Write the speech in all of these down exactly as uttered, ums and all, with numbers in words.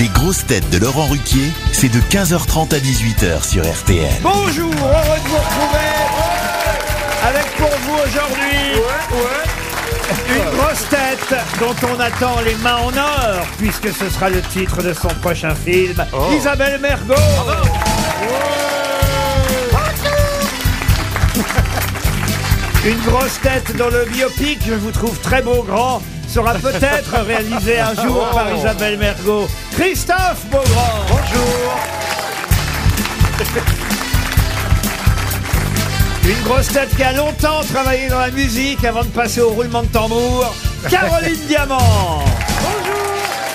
Les grosses têtes de Laurent Ruquier, c'est de quinze heures trente à dix-huit heures sur R T L. Bonjour, heureux de vous retrouver avec pour vous aujourd'hui une grosse tête dont on attend les mains en or, puisque ce sera le titre de son prochain film, oh. Isabelle Mergo. Une grosse tête dont le biopic, je vous trouve très beau grand, sera peut-être réalisé un jour oh. par Isabelle Mergo. Christophe Beaugrand. Bonjour. Une grosse tête qui a longtemps travaillé dans la musique avant de passer au roulement de tambour. Caroline Diamant. Bonjour.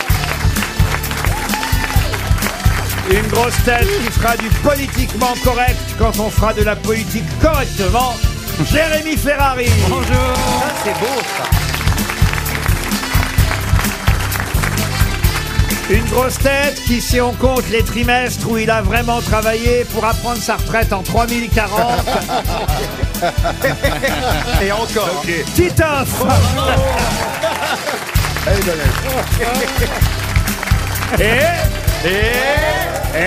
Une grosse tête qui fera du politiquement correct quand on fera de la politique correctement. Jérémy Ferrari. Bonjour. Ça, c'est beau, ça. Une grosse tête qui, si on compte les trimestres où il a vraiment travaillé, pourra prendre sa retraite en trois mille quarante. Et encore. Okay. Titoff. Et, et, et,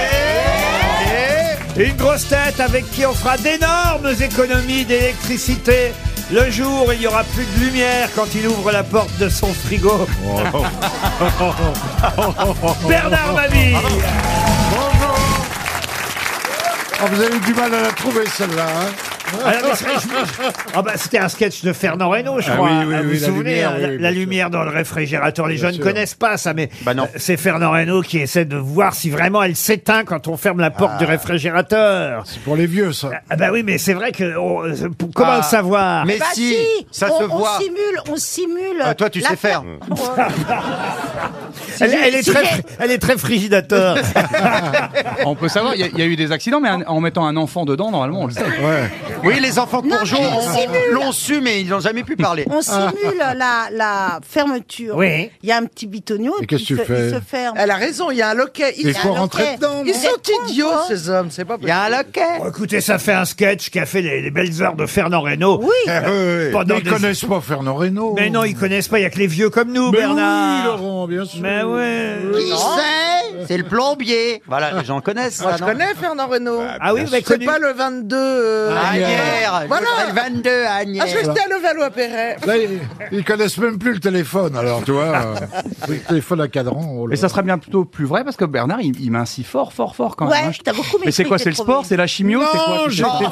et, une grosse tête avec qui on fera d'énormes économies d'électricité. Le jour où il n'y aura plus de lumière quand il ouvre la porte de son frigo. Oh. Bernard Mabille. Bonjour. Oh, vous avez eu du mal à la trouver celle-là, hein? Alors, oh bah, c'était un sketch de Fernand Reynaud, je crois. Ah oui, oui, vous oui, vous la souvenez, lumière, la, oui, la bien lumière dans le réfrigérateur. Les Bien jeunes ne sûr. connaissent pas ça, mais Bah non. c'est Fernand Reynaud qui essaie de voir si vraiment elle s'éteint quand on ferme la porte Ah. du réfrigérateur. C'est pour les vieux, ça. Ah bah oui, mais c'est vrai que on- pour- comment Ah. le savoir? Mais Bah si, si, ça on, se on voit. simule, on simule. Ah, toi, tu la sais faire. fer- Elle, j'ai- elle est si très, j'ai- fri- elle est très frigidateur. On peut savoir, il y, a- il y a eu des accidents, mais en, en mettant un enfant dedans, normalement, on le sait. Ouais. Oui, les enfants de Non, Courgeot mais on simule. l'ont su, mais ils n'ont jamais pu parler. On simule la, la fermeture. Oui. Il y a un petit bitonio Et et, qu'est-ce puis que il tu se, fais il se ferme. Elle a raison, il y a un loquet. Ils, Il faut un rentrer loquet. dedans, ils non? sont con, idiots, quoi. ces hommes, c'est pas Il y a un loquet. Bon, écoutez, ça fait un sketch qui a fait les, les belles heures de Fernand Reynaud. Oui. Eh, oui, oui. Pendant Mais ils des- connaissent pas Fernand Reynaud. Mais non, ils connaissent pas, il y a que les vieux comme nous, Mais Bernard. oui, Laurent, bien sûr. Mais ouais. Qui c'est? C'est le plombier. Voilà, les gens connaissent Moi, ça, je non? connais Fernand Reynaud. Ah oui, vous avez C'est connu. pas le vingt-deux. euh, Agnières. Voilà. Le vingt-deux, Ah, Agnières. je restais à Levallois-Perret. Là, ils, ils connaissent même plus le téléphone, alors, tu vois. euh, le téléphone à cadran. oh là Mais ça là. sera bien plutôt plus vrai, parce que Bernard, il, il mincit fort, fort, fort quand Ouais, même. hein. t'as beaucoup Mais c'est quoi, c'est le maîtrisé, sport, c'est la chimio, c'est quoi? Non, tu sais j'étais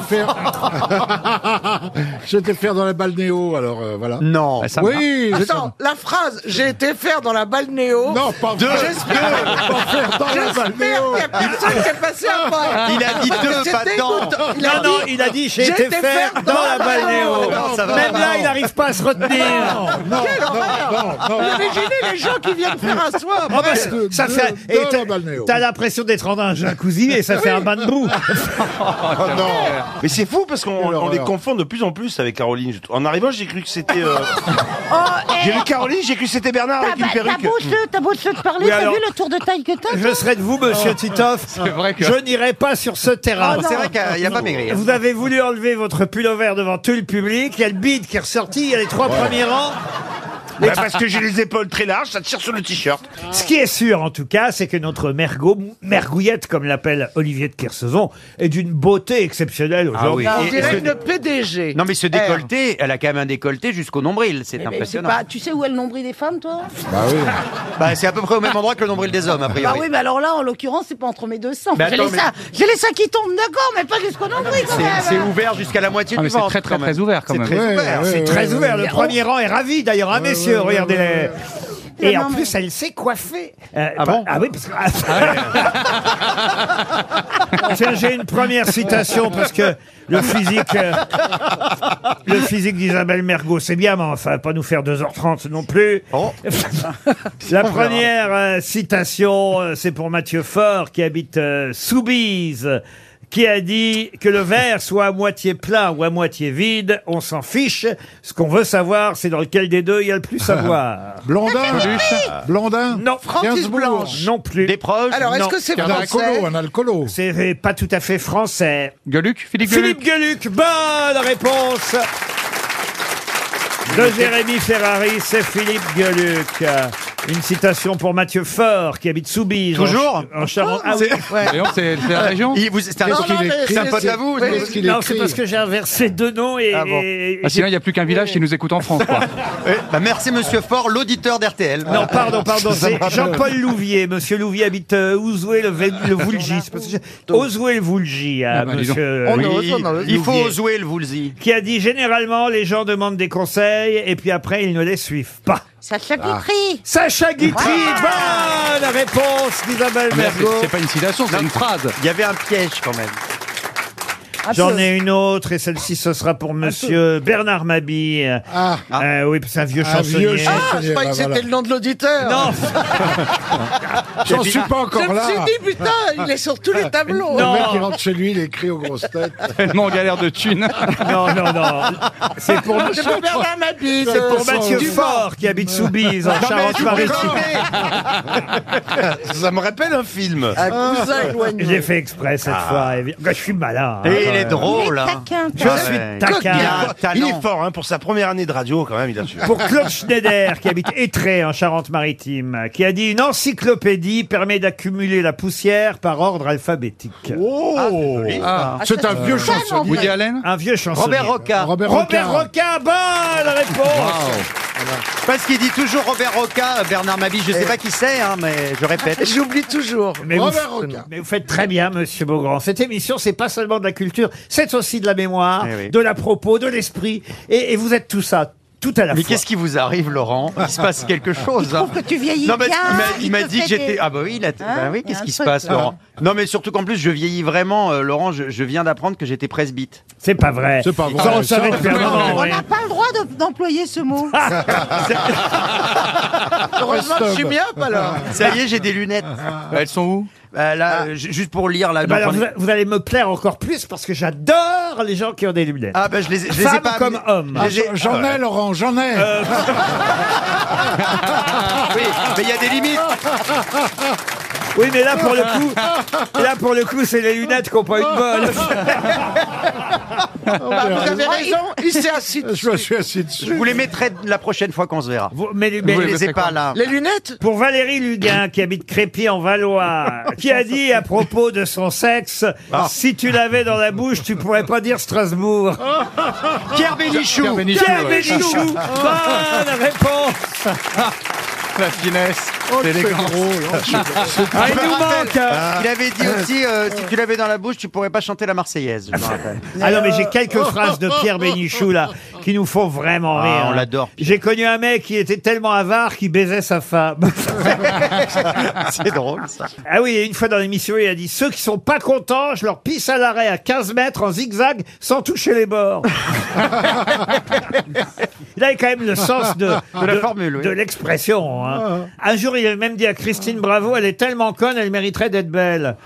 faire... j'étais faire dans la balnéo, alors euh, voilà. Non. Bah, ça marche. Oui, j'ai- Attends, la phrase « J'ai été faire dans la balnéo ». Non, pas deux. J'espère Pas faire dans la J'espère balnéo. qu'il y a personne qui est passé avant. Il a dit deux, C'était pas dans. dégoûtant. Il Non, a non, dit- il a dit j'ai J'ai été été faire faire dans dans la la balnéo. balnéo. Non, ça va Même pas. là, il n'arrive pas à se retenir. Non, non, non, non. Vous imaginez les gens qui viennent faire un soir. Oh, bah, ça- de- ça de- fait. de et la t'as- balnéo. T'as l'impression d'être en un jacuzzi et ça fait un bain de boue. Oh, non. Mais c'est fou parce qu'on Quelle on les horreur. confond de plus en plus avec Caroline. je trouve. En arrivant, j'ai cru que c'était. euh, Oh, J'ai eh, vu Caroline, j'ai cru que c'était Bernard t'as avec une ba- t'as perruque. beau se- t'as beau se te parler, Oui, t'as alors- vu le tour de taille que t'as? Je serais de vous, monsieur Titoff. C'est vrai que... Je n'irai pas sur ce terrain. C'est vrai qu'il n'a pas maigri. hein. Vous avez voulu enlever votre pull-over devant tout le public. Il y a le bide qui est ressorti. Il y a les trois premiers rangs. Ouais, parce que j'ai les épaules très larges, ça tire sur le t-shirt. Ce qui est sûr, en tout cas, c'est que notre mergot, mergouillette, comme l'appelle Olivier de Kersauzon, est d'une beauté exceptionnelle aujourd'hui. Ah On oui. dirait Et- une P D G. Non, mais ce décolleté, elle a quand même un décolleté jusqu'au nombril. C'est Eh ben, c'est impressionnant. pas- Tu sais où est le nombril des femmes, toi? Bah oui. Bah, c'est à peu près au même endroit que le nombril des hommes, a Bah priori. oui, mais alors là, en l'occurrence, c'est pas entre mes deux seins. Mais J'ai attends, les, mais- seins- j'ai les seins qui tombent, d'accord, mais pas jusqu'au nombril quand C'est- même. C'est ouvert jusqu'à la moitié Ah, mais du c'est ventre. très, très, quand même. très ouvert, quand C'est même. très Ouais, ouvert. ouais, C'est ouais, très ouais, ouvert. ouais. Le premier rang est ravi, d'ailleurs, hein, messieurs. Regardez-les. Et Non, en mais- plus, elle s'est coiffée. Euh, Ah pas- bon Ah oui, parce que... Tiens, j'ai une première citation, parce que le physique... euh, le physique d'Isabelle Mergo, c'est bien, mais enfin, pas nous faire deux heures trente non plus. Oh. La première euh, citation, euh, c'est pour Mathieu Faure, qui habite euh, Soubise, qui a dit que le verre soit à moitié plein ou à moitié vide, on s'en fiche. Ce qu'on veut savoir, c'est dans lequel des deux il y a le plus à voir. Blondin. Blondin. Non, Francis Gainsbourg. Blanche. non plus. Des proches. Alors, est-ce Non. que c'est Un français? alcoolo, un alcoolo. C'est pas tout à fait français. Gueuluc, Philippe Gueuluc. Philippe Gueluc, bonne réponse de Jérémy Ferrari, c'est Philippe Gueluc. Une citation pour Mathieu Faure, qui habite Soubise. Toujours En, en Charente. Ah oui. Voyons, c'est c'est la région. Il vous- C'est un, Non, non, mais c'est un c'est- pote à vous. c'est- c'est- qu'il Non, écrit. c'est parce que j'ai inversé deux noms et. Ah bon. et- Ah, sinon, il n'y a plus qu'un village qui nous écoute en France, quoi. Ouais, bah, merci Monsieur Fort, l'auditeur d'R T L. Non, pardon, pardon, Ça me c'est rappelle. Jean-Paul Louvier. Monsieur Louvier habite euh, Ouzoué, le, Vé- le Voulgy. C'est parce que j'ai- Ouzoué, le Voulgy, hein, Ah bah, dis donc. monsieur. On Oui. ose, on ose. Il faut Louvier. jouer le Woolsey. Qui a dit généralement les gens demandent des conseils et puis après ils ne les suivent pas. Sacha Guitry. Sacha Guitry, bonne réponse d'Isabelle Mais là, c'est- Mergo. c'est pas une citation, c'est une phrase. Il y avait un piège quand même. J'en ai une autre et celle-ci ce sera pour monsieur Bernard Mabille. Ah, Euh, oui, c'est un vieux un chansonnier. vieux Ah, chansonnier. je croyais bah, que c'était voilà. le nom de l'auditeur. Non, J'en suis pas Je encore me là. suis dit, putain, il est sur tous les tableaux. Le Non. mec, il rentre chez lui, il écrit aux grosses têtes. Tellement en galère de thunes. non, non, non. C'est pour, C'est pour Bernard Mabille. c'est pour euh, Mathieu du Fort qui habite Soubise en Charente-Maritime. Ça me rappelle un film. Un cousin éloigné. J'ai fait exprès cette fois. évi- Je suis malin. hein. Et il est drôle. hein. Taquin. Je suis Ouais. taquin. Il a un Il est talent. fort, hein, pour sa première année de radio, quand même, il a su. Pour Claude Schneider, qui habite Étré, en Charente-Maritime, qui a dit « Une encyclopédie permet d'accumuler la poussière par ordre alphabétique. Oh, Ah, c'est un vieux chansonnier. Woody Allen » Un vieux chansonnier. Robert Roca. Robert Robert Roca. Roca, bonne réponse. Parce qu'il dit toujours Robert Roca, Bernard Mabille. Je sais pas qui c'est, hein, mais je répète. J'oublie toujours. Mais vous, Robert Roca. mais vous faites très bien, Monsieur Beaugrand. Cette émission, c'est pas seulement de la culture, c'est aussi de la mémoire, Eh oui. de la propos, de l'esprit. Et, et vous êtes tout ça, tout à la Mais fois. qu'est-ce qui vous arrive, Laurent? Il se passe quelque chose. hein. Que tu vieillis Non, mais bien. il m'a- il m'a te dit que fait j'étais. des- Ah, bah oui, il a... bah oui, Il y a qu'est-ce un qui se truc, passe, là. Laurent? Non, mais surtout qu'en plus, je vieillis vraiment, euh, Laurent. Je, je viens d'apprendre que j'étais presbyte. C'est pas vrai. C'est pas vrai. Ça, on le Ça, savait on depuis un sait pas. moment. On oui. n'a pas le droit de- d'employer ce mot. Heureusement que je suis bien, pas alors. Ça y est, j'ai des lunettes. elles sont où? Euh, là, euh, ju- juste pour lire, là. Eh ben donc alors, on vous, est- vous allez me plaire encore plus parce que j'adore les gens qui ont des lunettes. Ah, bah, je les, ai- je les ai Femmes pas. comme hommes. Ah, Je les ai- J'en ai, Laurent, j'en ai. Oui, mais il y a des limites. Oui, mais là pour le coup, là pour le coup, c'est les lunettes qui n'ont pas une bonne. Bah, vous avez raison, il s'est assis Je me suis assis dessus. Je vous les mettrai la prochaine fois qu'on se verra. Vous- mais, mais- Je Oui, les ai mais pas quoi là. Les lunettes. pour Valérie Luguin, qui habite Crépy en Valois, qui a dit à propos de son sexe, si tu l'avais dans la bouche, tu pourrais pas dire Strasbourg. Pierre Bénichou. Pierre Bénichou, Pierre ouais. Bénichou, bonne réponse. La finesse, Oh, c'est l'élégance. drôle. Oh, c'est- c'est- Ah, il Je me nous rappelle, manque. hein. Il avait dit aussi, euh, si tu l'avais dans la bouche, tu pourrais pas chanter la Marseillaise. Je me rappelle. Ah non, mais j'ai quelques phrases de Pierre Bénichou, là, qui nous font vraiment Ah, rire. on hein. l'adore. J'ai connu un mec qui était tellement avare qu'il baisait sa femme. C'est drôle ça. Ah oui, et une fois dans l'émission, il a dit « Ceux qui sont pas contents, je leur pisse à l'arrêt à quinze mètres en zigzag sans toucher les bords. » Il avait quand même le sens de, De la formule, oui. de l'expression. hein. Un jour, il a même dit à Christine Bravo, elle est tellement conne, elle mériterait d'être belle.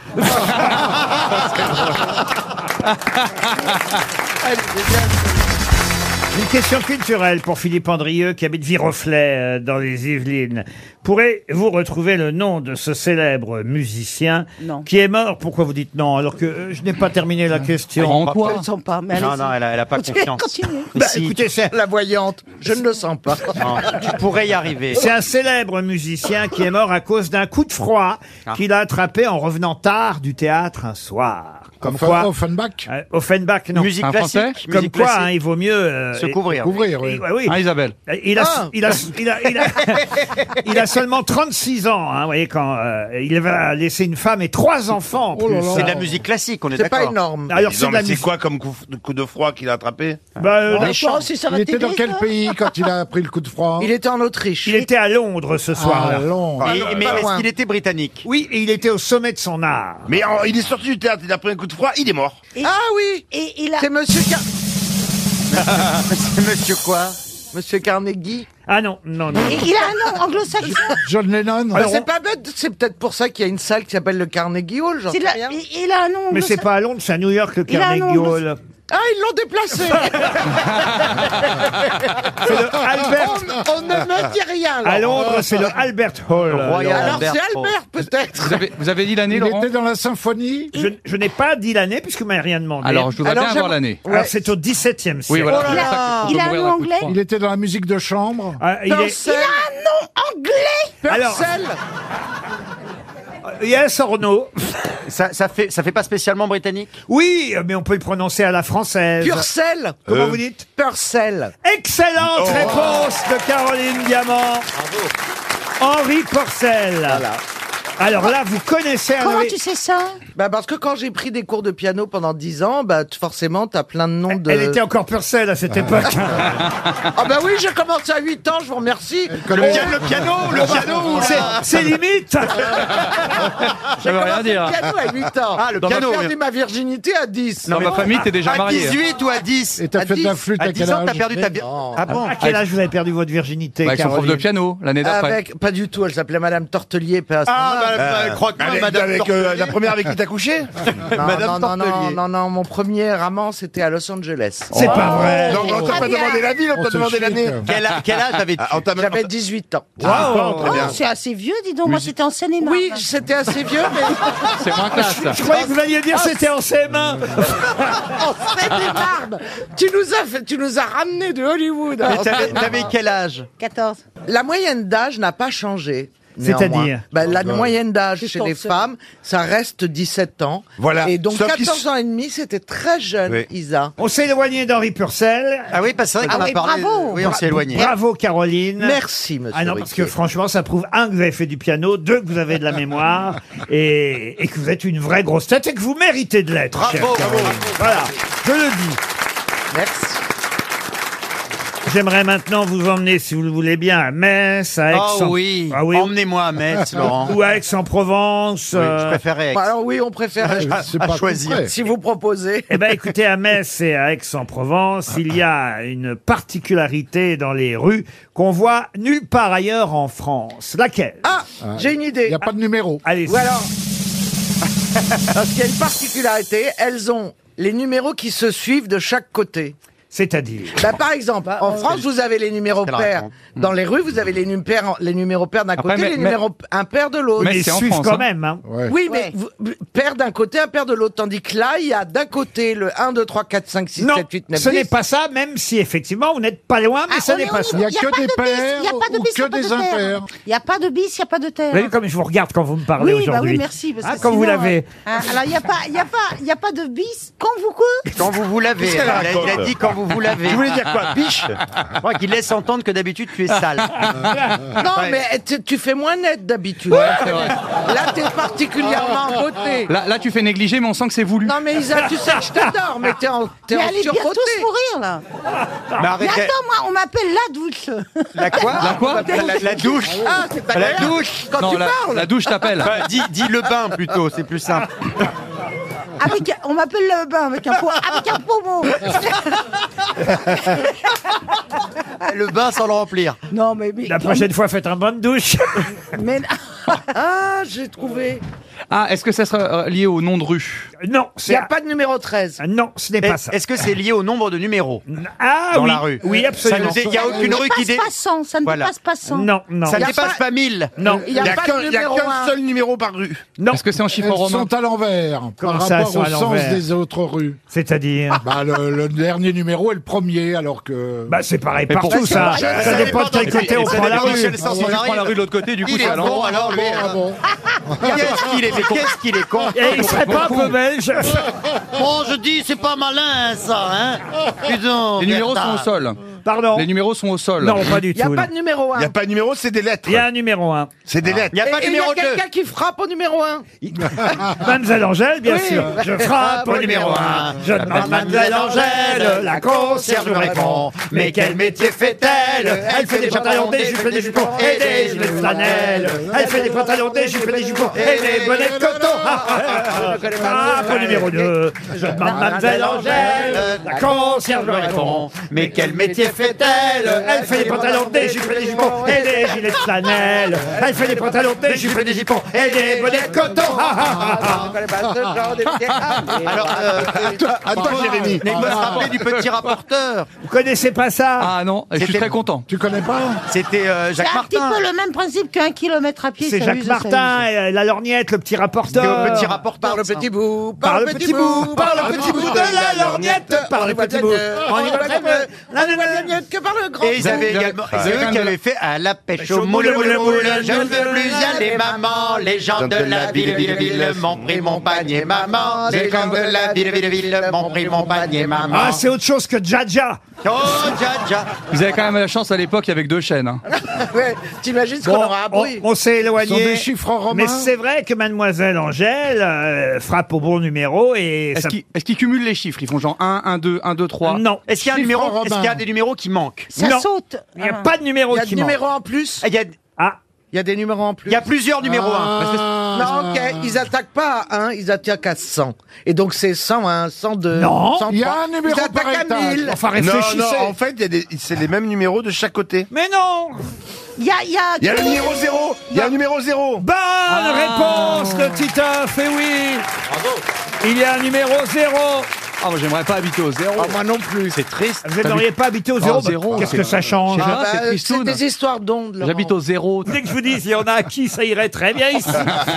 Une question culturelle pour Philippe Andrieux qui habite Viroflay euh, dans les Yvelines. Pourrez-vous retrouver le nom de ce célèbre musicien Non. qui est mort? Pourquoi vous dites non alors que euh, je n'ai pas terminé la question? En quoi? Je ne sens pas. Mais Non, allez-y. non, elle a, elle a pas Continuez, confiance. continuez. Mais Bah, si, écoutez, c'est La voyante. Je ne le sens pas. non, tu pourrais y arriver. c'est un célèbre musicien qui est mort à cause d'un coup de froid Ah. qu'il a attrapé en revenant tard du théâtre un soir. Comme Enfin, quoi, Offenbach. euh, Offenbach, non. Musique Un classique. Français Comme musique quoi, hein, classique. il vaut mieux euh, Se couvrir. Couvrir, et- oui. et- oui. Ah, Isabelle. Il a, Ah. il, a, il, a, il, a, il a seulement trente-six ans, hein, vous voyez, quand euh, il va laisser une femme et trois enfants en plus. Oh là là. C'est de la musique classique, on est, C'est pas d'accord. énorme. Alors, Dis c'est donc, de la mais c'est musique. quoi comme coup, coup de froid qu'il a attrapé? Bah, euh, Attends, si ça va Il était dans t'aider, quel ça pays quand il a pris le coup de froid? Il était en Autriche. il était à Londres ce soir-là. Ah, long. Et- mais pas est-ce loin. qu'il était britannique? Oui, et il était au sommet de son art. Mais en- il est sorti du théâtre, il a pris un coup de froid, il est mort. Ah oui. Et il a. C'est Monsieur Car... C'est monsieur quoi? Monsieur Carnegie. Ah non, non, non. Et il a un nom anglo-saxon. John Lennon. Bah, c'est pas bête. C'est peut-être pour ça qu'il y a une salle qui s'appelle le Carnegie Hall. J'en C'est sais la- rien. Il il a un nom. Mais c'est anglo-saxon. pas à Londres, c'est à New York, le Il a un Carnegie nom, Hall. Ah, ils l'ont déplacé. C'est le Albert... on, on ne me dit rien. À Laurent. Londres, c'est le Albert Hall. Royal. Alors Albert c'est Hall. Albert peut-être. Vous avez, vous avez dit l'année, Il Laurent? était dans la symphonie. Je, je n'ai pas dit l'année puisque vous m'avez rien demandé. Alors, je voudrais Alors, bien avoir j'aimerais- l'année. Alors, c'est au dix-septième siècle. Oui, voilà. Oh là c'est là. ça que- Il a faut un mourir nom d'un coup de anglais froid. Il était dans la musique de chambre. Ah, il Non, est- c'est- Il a un nom Anglais. Alors, Purcell. yes or no? Ça, ça fait, ça fait pas spécialement britannique. Oui, mais on peut le prononcer à la française. Purcell. Comment vous dites? Purcell. Excellente réponse de Caroline Diamant. Henri Purcell. Voilà. Alors là, vous connaissez Comment Henri... tu sais ça? Bah parce que quand j'ai pris des cours de piano pendant dix ans, bah t- forcément t'as plein de noms de... Elle était encore Purcell à cette époque. Ah bah oui, j'ai commencé à huit ans, je vous remercie. Le, piano, le piano, le piano, C'est- là. C'est limite. Ça J'ai veut rien commencé dire. le piano à huit ans. Ah, le J'ai piano, perdu oui. ma virginité à dix. Dans ma famille, t'es déjà À marié. dix-huit ou à dix? Et t'as À fait de la dix. flûte À à quel dix ans, t'as âge? perdu ta... Mais non. Ah bon? À quel âge vous avez perdu votre virginité, Bah, avec son prof de Caroline? piano, l'année d'après. Avec, pas du tout, elle s'appelait Madame Tortelier. paix à son Ah, âme. bah, bah, croque-moi, avec- madame avec, euh, Tortelier. la première avec qui t'as couché. Non, Madame non, non, non, Tortelier. non, non, mon premier amant, c'était à Los Angeles. C'est pas vrai. Non, on t'a Très pas bien. demandé la ville, on On t'a se demandé chic. l'année. Quel, a- quel âge avais-tu? Ah, on t'a même- J'avais dix-huit ans. Wow. Très bien. Oh, c'est assez vieux, dis donc. Moi, c'était en Seine-et-Marne. Oui, c'était assez vieux, mais C'est moins classe. Je croyais que vous alliez dire c'était en C M un. en Seine-et-Marne. Tu nous as fait, tu nous as ramené de Hollywood. Mais T'avais t'avais quel âge? quatorze. La moyenne d'âge n'a pas changé. C'est-à-dire néanmoins. Bah, la moyenne d'âge C'est chez ton les seul. femmes, ça reste dix-sept ans. Voilà. Et donc Sauf qu'ils quatorze ans et demi, c'était très jeune, Oui. Isa. On s'est éloigné d'Henri Purcell. Ah oui, parce que c'est vrai qu'on Ah a oui, parlé... bravo. Oui, on s'est éloigné. Bravo, Caroline. Merci, monsieur. Ah non, parce Ruquier. que franchement, ça prouve, un, que vous avez fait du piano, deux, que vous avez de la mémoire, et, et que vous êtes une vraie grosse tête, et que vous méritez de l'être. Bravo, chère bravo. Caroline. Voilà, je le dis. Merci. J'aimerais maintenant vous emmener, si vous le voulez bien, à Metz, à Aix. Oh oui. Ah oui. Emmenez-moi à Metz, Laurent. Ou à Aix-en-Provence. Oui, euh, je préférais Aix. Bah, alors oui, on préfère à, C'est à pas choisir. concret. si vous proposez. Eh ben, écoutez, à Metz et à Aix-en-Provence, il y a une particularité dans les rues qu'on voit nulle part ailleurs en France. Laquelle? Ah, j'ai une Il idée. n'y a pas de numéro. Allez, Ou alors, parce qu'il y a une particularité, elles ont les numéros qui se suivent de chaque côté. c'est-à-dire. Bah, par exemple, en France, vous avez les numéros C'est la pairs. réponse. Dans les rues, vous avez les, num- pairs- les numéros pairs d'un Après, côté, mais- les mais- numéros impairs de l'autre. Mais Mais ils c'est en suivent France, quand hein. même. Hein. Ouais. Oui, mais Ouais. vous- paire d'un côté, un paire de l'autre. Tandis que là, il y a d'un côté le un, deux, trois, quatre, cinq, six, Non, sept, huit, neuf, ce dix. n'est pas ça, même si effectivement vous n'êtes pas loin, mais Ah, ce on n'est est pas au ça. Il y a Il y a que pas des de bis, pairs il y a pas de ou bis, il y a que pas de des terre. impairs. Il n'y a pas de bis, il n'y a pas de terre. Vous voyez comme je vous regarde quand vous me parlez Oui, bah aujourd'hui. oui, merci. Parce Ah, que quand vous sinon, l'avez. euh, hein, alors, il n'y a, pas- il y a, pas- il y a pas de bis. Quand vous quoi Quand vous vous lavez. Qu'est-ce qu'elle Il a, il a raconte dit quand vous vous lavez. Tu voulais dire quoi? Biche? Je crois qu'il laisse entendre que d'habitude tu es sale. Non, Ouais. mais tu, tu fais moins net d'habitude. c'est vrai. Là, t'es particulièrement en beauté. Là, là, tu fais négliger, mais on sent que c'est voulu. Non, mais Isa, tu sais que je t'adore, mais t'es en, t'es Mais en allez bien surpoté. tous mourir, là. Mais Mais arrêtez. attends, moi, on m'appelle la douche. La quoi? La quoi la, la- la douche. Ah, c'est pas La grave. douche. Quand Non, tu la, parles. la douche t'appelle. Enfin, dis, dis le bain plutôt, c'est plus simple. Avec, un- on m'appelle le bain avec un, pot, avec un pommeau. Le bain sans le remplir. Non, mais... mais La prochaine fois, faites un bain de douche. mais- Ah, j'ai trouvé. Ah, est-ce que ça sera euh, lié au nom de rue? Non, Il c'est n'y a pas de numéro treize. non, ce n'est pas ça. Est-ce que c'est lié au nombre de numéros Ah dans oui, la rue? oui, Ça absolument. ne- Il n'y a Ça aucune ne rue qui dépasse dé... pas cent, ça ne Voilà. dépasse pas cent. Non, non, Ça ne Y a dépasse pas- pas mille. non, Il n'y a, Il n'y a pas qu'un de il y a numéro qu'un un. seul numéro par rue. non. Est-ce que c'est en chiffre Elles romain? sont à l'envers Comment par ça, elles rapport sont au à sens l'envers des autres rues. C'est-à-dire. Bah, le, le dernier numéro est le premier, alors que... Bah, c'est pareil Mais partout, pour- ça. c'est pareil. Ça dépend de quel côté on Ça prend la dépend de rue. quel sens on Si je prends la arrive. rue de l'autre côté, du coup, Il c'est est à bon, l'endroit. alors lui. Ah bon. Qu'est-ce qu'il est, mais qu'est-ce qu'il est con. Et il serait pas un peu belge. Bon, je dis, c'est pas malin, ça, hein. Putain, Les numéros sont au Bernard. sol. Pardon. Les numéros sont au sol. Non, pas du Il n'y a tout. pas non. de numéro Il n'y un. a pas de numéro, c'est des lettres. Il y a un numéro un. C'est des lettres. Il n'y a pas de Et il y numéro a deux. quelqu'un qui frappe au numéro un. Mademoiselle Angèle, bien Oui. sûr. Je frappe au numéro un. Je demande Mademoiselle Angèle, la concierge me répond. Mais quel métier fait-elle? Elle fait des pantalons, des jupes, des jupons et des gilets de flanelle. Elle fait des pantalons, des jupes, des jupons et des bonnets de coton. Ah, ah, ah, au numéro deux. Je demande Mademoiselle Angèle, la concierge me répond. Mais quel métier fait-elle? Elle fait des pantalons, des jupes, des jupons et des gilets de flanelle. Elle fait des pantalons, des jupes, des jupons et des bonnets de coton. Ah, ah, ah, ah. Je connais pas ce genre de métier. Alors, euh, À toi, Jérémy. il faut se rappeler du petit rapporteur. Vous connaissez pas ça? Ah non, et je suis C'était- très content. Tu connais pas? C'était euh, C'est Jacques un petit Martin. peu le même principe qu'un kilomètre à pied. C'est ça Jacques use, ça Martin, use. et la lorgnette, le petit rapporteur. Le petit rapporteur. Par le petit bout, Par le petit bout, par le petit bout de la lorgnette, par le petit bout. On y va très peu. cagnotte que par le grand. Et ils avaient Vous avez- également, vous c'est avez eux quand qui même de avaient la- fait à la pêche au au moule, moule, moule, moule, moule, moule, je ne moule, veux plus y moule, aller, moule, maman. Les gens de la ville, ville, ville m'ont pris mon panier, maman. Les gens de la ville, ville, ville m'ont pris mon panier, maman. Ah, c'est autre chose que Jaja. Oh, dja, dja. Vous avez quand même la chance à l'époque avec deux chaînes. Hein. Ouais, t'imagines ce qu'on Bon, aura on, appris. on s'est Ce sont éloigné. des chiffres romains. Mais c'est vrai que Mademoiselle Angèle euh, frappe au bon numéro et Est-ce ça- qu'ils est-ce qu'ils cumulent les chiffres? Ils font genre un, un, deux, un, deux, trois. non, Est-ce qu'il y a un Chiffre numéro, romain. est-ce qu'il y a des numéros qui manquent? Ça Non. saute. il n'y a Ah. pas de numéro Il y a qui des manque. numéros en plus. Il y a, Ah, Il y a des numéros en plus. il y a plusieurs numéros un. Parce que- Ah. Non, ok, ils attaquent pas à un, ils attaquent à cent. Et donc c'est cent un, cent deux, Non. cent trois. Il y a un numéro Ils par attaquent à étage. mille. enfin Non, réfléchissez. non, en fait, il y a des- c'est les mêmes numéros de chaque côté. Mais non. Il y a, il y a, Il y a le numéro zéro. Il y a un numéro zéro. Bonne Ah. réponse de Titoff, et oui. Bravo. Il y a un numéro zéro. Ah, moi j'aimerais pas habiter au zéro. Ah, moi non plus. C'est triste. Vous n'auriez pas habité au zéro, Oh, zéro, Qu'est-ce c'est- que ça change? Je sais Ah pas, bah, c'est c'est tristoun. des histoires d'ondes. Laurent. J'habite au zéro. Dès que je vous dis, il y en a à qui ça irait très bien ici.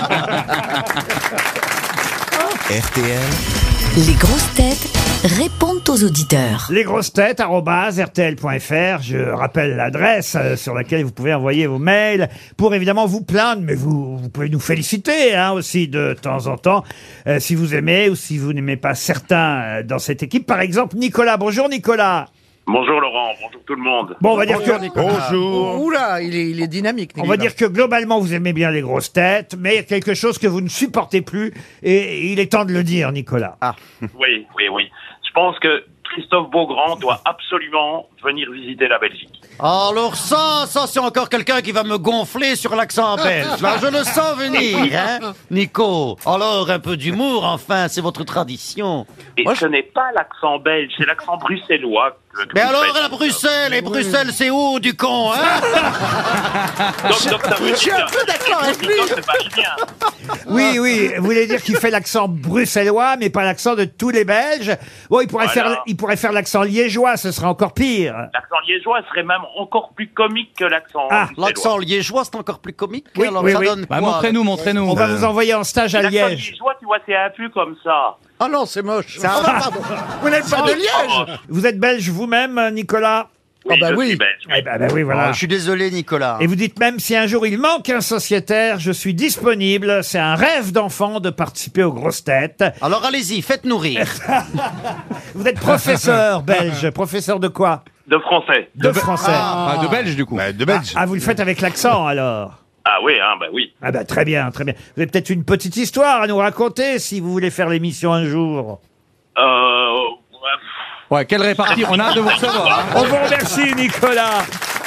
R T L, Les grosses têtes répondent aux auditeurs. Lesgrossetêtes arobase r t l point f r. Je rappelle l'adresse euh, sur laquelle vous pouvez envoyer vos mails pour évidemment vous plaindre, mais vous, vous pouvez nous féliciter hein, aussi de temps en temps euh, si vous aimez ou si vous n'aimez pas certains euh, dans cette équipe. Par exemple, Nicolas. Bonjour Nicolas. Bonjour Laurent, bonjour tout le monde. Bon, on va dire que Bonjour. Oula, il est, il est dynamique. on va dire que globalement vous aimez bien les grosses têtes, mais il y a quelque chose que vous ne supportez plus et il est temps de le dire, Nicolas. Oui, oui, oui. Je pense que Christophe Beaugrand doit absolument venir visiter la Belgique. Alors ça, ça c'est encore quelqu'un qui va me gonfler sur l'accent belge. Là, je le sens venir, hein, Nico. Alors un peu d'humour, enfin, c'est votre tradition. Et Moi, je- ce n'est pas l'accent belge, c'est l'accent bruxellois. que- que Mais vous alors faites. la Bruxelles, et Bruxelles, c'est où du con, hein? Donc, donc, ça veut Je suis dire un peu d'accord avec que lui. c'est parisien. Oui, oui, vous voulez dire qu'il fait l'accent bruxellois, mais pas l'accent de tous les Belges. Bon, il pourrait Voilà. faire, il pourrait faire l'accent liégeois, ce serait encore pire. L'accent liégeois serait même encore plus comique que l'accent Ah, bruxellois. L'accent liégeois, c'est encore plus comique. Oui, alors oui, ça oui. donne Bah, quoi? montrez-nous, montrez-nous. On va vous envoyer en stage à L'accent Liège. liégeois, tu vois, c'est un peu comme ça. Ah non, c'est moche. Ah, pardon. Vous n'êtes pas de Liège. Vous êtes belge vous-même, Nicolas? Oui, Ah bah je oui. suis belge. oui. Eh ben, ben oui, voilà. Oh, je suis désolé, Nicolas. Et vous dites même, si un jour il manque un sociétaire, je suis disponible. C'est un rêve d'enfant de participer aux grosses têtes. Alors allez-y, faites-nous rire. Vous êtes professeur belge. Professeur de quoi? De français. De français. Ah, de Belge du coup. Bah, de Belge. Ah, vous le faites avec l'accent alors? Ah oui, hein, bah oui. Ah bah très bien, très bien. Vous avez peut-être une petite histoire à nous raconter si vous voulez faire l'émission un jour. Euh, ouais, Ouais, quelle répartie. On a hâte de vous recevoir. hein. On vous remercie, Nicolas.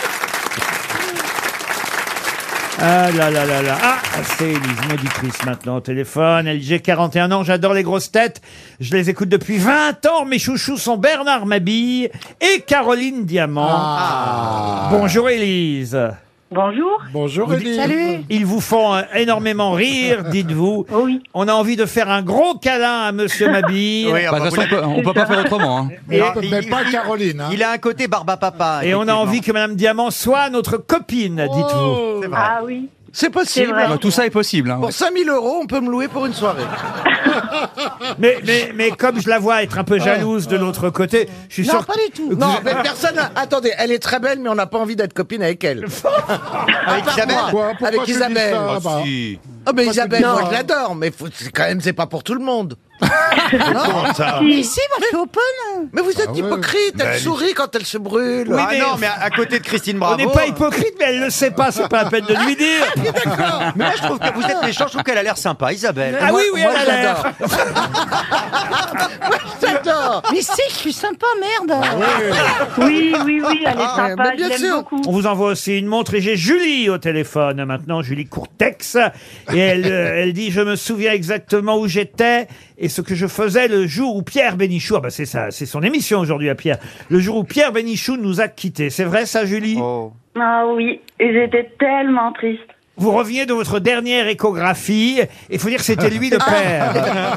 Ah là là là là. Ah, c'est Élise Moditrice maintenant au téléphone. Elle j'ai quarante et un ans, j'adore les grosses têtes. Je les écoute depuis vingt ans. Mes chouchous sont Bernard Mabille et Caroline Diamant. Bonjour Élise. Bonjour. Bonjour, Vous Élie. dites- Salut. Ils vous font euh, énormément rire, dites-vous. Oui. On a envie de faire un gros câlin à Monsieur Mabille. Oui, Bah, enfin, de toute vous façon, on peut, on peut pas faire autrement. Hein. Et, Non, Mais il- pas il- Caroline. Hein. Il a un côté barba papa. et on a effectivement. envie que Madame Diamant soit notre copine, dites-vous. C'est vrai. Ah oui. C'est possible. C'est vrai. Bah, tout ça est possible. Hein. Pour cinq mille euros, on peut me louer pour une soirée. Mais, mais, mais comme je la vois être un peu jalouse de l'autre côté, je suis Non, sûr pas du tout. Non, mais personne. n'a- Attendez, elle est très belle, mais on n'a pas envie d'être copine avec elle. Avec Isabelle. Pourquoi, pourquoi Avec tu dis Isabelle. ça, Ah, bah si. Oh, mais Isabelle, dis moi ça je l'adore, mais faut, c'est quand même, c'est pas pour tout le monde. Comment ça? Mais si, moi je suis open. Mais vous êtes Ah ouais. hypocrite, elle Mais elle- sourit quand elle se brûle. Oui, Ah mais- non, mais à, à côté de Christine on Bravo. n'est pas hypocrite, mais elle ne le sait pas, c'est pas la peine de lui dire. Mais là, je trouve que vous êtes méchant. Je trouve qu'elle a l'air sympa, Isabelle. Ah Moi- oui, oui, moi, elle a l'air. j'adore. J'adore. Mais si, je suis sympa, merde. Oui, oui, oui, elle est Ah, sympa, mais je bien l'aime sûr. beaucoup. On vous envoie aussi une montre et j'ai Julie au téléphone maintenant, Julie Courtex. Et elle, euh, elle dit, je me souviens exactement où j'étais et ce que je faisais le jour où Pierre Bénichou, ah bah c'est ça, c'est son émission aujourd'hui à Pierre, le jour où Pierre Bénichou nous a quittés. C'est vrai ça, Julie? Oh. Ah oui, et j'étais tellement triste. Vous reveniez de votre dernière échographie et il faut dire que c'était lui le père.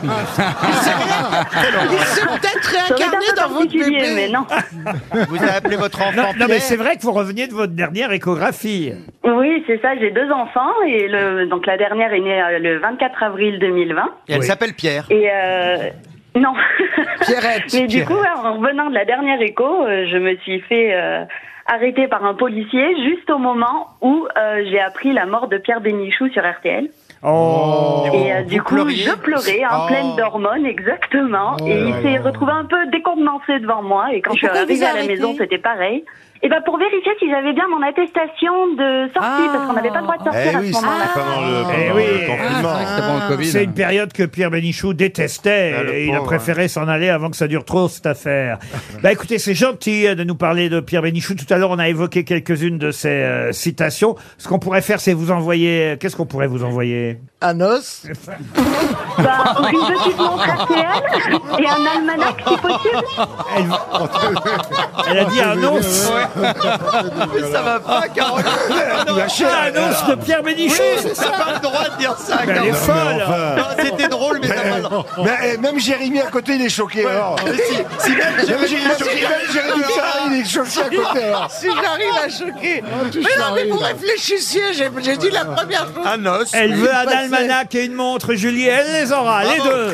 Il s'est peut-être Ça aurait été réincarné un peu dans votre particulier, bébé. mais non. Vous avez appelé votre enfant Non, non, mais Pierre. c'est vrai que vous reveniez de votre dernière échographie. Oui, c'est ça, j'ai deux enfants, et le, donc la dernière est née euh, le vingt-quatre avril deux mille vingt. Et elle Oui. s'appelle Pierre. Et, euh, Non. Pierrette. Mais du coup, ouais, en revenant de la dernière écho, euh, je me suis fait euh, arrêter par un policier juste au moment où euh, j'ai appris la mort de Pierre Bénichou sur R T L. Oh. Et euh, du coup, je pleurais en Oh. pleine d'hormones, exactement. Oh et là il s'est là. retrouvé un peu décontenancé devant moi. Et quand Et je suis pourquoi il arrivée vous a à la arrêté maison, c'était pareil. Et ben pour vérifier si j'avais bien mon attestation de sortie, Ah. parce qu'on n'avait pas le droit de sortir Eh à oui, ce c'était moment-là. pendant le, pendant Eh le oui. confinement. C'était pendant le Covid. C'est une période que Pierre Bénichou détestait Ah, le et il a pauvre, préféré s'en aller avant que ça dure trop cette affaire. Bah écoutez, c'est gentil de nous parler de Pierre Bénichou. Tout à l'heure, on a évoqué quelques-unes de ses euh, citations. Ce qu'on pourrait faire, c'est vous envoyer. Qu'est-ce qu'on pourrait vous envoyer? Un os. Bah, une petite montre R T L et un almanach si possible. Elle, elle a dit un os. Mais ça va pas, Caroline. Ah, un os de Pierre Bénichou, c'est ça? T'as pas le droit de dire ça, Mais elle est Caroline. folle. Non, c'était drôle, mais ça va. Mais eh, même Jérémy à côté, il est choqué. Alors. Mais si, si même Même Jérémy, même Jérémy Ferrari, il est choqué à côté. Alors. Si j'arrive à choquer. tu Mais non, mais charries, vous là. réfléchissiez, j'ai j'ai dit la première chose. un os. Elle veut un passait. almanach et une montre, Julie. Elle les aura, les deux.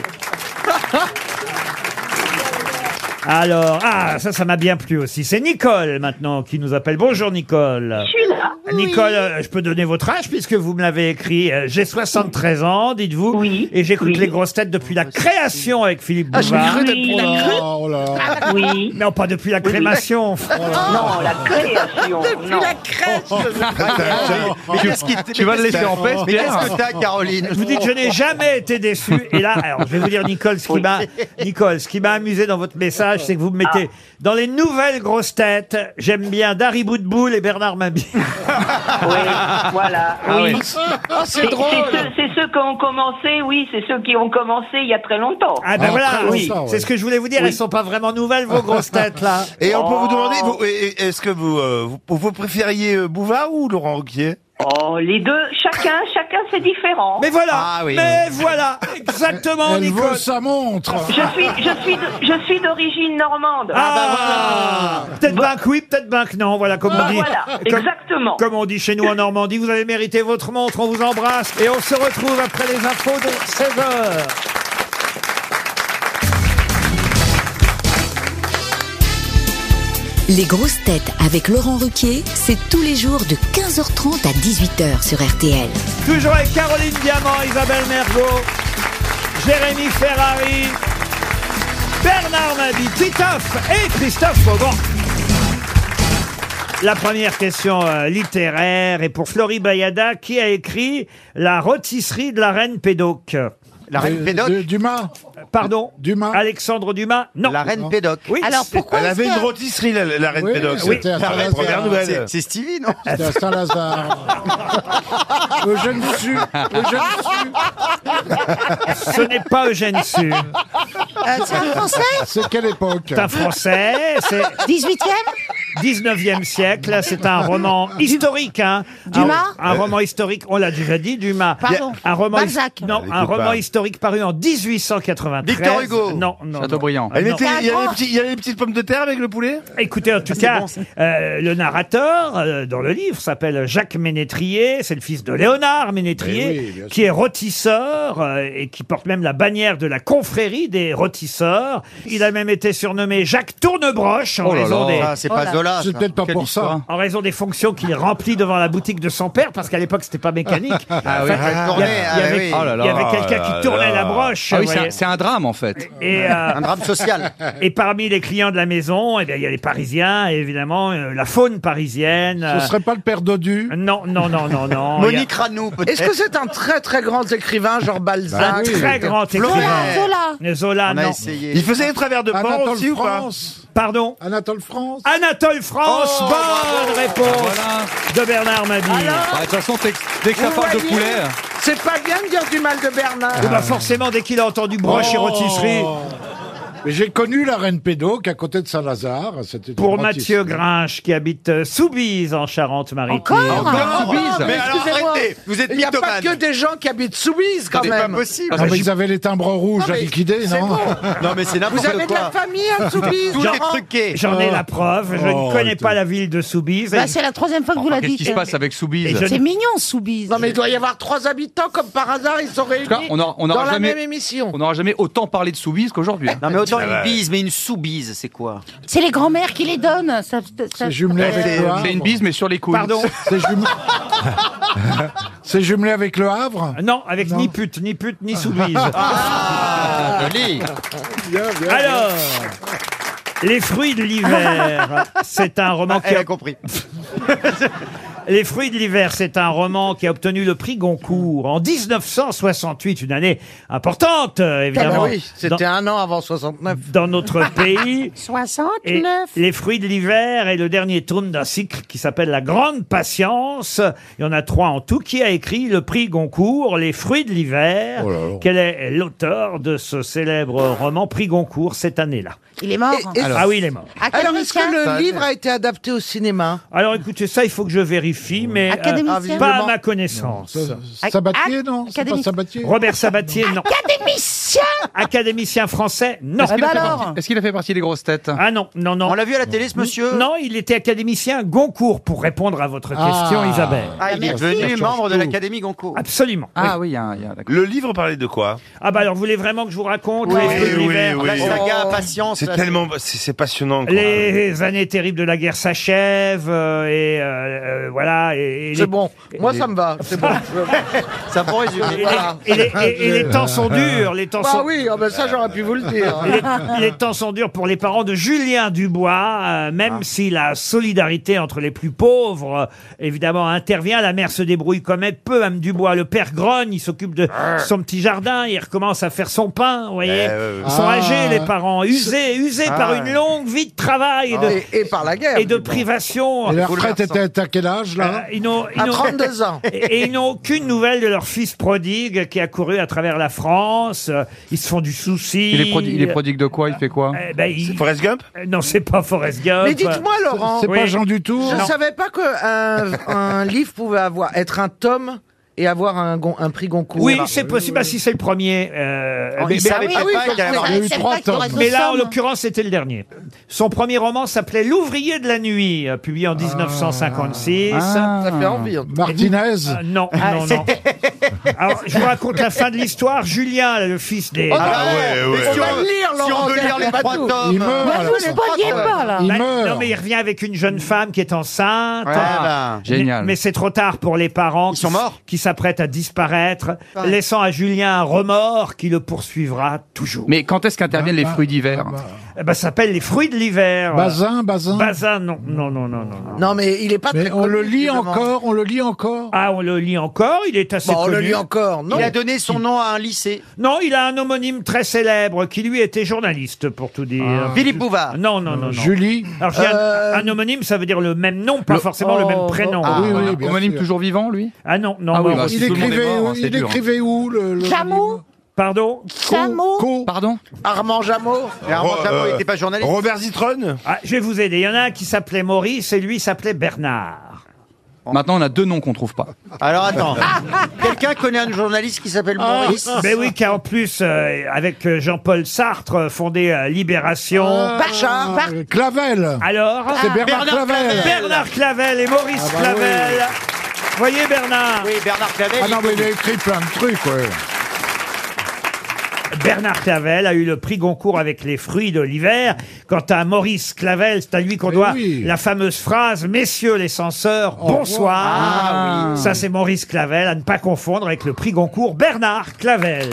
Alors, ah, ça, ça m'a bien plu aussi. C'est Nicole, maintenant, qui nous appelle. Bonjour, Nicole. Je suis là. Nicole, euh, je peux donner votre âge, puisque vous me l'avez écrit. Euh, J'ai soixante-treize ans, dites-vous. Oui. Et j'écoute Oui. les grosses têtes depuis la création avec Philippe Ah, j'ai Bouvard. cru Oui. depuis la crue. Oh là là. Oui. Non, pas depuis la crémation. Non, la création. Depuis Non. la crèche. Mais qu'est-ce qui Tu vas le laisser en paix, Mais Pierre? qu'est-ce que t'as, Caroline? Je vous dis que je n'ai jamais été déçu. Et là, alors, je vais vous dire, Nicole, ce qui m'a, Nicole, ce qui m'a amusé dans votre message, c'est que vous me mettez dans les nouvelles grosses têtes. J'aime bien Dari Boudboul et Bernard Mabie. Oui, voilà. oui. Oh, c'est C'est drôle. c'est ceux, c'est ceux qui ont commencé, oui, c'est ceux qui ont commencé il y a très longtemps. Ah ben Ah, voilà, très oui. longtemps, C'est ouais. ce que je voulais vous dire. Oui. Elles sont pas vraiment nouvelles, vos grosses têtes là. Et on peut vous Oh. demander, vous- et- et- est-ce que vous, euh, vous, vous préfériez euh, Bouvard ou Laurent Ruquier? Oh, les deux, chacun, chacun c'est différent. Mais voilà, Ah oui. mais voilà, exactement, Elle Nicole. veut sa montre. Je suis, je suis, de- je suis d'origine normande. Ah, peut-être bien que oui, peut-être bien que non. Voilà, comme Bah on dit. voilà, comme- exactement. Comme on dit chez nous en Normandie, vous avez mérité votre montre. On vous embrasse et on se retrouve après les infos de seize heures. Les grosses têtes avec Laurent Ruquier, c'est tous les jours de quinze heures trente à dix-huit heures sur R T L. Toujours avec Caroline Diamant, Isabelle Mergo, Jérémy Ferrari, Bernard Mabie, Titoff et Christophe Beaugrand. La première question euh, littéraire est pour Florie Bayada qui a écrit La rôtisserie de la reine Pédoc. La reine Euh, Pédoc? de- Dumas. Pardon Dumas. Alexandre Dumas. Non. La reine Pédoc. Oui. Alors c'est- pourquoi Elle est-ce avait une que- rôtisserie, la, la reine Oui, Pédoc. c'était à La reine, Saint-Lazare. première nouvelle. C'est- C'est Stevie, non? C'était à Saint-Lazare. Eugène Sue. Eugène Sue. Ce n'est pas Eugène Sue. Euh, c'est un français C'est quelle époque? C'est un français. C'est dix-huitième dix-neuvième siècle. C'est un roman historique. Hein. Dumas un, un roman historique. On l'a déjà dit, Dumas. Pardon. Un roman, his- Balzac. non, Elle un écoute roman pas. historique paru en dix-huit cent quatre-vingt-treize. Victor Hugo. Non, non. Chateaubriand. non. Elle Non. mettait- Il y, a Gros. les petits- il y a les petites pommes de terre avec le poulet? Écoutez, en tout cas, euh, le narrateur euh, dans le livre s'appelle Jacques Ménétrier. C'est le fils de Léonard Ménétrier, Eh oui, bien sûr. qui est rôtisseur euh, et qui porte même la bannière de la confrérie des rôtisseurs. Il a même été surnommé Jacques Tournebroche en Oh là raison là. des Ah, c'est Oh pas là. Zola. C'est ça. peut-être pas Quelle pour histoire. ça. en raison des fonctions qu'il remplit devant la boutique de son père, parce qu'à l'époque c'était pas mécanique. Ah oui. il y a- Ah, il y ah avait, oui. Oh là là. il y avait quelqu'un Oh là qui tournait là. la broche. Ah oui, vous c'est un, voyez. c'est un drame en fait. Et, euh, Un drame social. et parmi les clients de la maison, eh bien, il y a les Parisiens, et évidemment euh, la faune parisienne. euh, Ce serait pas le père Dodu? Non, non, non, non, non. Monique Ranou, Est-ce peut-être. que c'est un très très grand écrivain, genre Balzac? Il y a un très grand Zola, écrivain. Zola. Zola, On a non. essayé. Il faisait les travers de port Anatole aussi ou pas? France. Pardon. Anatole France. Anatole France, Oh, bonne réponse Voilà. de Bernard Mabille. Bah, De toute façon, dès que- dès que ça Vous parle de voyez, poulet. C'est pas bien de dire du mal de Bernard. Eh ben, forcément, dès qu'il a entendu broche et rôtisserie. Mais j'ai connu la reine Pédo qui est à côté de Saint-Lazare. C'était une Pour bâtisse. Mathieu Grinche, qui habite euh, Soubise, en Charente-Maritime. Encore Soubise. Mais alors Excusez-moi, arrêtez, vous êtes il n'y a pas mythomane. que des gens qui habitent Soubise, quand C'est même. pas possible. Non, mais ils avaient les timbres rouges Non, à mais liquider, c'est non bon. Non mais c'est n'importe Vous avez de quoi. la famille à Soubise, Tout est Laurent truqué. J'en ai la preuve, je Oh, ne connais arrêtez. pas la ville de Soubise. Bah, c'est la troisième fois que vous la Qu'est-ce dites. qui se passe avec Soubise? Et je- C'est mignon, Soubise. Non, mais il doit y avoir trois habitants, comme par hasard, ils sont réunis cas, on aura- on aura dans la jamais- même émission. On n'aura jamais autant parlé de Soubise qu'aujourd'hui. Non mais autant Ah une ouais. bise, mais une sous-bise, c'est quoi? C'est les grands-mères qui les donnent. Ça, ça- C'est jumelé avec le Havre. C'est une bise, mais sur les couilles. Pardon. C'est jumelé... C'est jumelé avec le Havre. Non, avec Non. ni pute, ni pute, ni Soubise. Ah, joli. Alors, Les fruits de l'hiver, c'est un roman qui Elle a a compris. Les fruits de l'hiver, c'est un roman qui a obtenu le prix Goncourt en dix-neuf cent soixante-huit, une année importante, euh, évidemment. Ah bah oui, c'était un an avant soixante-neuf. Dans notre pays. Et soixante-neuf. Les fruits de l'hiver est le dernier tome d'un cycle qui s'appelle La Grande Patience. Il y en a trois en tout. Qui a écrit le prix Goncourt, Les fruits de l'hiver? Oh là là. Quel est l'auteur de ce célèbre roman prix Goncourt cette année-là? Il est mort. Et- et- Ah oui, il est mort. Alors, est-ce que Académicien le livre a été adapté au cinéma? Alors écoutez, ça, il faut que je vérifie, mais euh, Académicien. pas à ma connaissance. Ça- Sabatier, non C'est pas Académique. Sabatier Robert Sabatier, non. Académicien. Académicien français, non. Est-ce qu'il Ah a, bah fait alors partie- est-ce qu'il a fait partie des grosses têtes? Ah non, non, non. On l'a vu à la télé, ce monsieur? Non, il était académicien Goncourt, pour répondre à votre Ah. question, Isabelle. Ah, il est Merci. devenu Ça change membre de tout. l'Académie Goncourt. Absolument. Ah Oui. oui, il y a un- il y a- d'accord. Le livre parlait de quoi? Ah bah alors, vous voulez vraiment que je vous raconte Oui, les fruits de oui, l'hiver oui. La saga Oh. Patience. C'est là, tellement, c'est c'est passionnant. quoi. Les années terribles de la guerre s'achèvent, euh, et euh, euh, voilà. Et, et C'est les- bon. Moi, ça me va. C'est bon. Ça pour résumer. Et, les- Voilà. et les, et- et les temps sont durs, les temps Ah sont... oui, ah ben ça, j'aurais pu vous le dire. Les, les temps sont durs pour les parents de Julien Dubois, euh, même Ah. si la solidarité entre les plus pauvres, euh, évidemment, intervient. La mère se débrouille comme elle peut. Mme Dubois, le père grogne, il s'occupe de son petit jardin, il recommence à faire son pain, vous voyez. Eh, ouais, ouais. Ils sont Ah. âgés, les parents, usés, usés Ah, par ouais. une longue vie de travail et de, Et, et par la guerre. et de dis donc. privation. Et la Faut le retraite faire était à quel âge, Euh, là ils n'ont, ils À n'ont- trente-deux ans. et, et ils n'ont aucune nouvelle de leur fils prodigue qui a couru à travers la France. Euh, Ils se font du souci. Il est, prodi- il est prodigue de quoi? Il fait quoi? Eh ben, il- Forrest Gump? Euh, Non, c'est pas Forrest Gump. Mais dites-moi, Laurent, C'est Oui. pas Jean Dutour je ne Non. savais pas qu'un un livre pouvait avoir, être un tome et avoir un, gon- un prix Goncourt. Oui, c'est possible. Bah, si c'est le premier. euh, Oh, mais, il savait ah oui, pas qu'il allait avoir- Il y a eu trois tomes. mais là, en l'occurrence, c'était le dernier. Son premier roman s'appelait L'ouvrier de la nuit, euh, publié en dix-neuf cent cinquante-six. Ah. Ça fait envie. hein. Martinez Euh, non, non, non. Alors, je vous raconte la fin de l'histoire. Julien, là, le fils des... Oh, Ah bah ouais, ouais. Mais On si va on- le lire, Si Laurent, on veut lire les pas trois tout. tomes. Il meurt, euh, alors. Vous ne spoiliez pas, là. Il Bah, meurt. non, mais il revient avec une jeune femme qui est enceinte. Ouais, bah. Génial. Mais, mais c'est trop tard pour les parents. Ils qui sont s- morts Qui s'apprêtent à disparaître, Ouais. laissant à Julien un remords qui le poursuivra toujours. Mais quand est-ce qu'interviennent les fruits d'hiver? Eh ben, ça s'appelle Les fruits de l'hiver. Bazin, Bazin. Bazin, non, non, non, non, non. non. Non, mais il est pas Mais très on connu, le lit visiblement. encore, on le lit encore. Ah, on le lit encore, il est assez Bon, on le connu. lit encore. Non. Il a donné son nom à un lycée. Non, il a un homonyme très célèbre qui lui était journaliste, pour tout dire. Philippe Bouvard. Non, non, non, non. Julie. Alors, je dis un- Euh, un, homonyme, ça veut dire le même nom, pas Le- forcément le Oh, même prénom. Ah, oui, Voilà. oui, bien Homonyme sûr. toujours vivant, lui? Ah non, non, Ah oui, non. bah, Il si tout le monde est écrivait, mort, où- c'est il dur. écrivait où le, le Chameau. Pardon Chameau. Co. Pardon? Armand Jameau. Et Armand Ro- Jameau, il euh, n'était pas journaliste. Robert Zitron? Ah, je vais vous aider. Il y en a un qui s'appelait Maurice et lui s'appelait Bernard. Maintenant, on a deux noms qu'on trouve pas. Alors attends. Quelqu'un connaît un journaliste qui s'appelle Maurice? Mais oui, car en plus, euh, avec euh, Jean-Paul Sartre, euh, fondé euh, Libération. Bachar. Ah, Clavel. Alors C'est Bernard, Bernard Clavel. Clavel. Bernard Clavel et Maurice Ah bah Clavel. Voyez Bernard. Oui, Bernard Clavel. Ah non, il- mais il a écrit plein de trucs, ouais. Bernard Clavel a eu le prix Goncourt avec Les fruits de l'hiver. Quant à Maurice Clavel, c'est à lui qu'on Mais doit oui. la fameuse phrase « Messieurs les censeurs, bonsoir Ah oui. Ça, c'est Maurice Clavel, à ne pas confondre avec le prix Goncourt Bernard Clavel.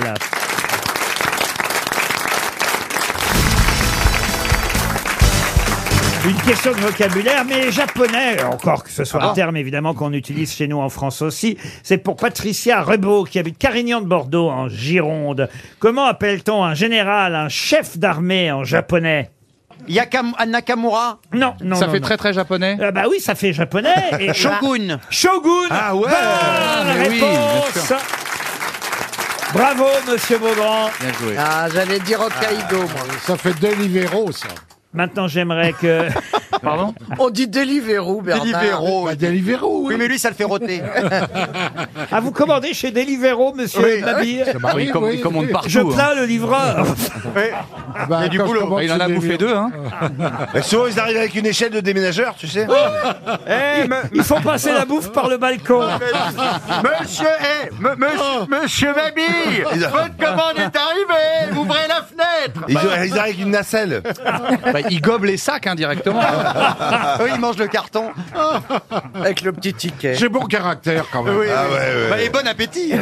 Une question de vocabulaire, mais japonais, encore que ce soit un terme évidemment qu'on utilise chez nous en France aussi. C'est pour Patricia Rebaud, qui habite Carignan de Bordeaux, en Gironde. Comment appelle-t-on un général, un chef d'armée en japonais? Yakam- Nakamura. Non, non, Ça non, fait non. très très japonais? Ah bah oui, ça fait japonais. Et Shogun. Shogun. Ah ouais. Bonne mais oui, bien réponse. sûr. Bravo, monsieur Beaugrand. Bien joué. Ah, j'allais dire Hokkaido, moi. Ça fait Deliveroo, ça. Maintenant, j'aimerais que... Pardon? On dit Deliveroo, Bernard. Deliveroo. Bah, Deliveroo, Oui, mais lui, ça le fait roter. Ah, vous commandez chez Deliveroo, monsieur Oui. Mabille? Ça Oui, m'arrive, comme, oui. il commande partout. Je hein. plains le livreur. Bah, Il y a du quand je boulot. commande Bah, il en chez a bouffé Deliveroo. deux, hein. Et souvent, ils arrivent avec une échelle de déménageur, tu sais. Eh, me- Il faut passer la bouffe par le balcon. Monsieur, eh, me- monsieur, monsieur Mabille, votre commande est arrivée. Ouvrez la fenêtre. Ils, ils arrivent avec une nacelle. Bah, il gobe les sacs hein, directement. Oui, il mange le carton. Avec le petit ticket. J'ai bon caractère, quand même. Oui, Ah oui. ouais, ouais. Bah, et bon appétit.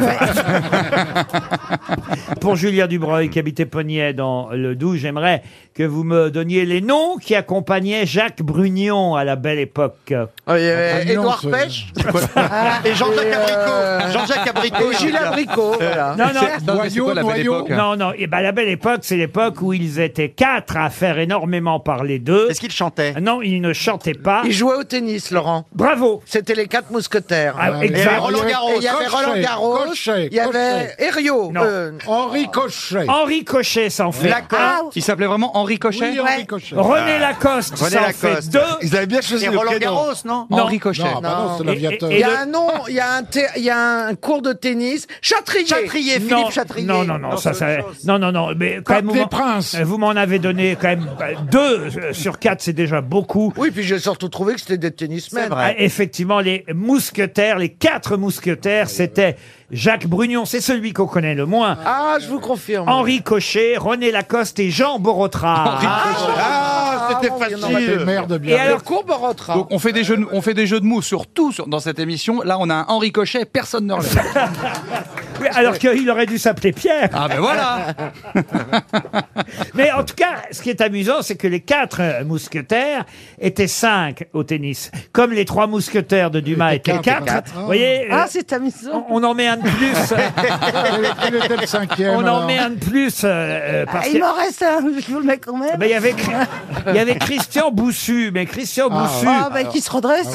Pour Julien Dubreuil, qui habitait Pognier dans le Doubs, j'aimerais que vous me donniez les noms qui accompagnaient Jacques Brugnon à la belle époque. Oh, il y avait Ah, non, Édouard c'est- Pêche Et Jean-Jacques Et, euh, Abricot. Jean-Jacques Abricot. et Gilles Abricot. Voilà. Non, non. C'est- non, mais c'est Noyau, quoi la belle noyau. époque hein Non, non. Et ben, la belle époque, c'est l'époque où ils étaient quatre à faire énormément parler d'eux. Est-ce qu'il chantait? Non, ils ne chantaient pas. Il jouait au tennis, Laurent. Bravo. C'était les quatre mousquetaires. Ah, Et exact. Roland Garros. Et il y avait Cochet, Roland Garros, Cochet, il y avait Herriot. Non. euh, Henri Cochet. Henri Cochet s'en fait Lacoste. un. Il s'appelait vraiment Henri Cochet? Oui, Henri Cochet. René Lacoste René s'en Lacoste. fait deux. Ils avaient bien choisi Et le Roland prénom. Garros, non? Non. Henri Cochet. Non, bah non, c'est Et- l'aviateur. et- Il y le- a un nom, il y a un, thé- il y a un cours de tennis. Chatrier. Chatrier, Philippe Non, Chatrier. non, non, non, ça, c'est ça, autre chose. non, non, non, mais quand Pape même, vous des m'en- Princes. vous m'en avez donné quand même euh, deux euh, sur quatre, c'est déjà beaucoup. Oui, puis j'ai surtout trouvé que c'était des C'est tennismen. vrai. Ah, effectivement, les mousquetaires, les quatre mousquetaires, c'était Jacques Brugnon, c'est celui qu'on connaît le moins. Ah, je vous confirme. Henri Cochet, René Lacoste et Jean Borotrard. Ah, c'était oui, non, Des facile. merdes Et bien. alors, Le courbe rentra. Donc on fait des jeux, de- on fait des jeux de mots sur tout sur- dans cette émission. Là, on a un Henri Cochet, personne ne relève. oui, alors qu'il aurait dû s'appeler Pierre. Ah ben voilà. Mais en tout cas, ce qui est amusant, c'est que les quatre euh, mousquetaires étaient cinq au tennis. Comme les trois mousquetaires de Dumas Étaient étaient quatre. quatre. Ah. Vous voyez, euh, Ah, c'est amusant. on en met un de plus. Quel était le cinquième On en alors met un de plus. euh, euh, Ah, parce il que- m'en reste un, je vous le mets quand même. Ben, il y avait, il y avait Christian Boussu, mais Christian Ah, Boussu, Ah, bah, qui se redresse.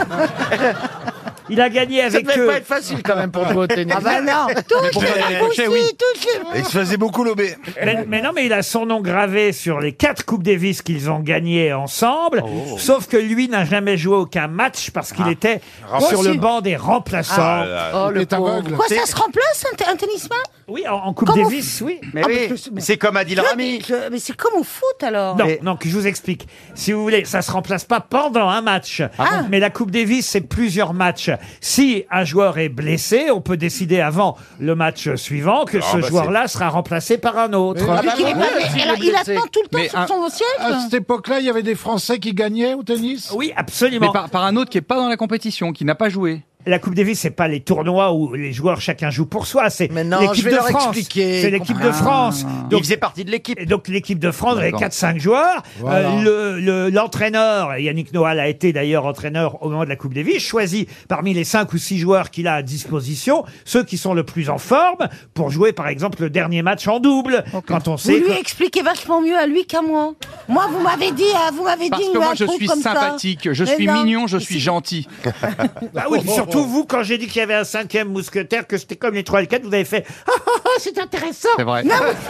il a gagné Ça avec devait eux. pas être facile quand même pour jouer au tennis. Ah, bah non. pourquoi il y avait Cochet, oui. Et ils se faisaient beaucoup lober. Mais, mais non, mais il a son nom gravé sur les quatre Coupes Davis qu'ils ont gagnées ensemble. Oh. Sauf que lui n'a jamais joué aucun match parce Ah. qu'il était Moi sur le aussi. banc des remplaçants. Oh, Il le est pauvre. aveugle. Quoi, ça se remplace un, t- un tennisman Oui, en, en Coupe Comment Davis, oui. Mais Ah, oui, mais je- mais- c'est comme Adil Rami. Je- Mais c'est comme au foot alors. Non, Mais- non, que je vous explique. Si vous voulez, ça se remplace pas pendant un match. Ah. Mais la Coupe Davis, c'est plusieurs matchs. Si un joueur est blessé, on peut décider avant le match suivant que ce bah, joueur-là sera remplacé par un autre. Mais- Ah, mais qu'il est oui, pas- s'il est alors, il blessé. attend tout le temps Mais sur un- son siège. À cette époque-là, il y avait des Français qui gagnaient au tennis. Oui, Mais absolument. par, par un autre qui est pas dans la compétition, qui n'a pas joué. La Coupe Davis, c'est pas les tournois où les joueurs chacun joue pour soi. C'est Mais non, l'équipe je vais de leur France. expliquer. C'est l'équipe de Ah. France. Il Donc, faisait partie de l'équipe. et donc l'équipe de France avait D'accord. quatre cinq joueurs. Voilà. Euh, le- le- L'entraîneur, Yannick Noah a été d'ailleurs entraîneur au moment de la Coupe Davis, choisit parmi les cinq ou six joueurs qu'il a à disposition, ceux qui sont le plus en forme, pour jouer par exemple le dernier match en double. Quand on Vous sait lui que- expliquez vachement mieux à lui qu'à moi. Moi, vous m'avez dit, ah, vous m'avez Parce dit que moi, un je truc suis comme ça. sympathique, je Mais suis non. mignon, je Mais suis c'est- gentil. Bah oui, surtout vous, quand j'ai dit qu'il y avait un cinquième mousquetaire, que c'était comme les trois et le quatre, vous avez fait « Ah, ah, ah, c'est intéressant !» C'est vrai.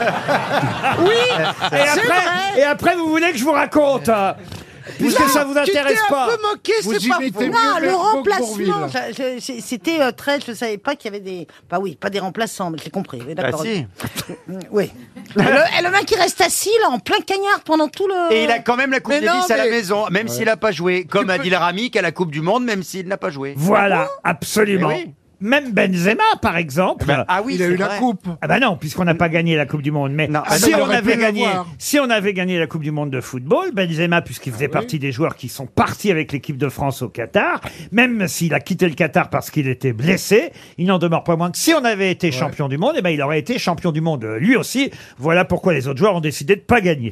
Oui. Et après, et après, vous voulez que je vous raconte hein, puisque ça vous intéresse Tu t'es pas. un peu moqué, Vous c'est pas imitez faux. mieux Non, le Berthaud remplacement, Bourvil. ça- je- c'est- c'était euh, très. Je savais pas qu'il y avait des. Bah oui, pas des remplaçants, mais j'ai compris. Oui, Ah d'accord. si. Oui. le, et le mec qui reste assis là, en plein cagnard pendant tout le. Et il a quand même la Coupe Mais non, Davis à la mais- maison, même s'il n'a pas joué. Comme Adil Rami qui a la Coupe du Monde, même s'il n'a pas joué. Voilà, absolument. Eh oui. Même Benzema, par exemple. Ah oui, Il a c'est eu la vrai. coupe. Ah bah non, puisqu'on n'a pas gagné la Coupe du Monde. Mais Non, ah si, non, il on aurait avait pu gagné, l'avoir. si on avait gagné la Coupe du Monde de football, Benzema, puisqu'il faisait partie des joueurs qui sont partis avec l'équipe de France au Qatar, même s'il a quitté le Qatar parce qu'il était blessé, il n'en demeure pas moins que si on avait été champion du monde, eh ben il aurait été champion du monde euh, lui aussi. Voilà pourquoi les autres joueurs ont décidé de pas gagner.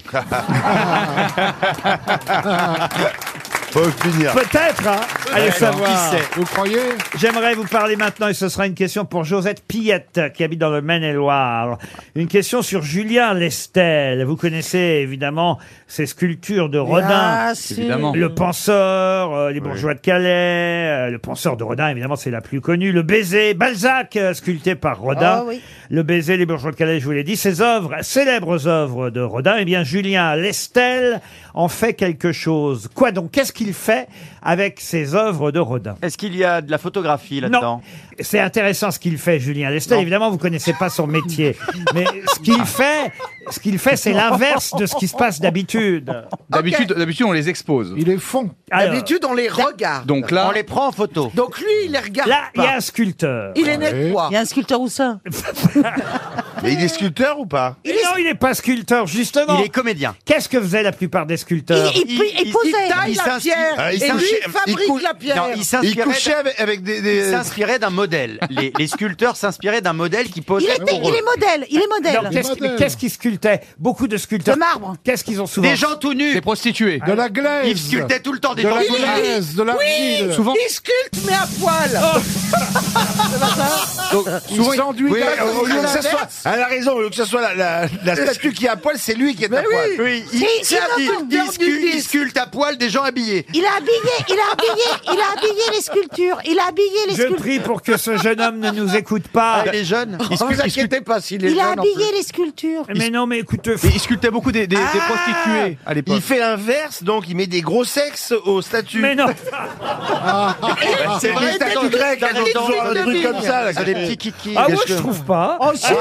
Faut finir. Peut-être, hein, allez savoir. Qui sait? Vous croyez? J'aimerais vous parler maintenant, et ce sera une question pour Josette Pillette, qui habite dans le Maine-et-Loire. Une question sur Julien Lestel. Vous connaissez évidemment ces sculptures de Rodin. Ah, si. Évidemment. Le penseur, euh, les bourgeois de Calais, euh, le penseur de Rodin, évidemment, c'est la plus connue. Le baiser, Balzac, euh, sculpté par Rodin. Ah oui. Le baiser, les bourgeois de Calais, je vous l'ai dit. Ces œuvres, célèbres œuvres de Rodin, eh bien, Julien Lestel en fait quelque chose. Quoi donc? Qu'est-ce qu'il fait avec ces œuvres de Rodin? Est-ce qu'il y a de la photographie là-dedans? Non. C'est intéressant ce qu'il fait, Julien Lestel. Non. Évidemment, vous connaissez pas son métier. Mais ce qu'il fait, ce qu'il fait, c'est l'inverse de ce qui se passe d'habitude. D'habitude, d'habitude, on les expose. Il est fond. Alors, D'habitude, on les regarde. Donc là, On les prend en photo. Donc lui, il les regarde là, il y pas. a un sculpteur. Il les nettoie. Il y a un sculpteur où ça? Mais il est sculpteur ou pas? Et non, il n'est pas sculpteur, justement. Il est comédien. Qu'est-ce que faisaient la plupart des Il, sculpteurs? il, il, il Il posait. taille il la s'inspire- pierre Ah, il et lui s'inspire- il fabrique il cou- la pierre. Non, il Il s'inspirait couchait avec, avec des... des- il s'inspirait d'un modèle. Les, les sculpteurs s'inspiraient d'un modèle qui posait Il, était, pour il eux. est modèle. Il est modèle. Non, qu'est-ce modèle. mais qu'est-ce qu'ils sculptaient? Beaucoup de sculpteurs. De marbre. Qu'est-ce qu'ils ont souvent? Des gens tout nus. des prostituées. De la glaise. Ils sculptaient tout le temps des De gens la tout nus. glaise, de l'argile. Souvent, Il sculpte mais à poil. Donc, il s'enduit Oui, d'argile. au lieu que ça soit, elle a raison, au lieu que ce soit la, la, la statue qui est à poil, c'est lui qui est à poil. Oui, il, C'est- il- c'est il- un il peu sculpte, du il sculpte à poil des gens habillés. Il a habillé, il a habillé, il a habillé les sculptures. Il a habillé les Je sculptures. prie pour que ce jeune homme ne nous écoute pas. Ah, il est jeune. Ne vous inquiétez pas s'il est Il a jeune en habillé plus. les sculptures. Mais non, mais écoute, et il sculptait beaucoup des, des, des prostituées à l'époque. Il fait l'inverse, donc il met des gros sexes aux statues. mais non. C'est vrai, des statue grecque, dans elles les ont toujours un films de truc comme vigne. ça. Là, C'est des petits kikis. Ah, des moi, je cheveux. trouve pas. Oh, si.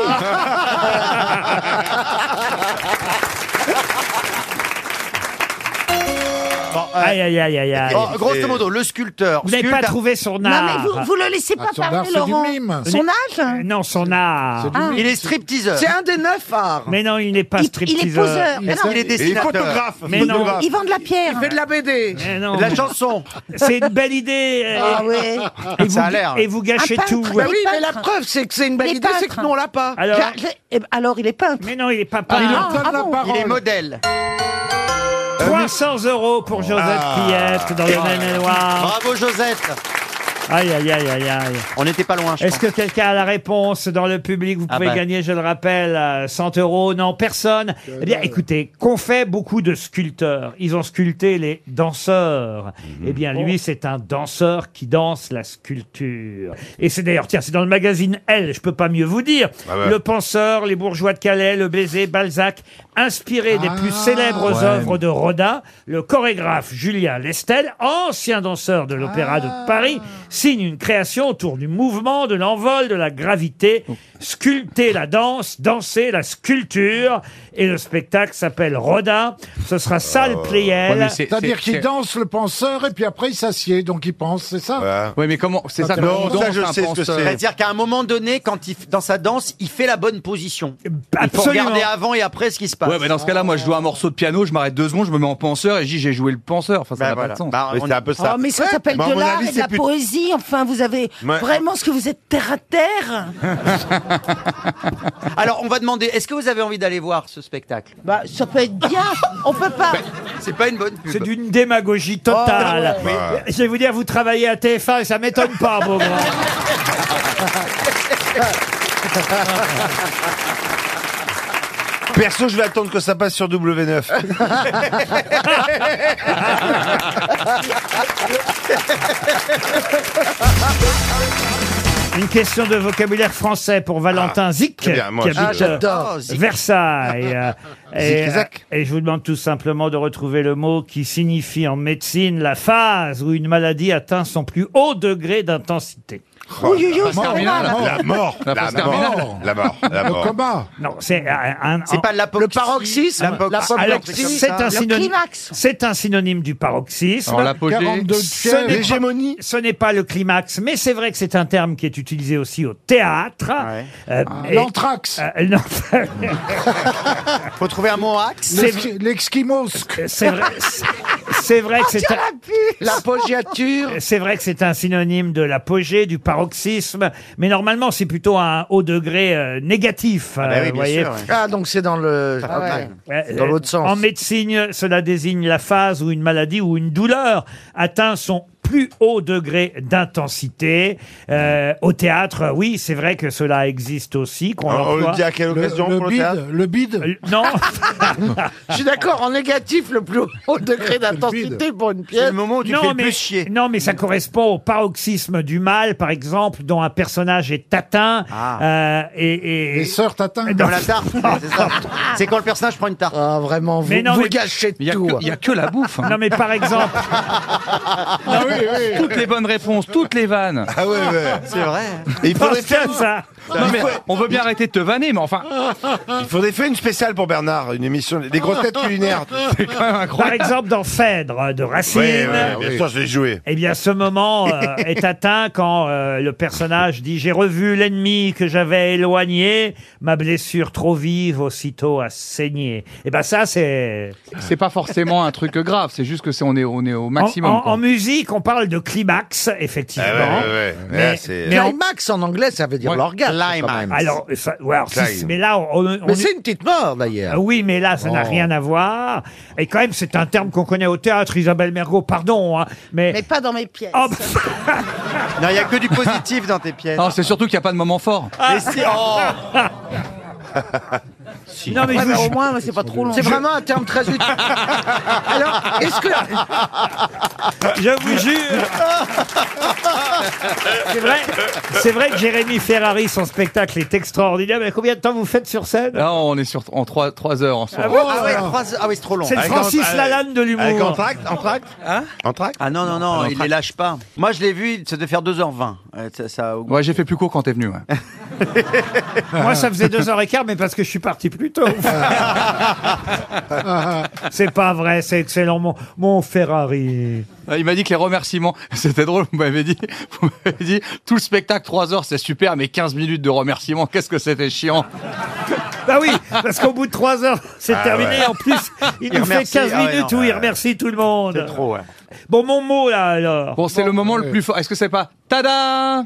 Bon, euh, Aïe, aïe, aïe, aïe, aïe. bon, grosso modo, le sculpteur. Vous n'avez sculpte pas à- trouvé son Non, art. mais vous, vous le laissez pas Ah, son art, parler, c'est du Laurent. mime. Son âge Euh, Non, son art. C'est du Ah. Il est stripteaseur. C'est un des neuf arts. Mais non, il n'est pas Il, il est stripteaseur. poseur. Mais Est-ce non, qu'il est Et il est dessinateur? photographe. Mais non. photographe. il vend de la pierre. Il fait de la B D. Mais non, De la mais- chanson. c'est une belle idée. euh, Ah ouais. et, vous, Ça a l'air. et vous gâchez Un tout. peintre. Bah Les oui, mais la peintres. preuve, c'est que c'est une belle Les idée, c'est que peintres. nous on l'a pas. Alors, Ja- je- eh ben, alors, il est peintre. mais non, il n'est pas Il peint. leur Ah, donne ah la bon. parole. Il est modèle. trois cents euros pour Josette Ah. Piette dans le Maine-et-Loire. Bravo Josette. Aïe, aïe, aïe, aïe, aïe. On n'était pas loin, je Est-ce que pense. quelqu'un a la réponse dans le public? Vous Ah pouvez bah. gagner, je le rappelle, euh, cent euros. Non, personne. Eh bien, écoutez, qu'ont fait beaucoup de sculpteurs? Ils ont sculpté les danseurs. Eh bien, lui, c'est un danseur qui danse la sculpture. Et c'est d'ailleurs, tiens, c'est dans le magazine Elle, je peux pas mieux vous dire. Ah ouais. Le Penseur, Les Bourgeois de Calais, Le Baiser, Balzac, inspiré des plus Ah, célèbres ouais. œuvres de Rodin, le chorégraphe Julien Lestel, ancien danseur de l'Opéra de Paris, signe une création autour du mouvement, de l'envol, de la gravité. Sculpter la danse, danser la sculpture. Et le spectacle s'appelle Rodin. Ce sera salle Ouais, Pleyel. mais c'est- C'est-à-dire c'est- qu'il c'est- danse le penseur et puis après il s'assied, donc il pense, c'est ça? Voilà. Ouais, mais comment c'est ça? Non, comment on ça, danse je un sais ce que penseur c'est. C'est-à-dire qu'à un moment donné, quand il, dans sa danse, il fait la bonne position. Il faut Absolument. regarder avant et après ce qui se passe. Ouais, mais dans ce cas-là, moi, je joue un morceau de piano, je m'arrête deux secondes, je me mets en penseur et je dis j'ai joué le penseur. Enfin, ça Ben n'a voilà. pas de sens. Bah, Oui, on- c'est un peu ça. Oh, mais ça s'appelle Bah, à de mon l'art avis, et de c'est la plus- poésie. Enfin, vous avez Ouais. vraiment ce que vous êtes terre à terre. Alors, on va demander, est-ce que vous avez envie d'aller voir ce spectacle? Bah, ça peut être bien. On peut pas. C'est pas une bonne pub. C'est d'une démagogie totale. ouais, ouais. Je vais vous dire, vous travaillez à T F un et ça m'étonne pas, Beaugrand. Perso, je vais attendre que ça passe sur W neuf. Une question de vocabulaire français pour Valentin Zic, très bien, moi qui aussi. habite Ah, j'adore. euh, Oh, Zic. Versailles. Euh, et, Zic-zac. et je vous demande tout simplement de retrouver le mot qui signifie en médecine la phase où une maladie atteint son plus haut degré d'intensité. Oui, oui, oui, c'est terminale. normal. La mort. La La phase terminale. mort. La mort. La Le mort. coma. Non, c'est un, un- C'est pas l'apoxie. Le paroxysme, l'apoxie. l'apoplexie. alors, c'est un Le synonyme. climax. C'est un synonyme du paroxysme. Alors, l'apogée. quarante-deux de Ce fièvre. n'est L'hégémonie. Ce n'est pas le climax, mais c'est vrai que c'est un terme qui est utilisé aussi au théâtre. Ouais. Euh, et- L'anthrax. euh, non, Faut trouver un mot axe. c'est- L'esqui- L'esquimos. c'est vrai, c'est vrai que c'est un, L'appoggiature. c'est vrai que c'est un synonyme de l'apogée, du paroxysme, mais normalement c'est plutôt un haut degré euh, négatif. Ah bah euh, oui, vous bien voyez. sûr. ouais. Ah, donc c'est dans le. Ah ouais. Euh, Dans l'autre sens. En médecine, cela désigne la phase où une maladie ou une douleur atteint son plus haut degré d'intensité. Euh, au théâtre, oui, c'est vrai que cela existe aussi. Qu'on On, on l'emploie. le dit à quelle occasion Le pour le bide, théâtre le bide. Euh, Non. Je suis d'accord, en négatif, le plus haut degré d'intensité pour une C'est pièce. le moment où tu non, fais le mais, plus chier. non, mais ça correspond au paroxysme du mal, par exemple, dont un personnage est atteint. Ah. euh, et, et- Les sœurs Tatin. Non. Comme la tarte, c'est ça. C'est quand le personnage prend une tarte. Ah, vraiment, vous, Mais non, vous mais- gâchez Il y a tout. que- il y a que la bouffe. hein. Non, mais par exemple, Ah oui, oui. Toutes les bonnes réponses, toutes les vannes. Ah ouais, ouais. C'est vrai. Et il faudrait pense faire, à ça. Non mais on veut bien arrêter de te vanner, mais enfin, il faudrait faire une spéciale pour Bernard, une émission, des grosses têtes culinaires. c'est quand même Par incroyable. exemple, dans Phèdre de Racine. Ouais, ouais, bien sûr, je l'ai joué. Eh bien, ce moment euh, est atteint quand euh, le personnage dit « J'ai revu l'ennemi que j'avais éloigné, ma blessure trop vive aussitôt a saigné. » Eh bien, ça, c'est... C'est pas forcément un truc grave, c'est juste que c'est on est on est au En, maximum. en- quoi. en musique, on parle de climax, effectivement. Ah ouais, ouais, ouais. Mais- Là, c'est- mais en- Climax en anglais, ça veut dire Ouais. l'orgasme. quand Climax. même. Alors, ça- ouais, alors, si- Climax. mais là, on, on- on- Mais c'est une petite mort Ah d'ailleurs. oui, mais là, ça n'a Oh. rien à voir. Et quand même, c'est un terme qu'on connaît au théâtre, Isabelle Mergo, pardon. hein, mais... Mais pas dans mes pièces. Oh, pff, Non, il n'y a que du positif dans tes pièces. Non, c'est surtout qu'il n'y a pas de moment fort. Mais si, oh non, mais je Ouais, vous mais au jure- moins, c'est pas trop long. C'est vraiment un terme très utile. Alors, est-ce que... Je vous jure. C'est vrai, c'est vrai que Jérémy Ferrari, son spectacle est extraordinaire. Mais combien de temps vous faites sur scène Là, on est sur en trois trois heures en soir. Ah bon Ah ouais, trois- ah ouais, c'est trop long. C'est le Avec Francis en- Lalanne de Avec l'humour. entracte, entracte Hein Entracte Ah non, non, non, il les lâche pas. Moi, je l'ai vu, ça devait faire deux heures vingt. Euh, Ça, ça... Ouais, j'ai fait plus court quand t'es venu. Ouais. Moi, ça faisait deux heures et quart, mais parce que je suis parti plus tôt. C'est pas vrai, c'est excellent, mon, mon Ferrari. Ah, Il m'a dit que les remerciements, c'était drôle, vous m'avez dit, vous m'avez dit, tout le spectacle, trois heures, c'est super, mais quinze minutes de remerciements, qu'est-ce que c'était chiant. Bah oui, parce qu'au bout de trois heures, c'est Ah terminé. ouais. En plus, il, Il nous fait remercie, quinze ah ouais, minutes non, où il ouais. remercie tout le monde. C'est trop, ouais. Bon, mon mot, là, alors. Bon, c'est le moment le plus fort. Est-ce que c'est pas tada?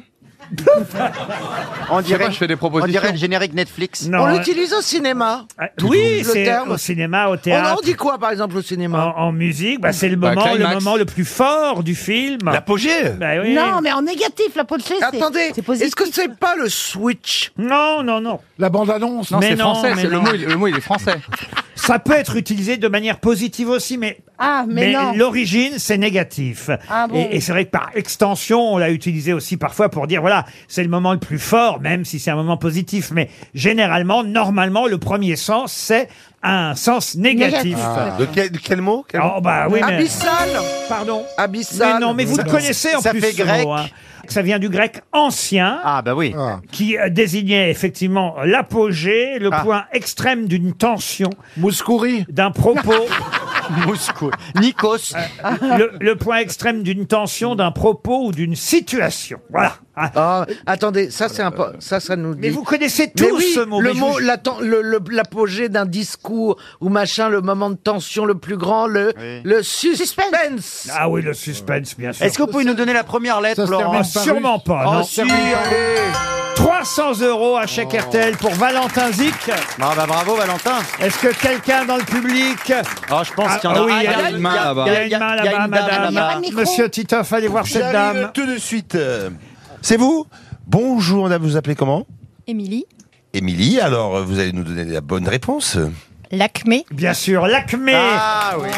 On Je sais dirait, pas, je fais des on propositions. dirait le générique Netflix. Non, On hein. l'utilise au cinéma. Ah, oui, Le c'est terme. au cinéma, au On théâtre. en dit quoi, par exemple, au cinéma En, en musique, bah, c'est le Bah, moment, le climax. moment le plus fort du film. L'apogée. Bah oui. Non, mais en négatif, la pochette, c'est Attendez, c'est positif. est-ce que c'est pas le switch? Non, non, non. La bande-annonce. Non, Mais c'est non, français, mais c'est le non. mot, il- le mot, il est français. Ça peut être utilisé de manière positive aussi, mais, Ah, mais, non. l'origine, c'est négatif. Ah bon. et et c'est vrai que par extension, on l'a utilisé aussi parfois pour dire, voilà, c'est le moment le plus fort, même si c'est un moment positif. Mais généralement, normalement, le premier sens, c'est un sens négatif. Négatif. De quel, de quel mot, quel mot Oh, bah oui, mais... Abyssal. Pardon. Abyssal. Mais non, mais vous Ça- le connaissez en ça plus, fait ce grec. mot, hein. Ça vient du grec ancien. Ah bah oui. Ah. Qui euh, désignait effectivement l'apogée, le Ah. point extrême d'une tension, Mouskouri. d'un propos, Moscou. Nikos. le, le point extrême d'une tension, d'un propos ou d'une situation. Voilà. Ah. Ah, attendez, ça c'est un peu, ça ça nous dit. Mais vous connaissez tous Mais oui, ce mot. le mais je mot, vous- l'atten- le- le- l'apogée d'un discours ou machin, le moment de tension le plus grand, le, Oui. le suspense. Ah oui, le suspense, bien sûr. Est-ce que vous pouvez nous donner la première lettre, Ça se Laurent termine Ah, sûrement pas. Oh non. si, allez. trois cents euros à chèque R T L pour Valentin Zic. Ah bah bravo Valentin. Est-ce que quelqu'un dans le public... Oh, je pense Ah, qu'il y en a. ah oui, Ah, il y a une main là-bas. Il y a une main il y a là-bas, une dame madame. là-bas. Un micro. Monsieur Titoff, allez voir cette J'arrive dame. tout de suite. Euh, C'est vous Bonjour, madame, vous appelez comment Émilie, Émilie, alors euh, vous allez nous donner la bonne réponse. L'Acmé, Bien sûr, l'Acmé. Ah oui.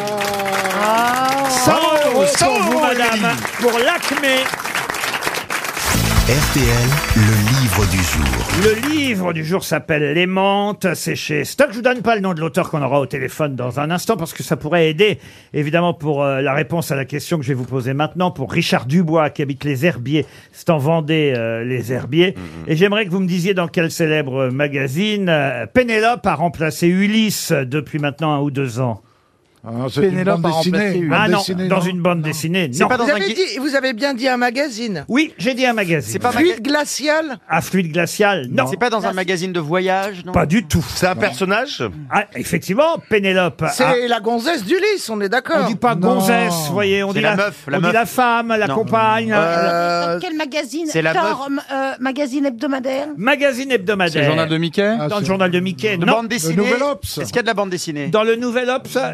cent euros cent pour vous, euros, madame. Émilie. Pour l'Acmé. R T L, le livre du jour. Le livre du jour s'appelle Les Menthes, c'est chez Stock. Je vous donne pas le nom de l'auteur qu'on aura au téléphone dans un instant parce que ça pourrait aider, évidemment, pour euh, la réponse à la question que je vais vous poser maintenant, pour Richard Dubois qui habite les Herbiers. C'est en Vendée, euh, les Herbiers. Et j'aimerais que vous me disiez dans quel célèbre magazine euh, Pénélope a remplacé Ulysse depuis maintenant un ou deux ans. Ah, c'est une Pénélope bande a remplacé dessinée. une. bande Ah non, dessinée, dans non une bande dessinée, C'est non. pas dans Vous un avez, gui- dit, vous avez bien dit un magazine. Oui, j'ai dit un magazine. C'est pas Fluide glacial. À fluide glacial, non. C'est pas dans un magazine de voyage, non Pas du tout. C'est un personnage Ah, effectivement, Pénélope. C'est a- la gonzesse d'Ulysse, on est On d'accord. dit pas Non. gonzesse, vous voyez, on C'est dit la meuf, la on dit meuf. la femme, la Non. compagne. Euh, Dans quel magazine c'est la Genre, euh, magazine hebdomadaire Magazine hebdomadaire. C'est le journal de Mickey. Ah, Dans le c'est- journal de Mickey. De Non. bande dessinée. Nouvel Obs. Est-ce qu'il y a de la bande dessinée Dans le Nouvel Obs. vous Ah avez- non,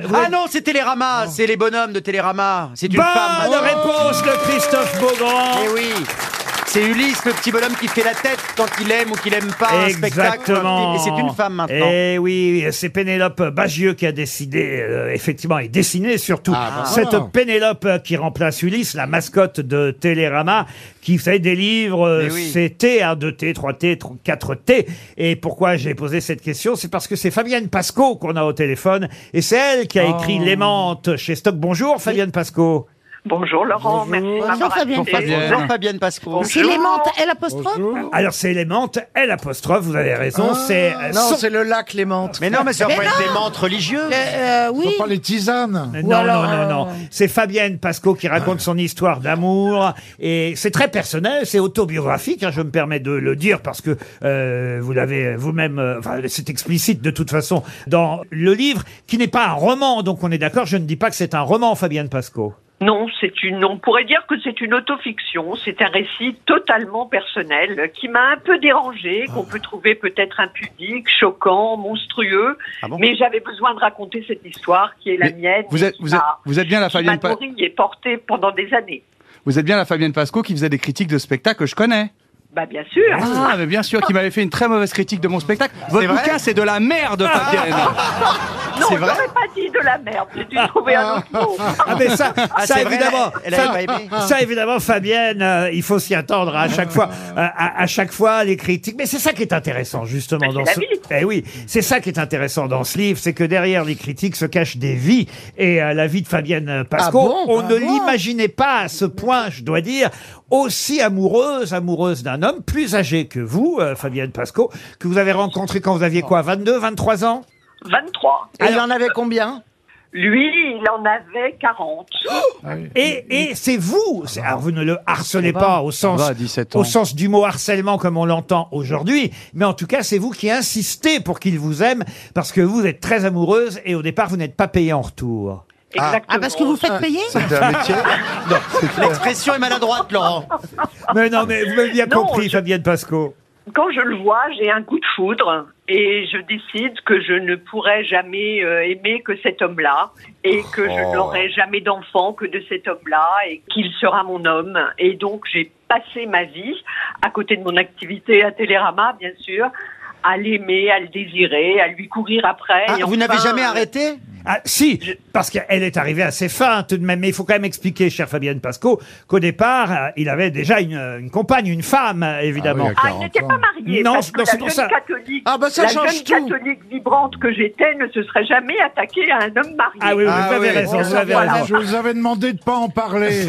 non, c'est Télérama, c'est les bonhommes de Télérama. C'est une Bonne femme. Bonne réponse de Christophe Beaugrand. Eh oui. C'est Ulysse, le petit bonhomme qui fait la tête quand il aime ou qu'il aime pas un spectacle. Exactement. Et c'est une femme maintenant. Et oui, c'est Pénélope Bagieux qui a décidé, euh, effectivement, et dessiné surtout, Ah, bah cette voilà. Pénélope qui remplace Ulysse, la mascotte de Télérama, qui fait des livres, euh, Mais oui. c'est T, hein, deux T, trois T, quatre T. Et pourquoi j'ai posé cette question? C'est parce que c'est Fabienne Pasco qu'on a au téléphone, et c'est elle qui a écrit Oh. L'Aimante chez Stock. Bonjour Fabienne Pasco. Bonjour Laurent, merci de m'avoir Bonjour, Fabienne. invité. Fabienne. Bonjour Fabienne Pasco. C'est l'aimante, elle apostrophe. Alors c'est Lémante, elle apostrophe, vous avez raison, c'est... euh, Non, son- c'est le lac Lémante. Mais non, mais ça Mais peut être non. des mantes religieux. Euh, oui. Faut pas les tisanes. Non, alors, non, non, non. euh, C'est Fabienne Pasco qui raconte son histoire d'amour. Et c'est très personnel, c'est autobiographique, hein, je me permets de le dire, parce que euh, vous l'avez vous-même... euh, Enfin, c'est explicite de toute façon dans le livre, qui n'est pas un roman, donc on est d'accord, je ne dis pas que c'est un roman, Fabienne Pasco. Non, c'est une, on pourrait dire que c'est une autofiction. C'est un récit totalement personnel qui m'a un peu dérangé, qu'on peut trouver peut-être impudique, choquant, monstrueux. Ah bon mais j'avais besoin de raconter cette histoire qui est la Mais mienne. vous êtes- qui vous êtes- m'a- vous êtes bien la qui Fabienne m'a Pa- nourrie et portée pendant des années. Vous êtes bien la Fabienne Pasco qui faisait des critiques de spectacles que je connais. Bah, bien sûr. Ah, mais bien sûr, qui m'avait fait une très mauvaise critique de mon spectacle. Votre vrai bouquin, c'est de la merde, Fabienne. Non, C'est je vrai n'aurais pas dit de la merde. J'ai dû trouver un autre mot. Ah mais ça, Ah, ça c'est vrai, évidemment, elle- elle avait ça, pas aimé. ça, évidemment, Fabienne, euh, il faut s'y attendre à chaque fois, à, à- à chaque fois les critiques. Mais c'est ça qui est intéressant justement Mais dans c'est ce. la vie. Eh oui, c'est ça qui est intéressant dans ce livre, c'est que derrière les critiques se cachent des vies. Et euh, la vie de Fabienne Pasco, Ah bon on Ah ne bon l'imaginait pas à ce point, je dois dire, aussi amoureuse, amoureuse d'un homme plus âgé que vous, euh, Fabienne Pasco, que vous avez rencontré quand vous aviez quoi, vingt-deux, vingt-trois ans? vingt-trois. Et il en avait combien? Lui, il en avait quarante. Et, et c'est vous, c'est- alors vous ne le harcelez pas au sens, va, dix-sept ans. au sens du mot harcèlement comme on l'entend aujourd'hui, mais en tout cas c'est vous qui insistez pour qu'il vous aime parce que vous êtes très amoureuse et au départ vous n'êtes pas payé en retour. Exactement. Ah, parce que vous faites payer? C'est un métier. L'expression est maladroite, Laurent. Mais non, mais vous m'avez bien Non, compris, je- Fabienne Pasco. Quand je le vois, j'ai un coup de foudre et je décide que je ne pourrai jamais euh, aimer que cet homme-là et que je Oh. n'aurai jamais d'enfant que de cet homme-là et qu'il sera mon homme. Et donc j'ai passé ma vie, à côté de mon activité à Télérama, bien sûr, à l'aimer, à le désirer, à lui courir après. Ah, et vous enfin, n'avez jamais euh, arrêté? Ah, si, parce qu'elle est arrivée à ses fins tout de même. Mais il faut quand même expliquer, chère Fabienne Pasco, qu'au départ, euh, il avait déjà une, une compagne, une femme, euh, évidemment. Ah oui, Ah, il n'était pas marié. Non, parce que non, c'est la pour jeune ça. catholique, Ah, bah, ça la change jeune tout. catholique vibrante que j'étais ne se serait jamais attaquée à un homme marié. Ah oui, oui, Ah vous avez oui. raison, vous avez Voilà. raison. Je vous avais demandé de pas en parler.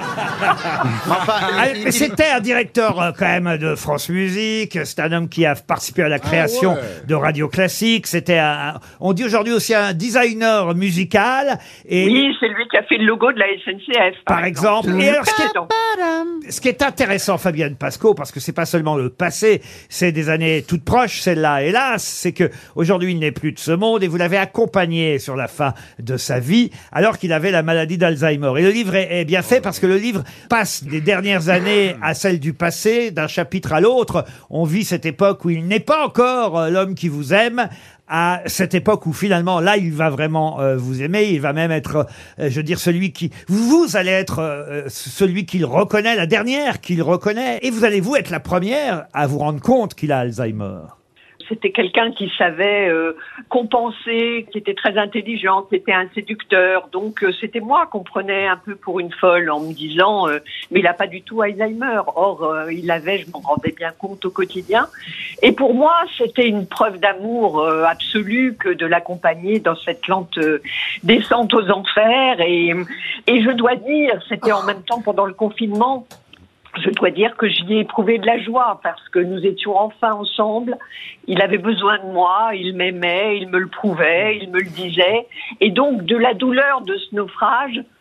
Enfin, Ah, il- mais il- c'était un directeur euh, quand même de France Musique. C'est un homme qui a participé à la création ouais. de Radio Classique. C'était un, on dit aujourd'hui aussi un designer musical. Et Oui, c'est lui qui a fait le logo de la S N C F. par exemple. Et alors, ce qui est, Donc, ce qui est intéressant, Fabienne Pasco, parce que c'est pas seulement le passé, c'est des années toutes proches, celle-là, hélas, c'est que aujourd'hui il n'est plus de ce monde et vous l'avez accompagné sur la fin de sa vie, alors qu'il avait la maladie d'Alzheimer. Et le livre est, est bien fait parce que le livre passe des dernières années à celles du passé, d'un chapitre à l'autre. On vit cette époque où il n'est pas encore euh, l'homme qui vous aime, à cette époque où finalement là il va vraiment euh, vous aimer, il va même être, euh, je veux dire, celui qui, vous allez être euh, celui qu'il reconnaît, la dernière qu'il reconnaît, et vous allez vous être la première à vous rendre compte qu'il a Alzheimer. c'était quelqu'un qui savait euh, compenser, qui était très intelligent, qui était un séducteur. Donc euh, c'était moi qu'on prenait un peu pour une folle en me disant euh, mais il n'a pas du tout Alzheimer. Or euh, il l'avait, je m'en rendais bien compte au quotidien. Et pour moi c'était une preuve d'amour euh, absolue que de l'accompagner dans cette lente euh, descente aux enfers. Et, et je dois dire, c'était en même temps pendant le confinement. Je dois dire que j'y ai éprouvé de la joie parce que nous étions enfin ensemble. Il avait besoin de moi, il m'aimait, il me le prouvait, il me le disait. Et donc, de la douleur de ce naufrage,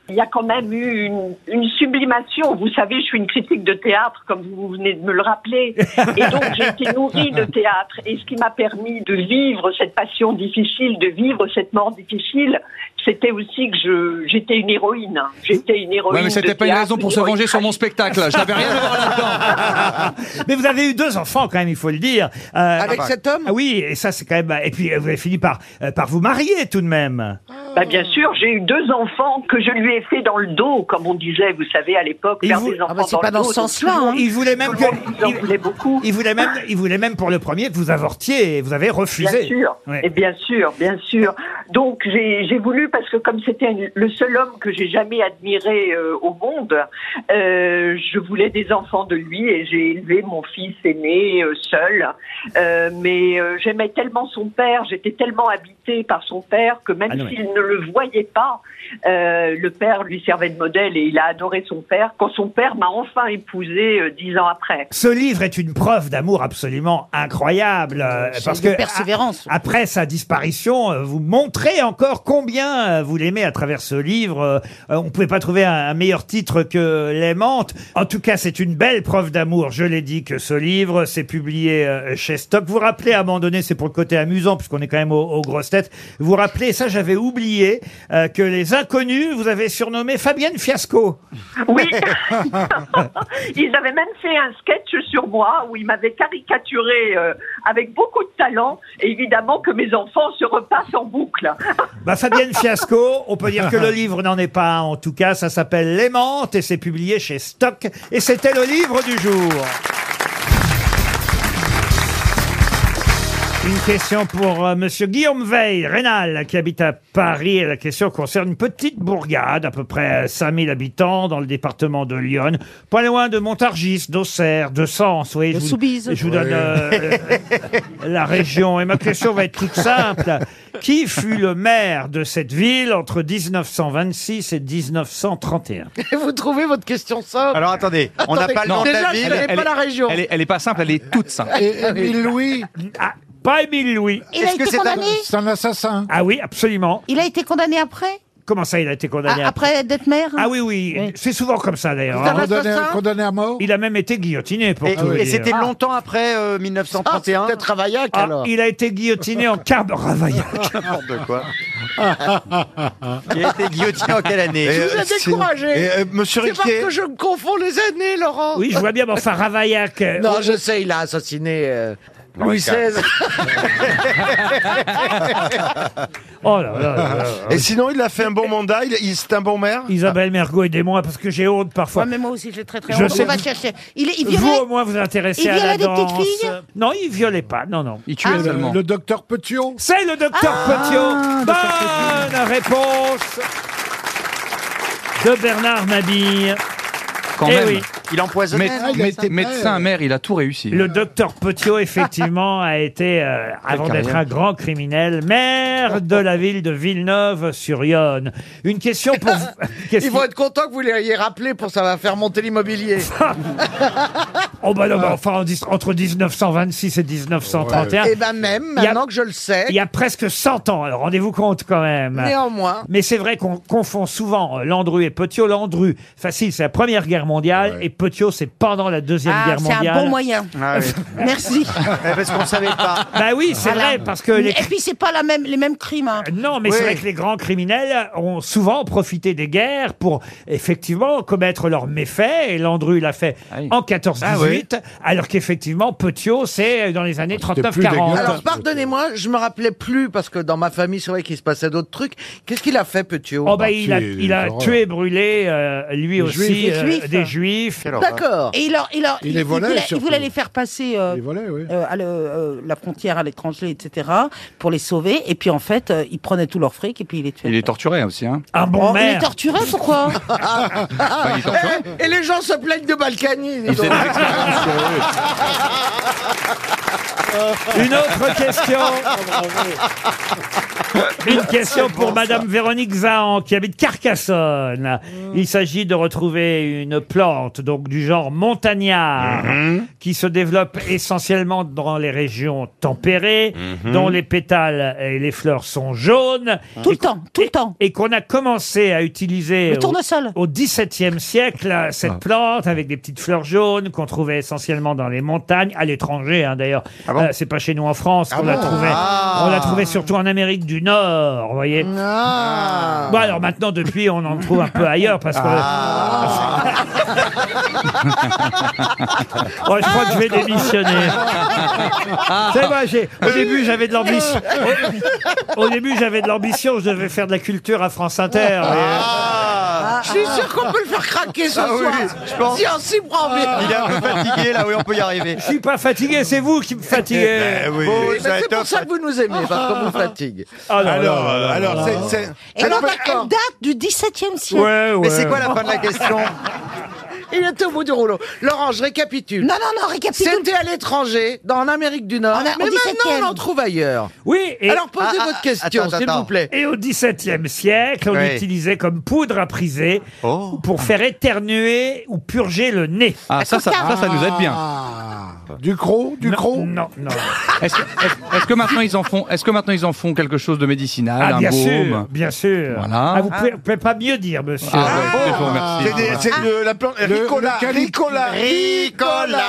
Il y a quand même eu une, une sublimation. Vous savez, je suis une critique de théâtre, comme vous venez de me le rappeler. Et donc, j'ai été nourrie de théâtre. Et ce qui m'a permis de vivre cette passion difficile, de vivre cette mort difficile, c'était aussi que je, j'étais une héroïne. J'étais une héroïne. Ouais, mais c'était de pas une théâtre, raison pour une se venger héroïne sur mon tragique. spectacle. Je n'avais rien à voir là-dedans. Mais vous avez eu deux enfants quand même, il faut le dire. Euh, Avec ah, cet homme ah oui, et ça c'est quand même. Et puis vous avez fini par euh, par vous marier tout de même. Bah, bien sûr, j'ai eu deux enfants que je lui ai fait dans le dos, comme on disait, vous savez, à l'époque, Il faire vous- des enfants Ah bah, c'est dans pas le dans dos. ce sens-là, tout le hein. monde- Il voulait même tout le que monde vous en voulait beaucoup. il voulait même il voulait même pour le premier que vous avortiez et vous avez refusé. Bien sûr, Ouais. et bien sûr, bien sûr. Donc j'ai j'ai voulu, parce que comme c'était le seul homme que j'ai jamais admiré euh, au monde, euh, je voulais des enfants de lui et j'ai élevé mon fils aîné euh, seul. Euh, mais euh, j'aimais tellement son père, j'étais tellement habitée par son père que même Ah non, mais- s'il ne le voyait pas, euh, le père lui servait de modèle et il a adoré son père. Quand son père m'a enfin épousée euh, dix ans après. Ce livre est une preuve d'amour absolument incroyable euh, C'est parce de que persévérance. a- après sa disparition, euh, vous montrez encore combien euh, vous l'aimez à travers ce livre. Euh, euh, on pouvait pas trouver un, un meilleur titre que L'aimante. En tout cas, c'est une belle preuve d'amour. Je l'ai dit que ce livre, c'est publié euh, chez Stock. Vous vous rappelez à un moment donné, c'est pour le côté amusant puisqu'on est quand même aux, aux grosses têtes. Vous vous rappelez, ça j'avais oublié euh, que les inconnus, vous avez surnommé Fabienne Fiasco. Oui. Ils avaient même fait un sketch sur moi où ils m'avaient caricaturé euh, avec beaucoup de talent. Et évidemment que mes enfants se repassent en boucle. Bah, Fabienne Fiasco, on peut dire que le livre n'en est pas un. En tout cas, ça s'appelle L'aimante et c'est publié chez Stock. Et c'était le livre du jour. Une question pour euh, Monsieur Guillaume Veil, Rénal, qui habite à Paris. Et la question concerne une petite bourgade, à peu près cinq mille habitants, dans le département de Lyon, pas loin de Montargis, d'Auxerre, de Sens. Oui, De je vous, Soubise. je vous donne Ouais. euh, la région. Et ma question va être toute simple. Qui fut le maire de cette ville entre dix-neuf cent vingt-six et dix-neuf cent trente et un? Vous trouvez votre question simple Alors attendez, on n'a Attendez, pas le nom de déjà, la je ville. connais Elle pas est- la région. Elle est, elle est pas simple, elle est toute simple. Et Émile Louis, Ah, pas Émile Louis. Il a Est-ce que été c'est un- condamné c'est un assassin. Ah oui, absolument. Il a été condamné après Comment ça, il a été condamné Ah, Après d'être maire Ah oui, oui. Oui. C'est souvent comme ça, d'ailleurs. C'est un hein. Condamné, assassin condamné à mort. Il a même été guillotiné, pour Et, tout vous et dire. c'était longtemps après euh, mille neuf cent Ah, trente et c'est un. peut-être Ravaillac Ah, alors. il a été guillotiné en carbe Ravaillac. N'importe quoi. Il a été guillotiné en quelle année Je vous ai c'est- découragé. Et, euh, Monsieur C'est parce Riquet, que je me confonds les années, Laurent. Oui, je vois bien, mais enfin, Ravaillac. euh, Non, je sais, il a assassiné euh, Louis seize. Oh là là là là là. et sinon il a fait un bon mandat, il, il- c'est un bon maire. Isabelle Mergo, aidez-moi, parce que j'ai honte parfois. Ouais, mais moi aussi, j'ai très très Je honte. sais On va que- chercher. Il, est- il Vous, violait au moins, vous intéressez Il à la violait des danse. petites filles Non, il violait pas, non, non. Il tuait Ah. seulement. Le docteur Petiot. C'est le docteur Petiot. Bonne réponse de Bernard Mabille. Quand Eh même. oui. Il empoisonnait. Mé- Ah, il a mé- été médecin, maire. maire, il a tout réussi. Le docteur Petiot, effectivement, a été, euh, avant d'être un grand criminel, maire de la ville de Villeneuve-sur-Yonne. Une question pour vous. Ils Question- vont être contents que vous l'ayez rappelé pour ça va faire monter l'immobilier. Oh bah non, bah enfin, en dix- entre dix-neuf cent vingt-six et dix-neuf cent trente et un, Et ben même, Il y a- maintenant que je le sais, il y a presque cent ans. Alors rendez-vous compte quand même. néanmoins, Mais c'est vrai qu'on confond souvent euh, Landru et Petiot. Landru, facile, c'est la Première Guerre mondiale, et Petiot, c'est pendant la Deuxième Ah, Guerre c'est un mondiale. bon moyen. Ah oui. Merci. Eh, Parce qu'on savait pas. Bah oui, c'est Voilà. vrai, parce que les... Et puis, c'est pas la même, les mêmes crimes. hein. Non, mais c'est Oui. vrai que les grands criminels ont souvent profité des guerres pour effectivement commettre leurs méfaits. Et Landru l'a fait Ah oui. en quatorze dix-huit, alors qu'effectivement Petiot, c'est dans les années trente-neuf plus quarante. dégueulasse. alors pardonnez-moi, je me rappelais plus parce que dans ma famille, c'est vrai qu'il se passait d'autres trucs. Qu'est-ce qu'il a fait, Petiot Oh bah il a, c'est il a des horreurs. tué, brûlé, euh, lui aussi, Juifs. Des euh, Juifs. des Juifs. Quelle horreur. D'accord. Et il, leur, il, leur, Il les volait, voulait, il surtout. voulait les faire passer euh, Il volait, oui. euh, à le- euh, la frontière à l'étranger, et cetera, pour les sauver. Et puis en fait, euh, il prenait tout leur fric et puis il les tuait. Il est torturé aussi, hein. Un bon Oh, il est maire. torturé, pourquoi Enfin, il est torturé. Et les gens se plaignent de Balkany. dis Il faisait donc. des expériences sur eux. Une autre question. Une question pour Madame Véronique Zahan, qui habite Carcassonne. Il s'agit de retrouver une plante, donc du genre montagnard, Mhm. qui se développe essentiellement dans les régions tempérées, Mhm. dont les pétales et les fleurs sont jaunes. Tout Et- le temps, tout le temps. Et qu'on a commencé à utiliser Le au- tournesol. au XVIIe siècle, cette Ah. plante avec des petites fleurs jaunes qu'on trouvait essentiellement dans les montagnes, à l'étranger hein, d'ailleurs. Euh, c'est pas chez nous en France qu'on la bon trouvait. Ah. On la trouvait surtout en Amérique du Nord, vous voyez. Ah. Bon alors maintenant depuis on en trouve un peu ailleurs parce que. Oh, je crois que je vais démissionner. C'est vrai, j'ai- au début j'avais de l'ambition. Au, au début j'avais de l'ambition, je devais faire de la culture à France Inter. vous voyez. Je suis sûr qu'on peut le faire craquer ce Ah oui, soir. je pense. Si on s'y prend bien. Il est un peu fatigué, là, oui, on peut y arriver. Je suis pas fatigué, c'est vous qui me fatiguez. Eh oui, Oui, mais ça va c'est être pour un- ça que vous nous aimez, parce qu'on vous fatigue. Ah, non, Alors, non, non, non, alors, non, c'est- non. c'est- Et ça alors, peut- elle date du XVIIe siècle. Ouais, ouais. Mais c'est quoi la fin de la question? Il est au bout du rouleau. Laurent, je récapitule. Non, non, non, récapitule. C'était à l'étranger, dans l'Amérique du Nord, En a- mais au dix-septième. maintenant on en trouve ailleurs. Oui, et, Alors posez Ah, ah, votre question, attends, s'il attends. vous plaît. et au XVIIe siècle, on Oui. l'utilisait comme poudre à priser Oh. pour faire éternuer ou purger le nez. Ah, ça, ça, ça, ça nous aide bien. Ah. Du croc, du non, croc. non, non. Est-ce que, est-ce- est-ce que maintenant ils en font, est-ce que maintenant ils en font quelque chose de médicinal, Ah, un bien baume? sûr, bien sûr. Voilà. Ah, vous pouvez, vous pouvez pas mieux dire, monsieur. Ah, ouais, je vous remercie. C'est des- c'est de la plante. Le- Ricola, le cali- Ricola, Ricola.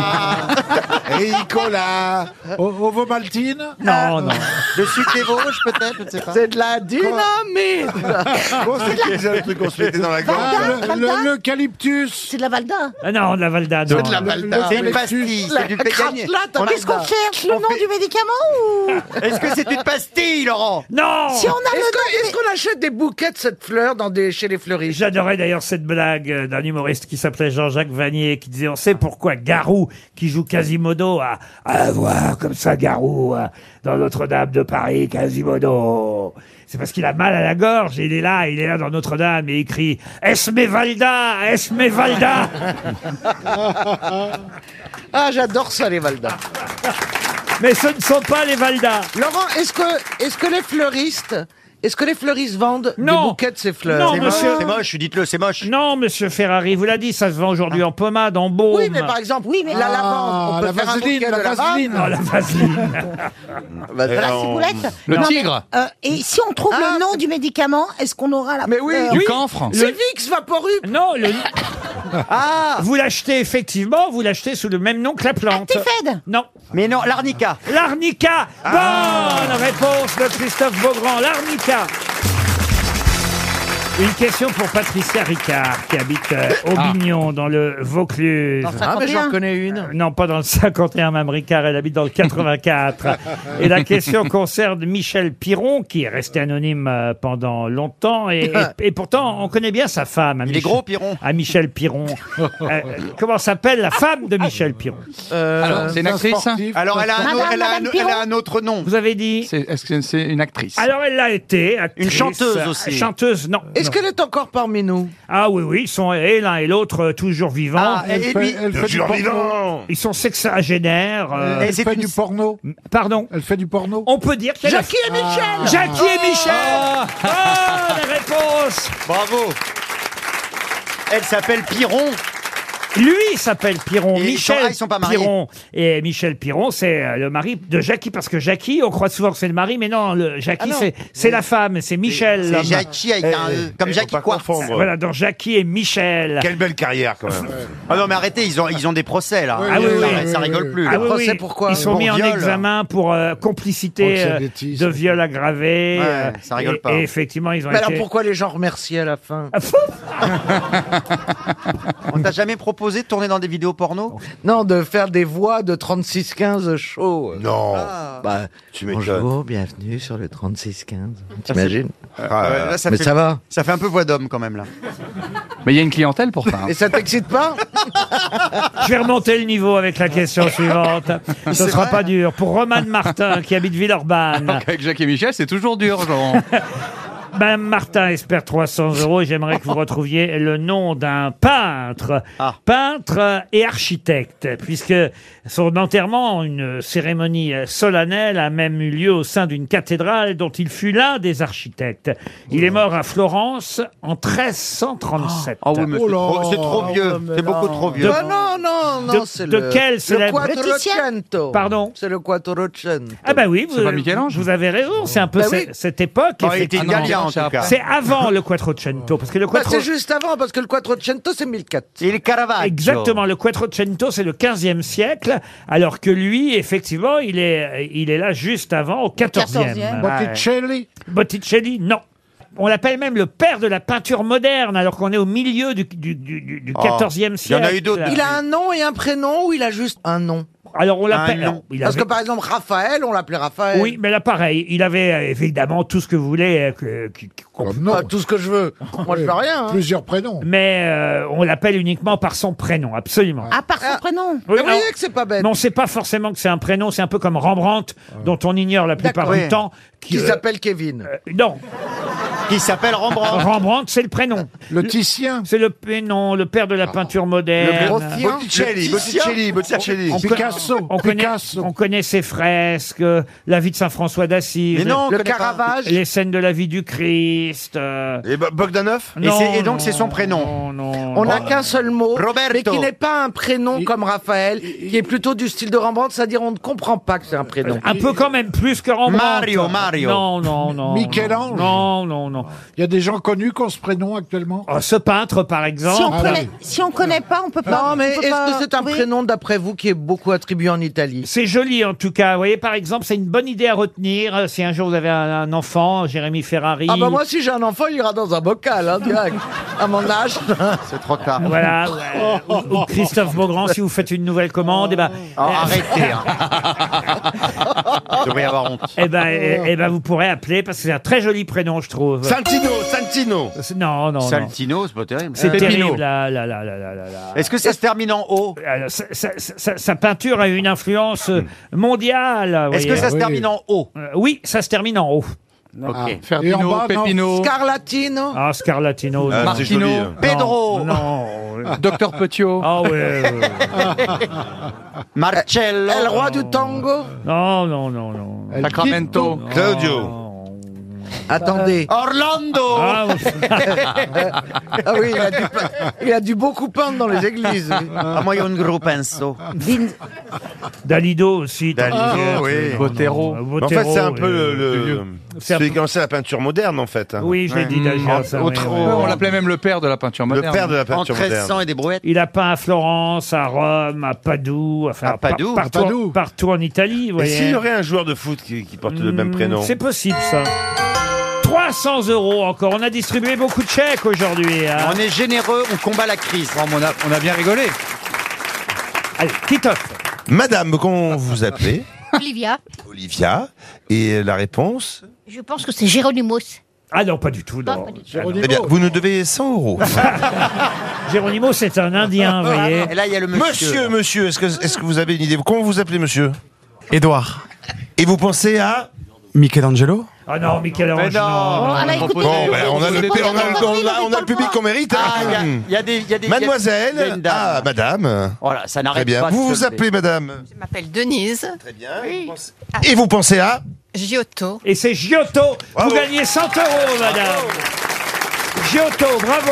Ricola. O- Ovomaltine. Non, non. Le sucre des Vosges, peut-être, je ne sais pas. C'est de la dynamite. Bon, c'est déjà le truc qu'on se mettait dans la gorge. Ah, le- Valda. le- L'eucalyptus. C'est de la Valda. Ah non, de la Valda, non. de la Valda. C'est une pastille, c'est du pécanier. Là, Qu'est-ce qu'on cherche le nom du médicament ou Est-ce que c'est une pastille, Laurent? Non. Si on a Est-ce le que- est-ce qu'on achète des bouquets de cette fleur dans des, chez les fleuristes? J'adorais d'ailleurs cette blague euh, d'un humoriste qui s'appelait Jean-Jacques Vanier, qui disait, on sait pourquoi Garou, qui joue Quasimodo, a, a voir comme ça Garou, euh, dans Notre-Dame de Paris, Quasimodo. C'est parce qu'il a mal à la gorge, et il est là, il est là dans Notre-Dame, et il crie « Esmeralda, Esmeralda !» Ah, j'adore ça, les Valdas. Mais ce ne sont pas les Valdas. Laurent, est-ce que, est-ce que les fleuristes, est-ce que les fleuristes vendent Non. des bouquets de ces fleurs? Non, C'est monsieur. moche, c'est moche, dites-le, c'est moche. Non, monsieur Ferrari, vous l'a dit, ça se vend aujourd'hui en pommade, en baume. Oui, mais par exemple, Oui, mais- la Ah, lavande, on peut la faire un vaseline, bouquet la de lavande. vaseline. Non, la vaseline. Bah, la on- ciboulette. Le Non, mais, tigre. euh, et si on trouve Ah, le nom du médicament, est-ce qu'on aura la Mais oui. euh, Du Oui. camphre. C'est Vicks Vaporub. Non, le... Ah, vous l'achetez effectivement, vous l'achetez sous le même nom que la plante. Actifed. Non. mais non, l'arnica. L'arnica. Bonne réponse de Christophe Beaugrand. L'arnica. Une question pour Patricia Ricard, qui habite euh, Aubignon, dans le Vaucluse. Dans Ah, mais j'en cinquante et un. connais une. Euh, Non, pas dans le cinquante et un, Mme Ricard, elle habite dans le quatre-vingt-quatre. Et la question concerne Michel Piron, qui est resté anonyme euh, pendant longtemps. Et, et- et pourtant, on connaît bien sa femme. à Il est Michel- gros, Piron. À Michel Piron. Euh, comment s'appelle la femme de Michel Piron? Euh, Alors, c'est une un actrice. sportif. Alors, elle a, un, Madame, autre- elle, a un, Madame elle a Piron. un autre nom. Vous avez dit? C'est- Est-ce que c'est une actrice? Alors, elle l'a été. actrice. Une chanteuse aussi. Chanteuse, non. Est-ce non. qu'elle est encore parmi nous? Ah oui, oui, ils sont et l'un et l'autre euh, toujours vivants. Ah, Elle et fait- lui, elle fait du Toujours porno. vivant. Ils sont sexagénaires. euh, Elle c'est fait une- du porno. Pardon. Elle fait du porno. On peut dire qu'elle a- Jackie et Michel. Jackie et Michel. Bonne réponse. bravo. Elle s'appelle Piron. Lui s'appelle Piron, Et ils sont- Michel ah, ils sont pas mariés. Piron. Et Michel Piron, c'est euh, le mari de Jackie, parce que Jackie, on croit souvent que c'est le mari, mais non, le Jackie, Ah non. c'est c'est la femme, c'est Michel. C'est l'homme. Jackie avec un E, comme Eh, Jackie faut pas Quartz. confondre. Voilà, dans Jackie et Michel. Quelle belle carrière, quand même. Ah non, mais arrêtez, ils ont, ils ont des procès, là. Ah oui, ça, oui, ça oui, rigole oui. plus. Ah là. oui, procès, oui. pourquoi Ils sont Pour mis en viol. examen pour euh, complicité euh, Proxénétisme. de viol aggravé. Ouais, euh, ça rigole et, pas. Et effectivement, ils ont Mais été... alors pourquoi les gens remercient à la fin? Ah, fou. On t'a jamais proposé de tourner dans des vidéos porno? Non, de faire des voix de trente-six quinze show. Non. Bah, Tu m'étonnes. bonjour, bienvenue sur le trente-six quinze. T'imagines? Ah, Ouais, là, ça Mais fait, ça va. ça fait un peu voix d'homme, quand même, là. Mais il y a une clientèle pour ça. hein. Et ça t'excite pas? Je vais remonter le niveau avec la question suivante. Ce C'est sera vrai pas dur. Pour Romane Martin, qui habite Villeurbanne. Avec Jacques et Michel, c'est toujours dur, Laurent. Madame Martin espère trois cents euros et j'aimerais que vous retrouviez le nom d'un peintre, peintre et architecte, puisque son enterrement, une cérémonie solennelle, a même eu lieu au sein d'une cathédrale dont il fut l'un des architectes. Il est mort à Florence en treize cent trente-sept. Ah oui, mais c'est trop, c'est trop vieux. C'est beaucoup trop vieux. Ah non, non, non, de- c'est de le... quel le célèbre- Quattrocento. Pardon. C'est le Quattrocento. Ah bah oui, C'est vous, pas Michel-Ange vous avez raison, c'est un peu Bah ce- oui. cette époque. Oh, il était effectivement. italien, en tout cas. C'est avant le Quattrocento, parce que le Bah, Quattro... c'est juste avant, parce que le Quattrocento, c'est mille quatre. Il Caravaggio. Exactement, le Quattrocento, c'est le quinzième siècle, alors que lui, effectivement, il est, il est là juste avant, au quatorzième. quatorzième. Botticelli. Botticelli, non. On l'appelle même le père de la peinture moderne, alors qu'on est au milieu du, du, du, du Oh, quatorzième il y siècle. en a eu d'autres. Il a un nom et un prénom ou il a juste un nom? Alors on Un l'appelle... nom. il Parce avait- que par exemple, Raphaël, on l'appelait Raphaël. Oui, mais là, pareil, il avait euh, évidemment tout ce que vous voulez. euh, que- que- qu'on- Comme nom. Pas tout ce que je veux. Moi, je fais rien. hein. Plusieurs prénoms. mais euh, on l'appelle uniquement par son prénom, absolument. À part son Ah. prénom. Oui, Vous alors- voyez que c'est pas bête. mais on ne sait pas forcément que c'est un prénom, c'est un peu comme Rembrandt, dont on ignore la plupart D'accord. du Oui. temps. Qui euh, s'appelle Kevin. euh, Non, Qui s'appelle Rembrandt. Rembrandt, c'est le prénom. Le Titien. C'est le prénom, le père de la peinture moderne. Botticelli, Botticelli, Botticelli. On Picasso. On connaît, Picasso. on connaît ses fresques, euh, la vie de Saint François d'Assise, Mais non, on Le connaît pas. Caravage. les scènes de la vie du Christ. euh, Et Bo- Bogdanov Et c'est- et donc, c'est son prénom. Non, non, On non. n'a qu'un seul mot, Roberto. mais qui n'est pas un prénom comme Raphaël, qui est plutôt du style de Rembrandt, c'est-à-dire on ne comprend pas que c'est un prénom. Un peu quand même plus que Rembrandt. Mario, Mario. Non, non, non. Michel-Ange. Non, non, non. Il y a des gens connus qui ont ce prénom actuellement. Oh, ce peintre, par exemple. Si on Ah, connaît, oui. si on connaît pas, on peut pas. Non, mais on peut est-ce pas que c'est un trouver. prénom, d'après vous, qui est beaucoup attribué en Italie? C'est joli en tout cas. Vous voyez, par exemple, c'est une bonne idée à retenir. Euh, Si un jour vous avez un, un enfant, Jérémy Ferrari. Ah bah moi, si j'ai un enfant, il ira dans un bocal, hein, direct. À mon âge. C'est trop tard. Voilà. ouais. Ou, ou Christophe Beaugrand, si vous faites une nouvelle commande, eh ben, Oh, arrêtez. Hein. Je devrais avoir honte. eh ben, eh, eh ben, vous pourrez appeler parce que c'est un très joli prénom, je trouve. Santino, Santino. C'est- Non, non, non. Saltino, c'est pas terrible. C'est Pépino. terrible. Là, là, là, là, là, là, là. Est-ce que ça se termine en O? Alors, sa, sa- sa- sa peinture a une influence euh, mondiale. vous Est-ce que voyez. ça se oui. termine en O? Euh, Oui, ça se termine en haut. Ok. Et en Ferdinand, bas, non. Pépino, Scarlatino. Ah, Scarlatino. Ah, non. c'est joli. Martino. hein. Pedro. Non. non. Docteur Petiot. Ah ouais. ouais. Marcello. El roi du tango. Non, non, non, non. El Sacramento. Quinto. Claudio. Attendez. Orlando. Ah, Ah oui, il a dû, il a dû beaucoup peindre dans les églises. lui. Ah, moi, il y a un gros pinceau. Vin- Dalido aussi. Dalido, tant que- oui. Botero. Euh, En fait, c'est un Botero, peu euh, le. le- C'est un Celui peu- qui a lancé la peinture moderne, en fait. hein. Oui, je l'ai dit déjà. ça, oui, autre- oui, oui. On l'appelait même le père de la peinture Le moderne. père de la En peinture treize cents moderne. et des brouettes. Il a peint à Florence, à Rome, à Padoue, enfin À Padoue. par- partout, À Padoue. partout en Italie. Vous Et voyez. s'il y aurait un joueur de foot qui, qui porte le même Hmm, prénom C'est possible ça. trois cents euros encore. On a distribué beaucoup de chèques aujourd'hui. hein. On est généreux, on combat la crise. Bon, on, a, on a bien rigolé. Allez, Titoff. Madame, comment vous appelez? Olivia, Olivia. Et la réponse? je pense que c'est Géronimos. Ah non, pas du tout. Non, Non. pas du tout. Très bien. Vous nous devez cent euros. Géronimo, c'est un Indien, vous voyez. Et là, il y a le monsieur. Monsieur, monsieur, est-ce que, est-ce que vous avez une idée? Comment vous appelez, monsieur? Édouard. Et vous pensez à? Michelangelo. Ah non, Michel-Ange, Mais non. non. Ah, là, écoutez, Bon, ben, on a le, écoutez, on a le- on a- on a le écoutez, public qu'on mérite. Ah, hein. il y a- il y, a des. il y a des- il y a- il y a Mademoiselle. une dame. Ah, madame. Voilà, ça Très n'arrête bien. pas. de Vous vous se lever. appelez madame? Je m'appelle Denise. Très bien. Oui. Et vous pensez à? Giotto. Et c'est Giotto. Bravo. Vous gagnez cent euros, madame. Giotto, bravo.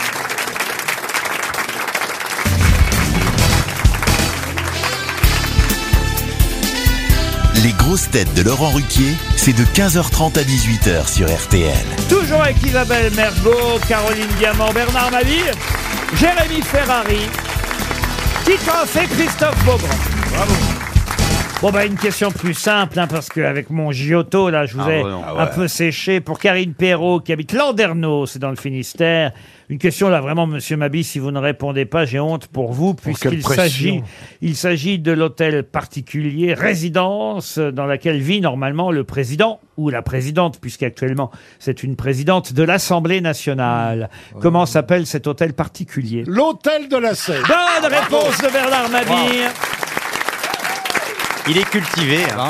Les grosses têtes de Laurent Ruquier, c'est de quinze heures trente à dix-huit heures sur R T L. Toujours avec Isabelle Mergot, Caroline Diamant, Bernard Mabille, Jérémy Ferrari, Titoff et Christophe Beaugrand. Bravo. Bon bah une question plus simple hein, parce qu'avec mon Giotto là je vous Ah ai ouais, non. un peu séché pour Karine Perrault qui habite Landerneau, c'est dans le Finistère. Une question là vraiment Monsieur Mabille, si vous ne répondez pas j'ai honte pour vous puisqu'il quelle pression. s'agit il s'agit de l'hôtel particulier résidence dans laquelle vit normalement le président ou la présidente puisqu'actuellement c'est une présidente de l'Assemblée nationale. Comment s'appelle cet hôtel particulier? L'hôtel de la Seine. Bonne réponse de Bernard Mabille. Il est cultivé. Hein.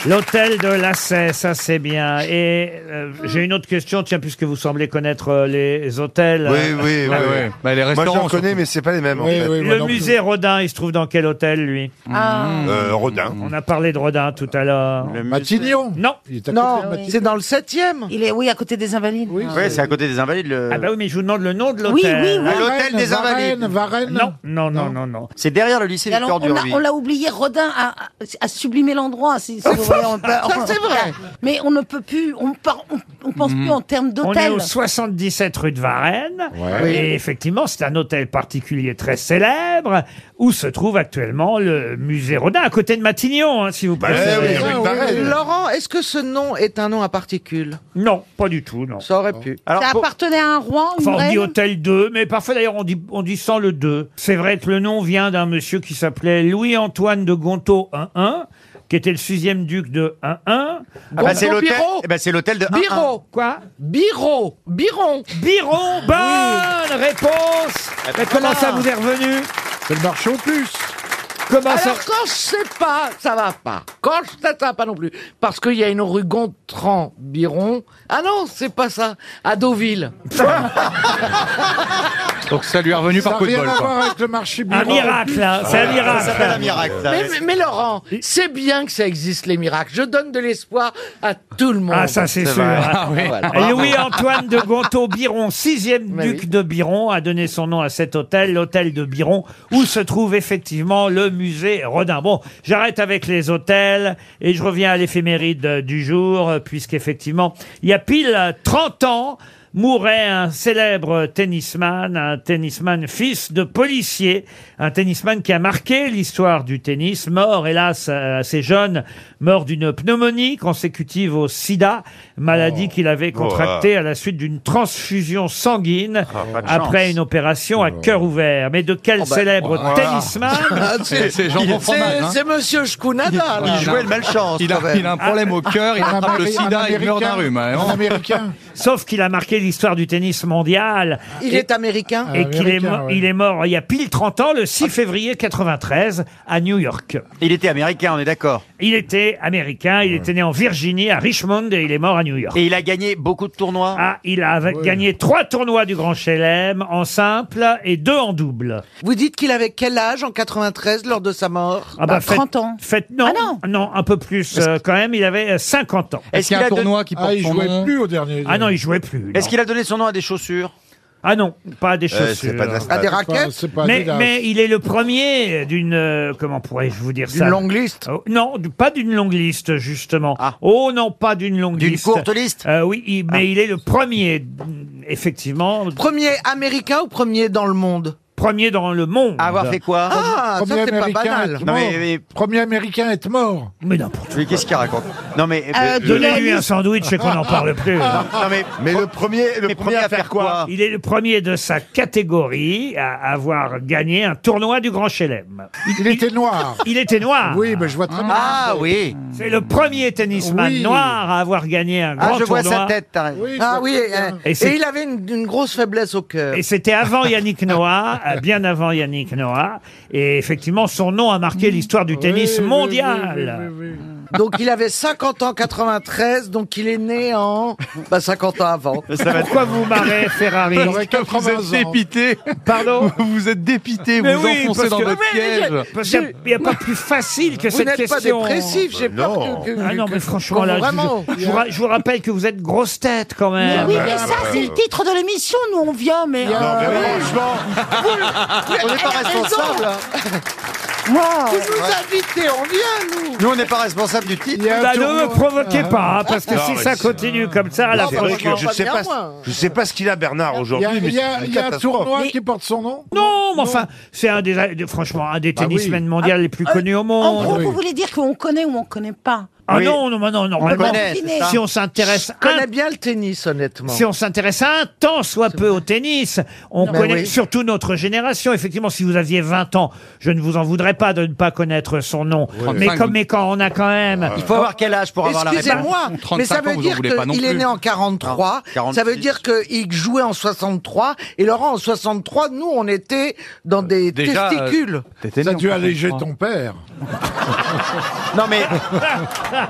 L'hôtel de Lasset, ça c'est bien. Et euh, j'ai une autre question, tiens, puisque vous semblez connaître euh, les hôtels. Oui, euh, oui, oui. euh, oui. Bah, les Moi, restaurants. j'en connais, surtout. mais c'est pas les mêmes. en Oui, fait. oui, moi Le non plus. musée Rodin, il se trouve dans quel hôtel, lui? Ah. Euh, Rodin. On a parlé de Rodin tout à l'heure. Matignon. Non. Il est à Non, côté de Matignon. c'est dans le septième. Il est, oui, à côté des Invalides. Oui, Ouais, c'est à côté des Invalides. Le... Ah bah oui, mais je vous demande le nom de Oui, l'hôtel. oui, oui. À l'hôtel des Varennes, Invalides. Varennes. Non, non, non, non, non. C'est derrière le lycée Et alors, Victor on, a- Duruy. on l'a oublié, Rodin a, a- a sublimé l'endroit. Si, si vous voulez, on peut- Ça, c'est vrai. Mais on ne peut plus, on, par- on, on pense plus en termes On est d'hôtel. au soixante-dix-sept rue de Varennes. Ouais. Et effectivement, c'est un hôtel particulier très célèbre où se trouve actuellement le musée Rodin, à côté de Matignon, hein, si vous préférez. oui, rue de Ah, oui, Varennes. oui. Laurent, est-ce que ce nom est un nom à particules? Non, pas du tout, non. Ça aurait pu. Alors, Ça pour- appartenait à un roi, une Enfin, on dit reine. hôtel deux, mais parfois d'ailleurs on dit, on dit sans le deux. C'est vrai que le nom vient d'un monsieur qui s'appelait Louis-Antoine de Gontaut un un, qui était le sixième duc de un un. Ah bah, c'est l'hôtel. Biro. eh ben, c'est l'hôtel de un un. Biro. Quoi? Biro. Biron. Biron, bonne réponse. Mais comment ça vous est revenu? C'est le marché aux puces. Comment ça? Alors quand je sais pas, ça va pas. Quand je sais, ça va pas non plus. Parce qu'il y a une rue Gontran-Biron. Ah non, c'est pas ça. À Deauville. Donc ça lui est revenu Ça par n'a coup de rien bol. à quoi. voir avec le marché Un Biron. miracle, hein, c'est un Ça miracle. s'appelle un miracle. ça. Mais, mais- mais Laurent, c'est bien que ça existe les miracles. Je donne de l'espoir à tout le monde. Ah, ça c'est sûr. vrai. Ah oui. Voilà. Louis-Antoine de Gontaut-Biron, sixième Mais duc oui. de Biron, a donné son nom à cet hôtel, l'hôtel de Biron, où se trouve effectivement le musée Rodin. Bon, j'arrête avec les hôtels et je reviens à l'éphéméride euh, du jour, euh, puisqu'effectivement, il y a pile euh, trente ans, mourait un célèbre tennisman, un tennisman fils de policier, un tennisman qui a marqué l'histoire du tennis, mort hélas euh, assez jeune, mort d'une pneumonie consécutive au sida, maladie qu'il avait contractée à la suite d'une transfusion sanguine pas de après chance. une opération à cœur ouvert. Mais de quel célèbre tennisman? Ah, C'est- c'est Jean il- Bon Fromage, c'est- hein. c'est Monsieur Shkunada, là. Il jouait le malchance. Il a, quand même. il a un problème au cœur, il Un attrape le Améri- un sida, il meurt d'un Américain. rhume. hein, Un vraiment. Américain. Sauf qu'il a marqué l'histoire du tennis mondial. Il Et- est américain. Et qu'il est, Américain, mo- ouais. il est mort il y a pile trente ans, le six février quatre-vingt-treize, à New York. Il était américain, on est d'accord. Il était américain, il était né en Virginie, à Richmond, et il est mort à New York. Et il a gagné beaucoup de tournois. Ah, il a gagné trois tournois du Grand Chelem en simple et deux en double. Vous dites qu'il avait quel âge en quatre-vingt-treize lors de sa mort? Ah bah, faites- trente ans. faites- non, Ah non, un peu plus euh, quand même, il avait euh, cinquante ans. Est-ce qu'il y a un tournoi qui porte Ah, il son jouait nom plus au dernier. Ah non, il jouait plus. non. Est-ce qu'il a donné son nom à des chaussures? Ah non, pas à des Euh, chaussures. c'est pas de la À stat. des C'est pas- raquettes? C'est pas mais, Adidas. mais il est le premier d'une... euh, comment pourrais-je vous dire ça? Une longue liste? Oh, non, du- pas d'une longue liste, justement. Ah. Oh non, pas d'une longue D'une liste. courte liste? Euh, oui, il- mais il est le premier, mm, effectivement, Premier américain ou premier dans le monde? premier dans le monde. À avoir fait quoi? Ah, ça Premier c'est pas Américain banal. est Non, mort. mais- mais- Premier Américain est mort. Mais n'importe Mais qu'est-ce qu'il raconte? Non mais. Euh, euh, de- Donnez-lui un sandwich et qu'on n'en parle plus. Non mais. Mais le premier, le Mais premier à faire quoi? Il est le premier de sa catégorie à avoir gagné un tournoi du Grand Chelem. Il était noir. Il était noir. Oui, mais je vois très bien. Ah oui. C'est le premier tennisman Oui. noir à avoir gagné un grand Ah je vois tournoi. sa tête. t'as raison. Oui, je Ah vois oui, très bien. euh, Et et, c'est- il avait une, une grosse faiblesse au cœur. Et c'était avant Yannick Noah, euh, bien avant Yannick Noah. Et effectivement, son nom a marqué l'histoire du tennis Oui, oui, mondial. oui, oui, oui, oui. Donc il avait cinquante ans quatre-vingt-treize, donc il est né en bah, cinquante ans avant. Pourquoi vous marrez, Ferrari? Il aurait Vous quatre-vingts êtes ans. dépité. Pardon? Vous êtes dépité, vous Mais vous oui, enfoncez parce dans que- votre Mais- piège. Parce qu'il n'y a, pas plus facile que Vous cette n'êtes pas question. dépressif, j'ai peur non. que, que- Ah non, que- mais franchement, que- là, je, vraiment. je- je vous ra- je vous rappelle que vous êtes grosse tête quand Mais même. oui, mais ça, c'est le titre de l'émission. Nous, on vient, mais. Non, euh, mais franchement, On n'est pas responsable. moi, Vous nous invitez, on vient nous. Nous on n'est pas responsable du Il titre. y a un Bah, ne tournoi. me provoquez pas, hein, parce que Non, si mais ça c'est- continue comme ça, là, Non, c'est vrai franchement... que je pas sais bien, pas, moi. je sais pas ce qu'il a Bernard Il y aujourd'hui, a, mais il y a- c'est il une y a un catastrophe. tournoi Mais- qui porte son nom. Non, mais enfin, c'est un des, de- franchement, un des Bah oui. tennismen mondiaux les plus connus au en monde. gros, oui. vous voulez dire qu'on connaît ou on connaît pas? Ah Oui. non, non, non, non, On le normalement, connaît, c'est ça. si on s'intéresse Je connais un, bien le tennis, honnêtement. si on s'intéresse un tant soit peu au tennis, on Mais connaît oui. surtout notre génération. Effectivement, si vous aviez vingt ans, je ne vous en voudrais pas de ne pas connaître son nom. Mais trente-cinq, comme, vous- mais quand on a quand même, Il faut avoir quel âge pour avoir la réponse? Excusez-moi, trente-cinq mais ça ans, veut vous en dire voulez pas non qu'il est plus. né en quarante-trois. Non, quarante-six. Ça veut dire qu'il jouait en soixante-trois. Et Laurent, en soixante-trois, nous, on était dans des Déjà, euh, testicules. T'étais Ça a né en dû alléger soixante-trois. ton père. Non mais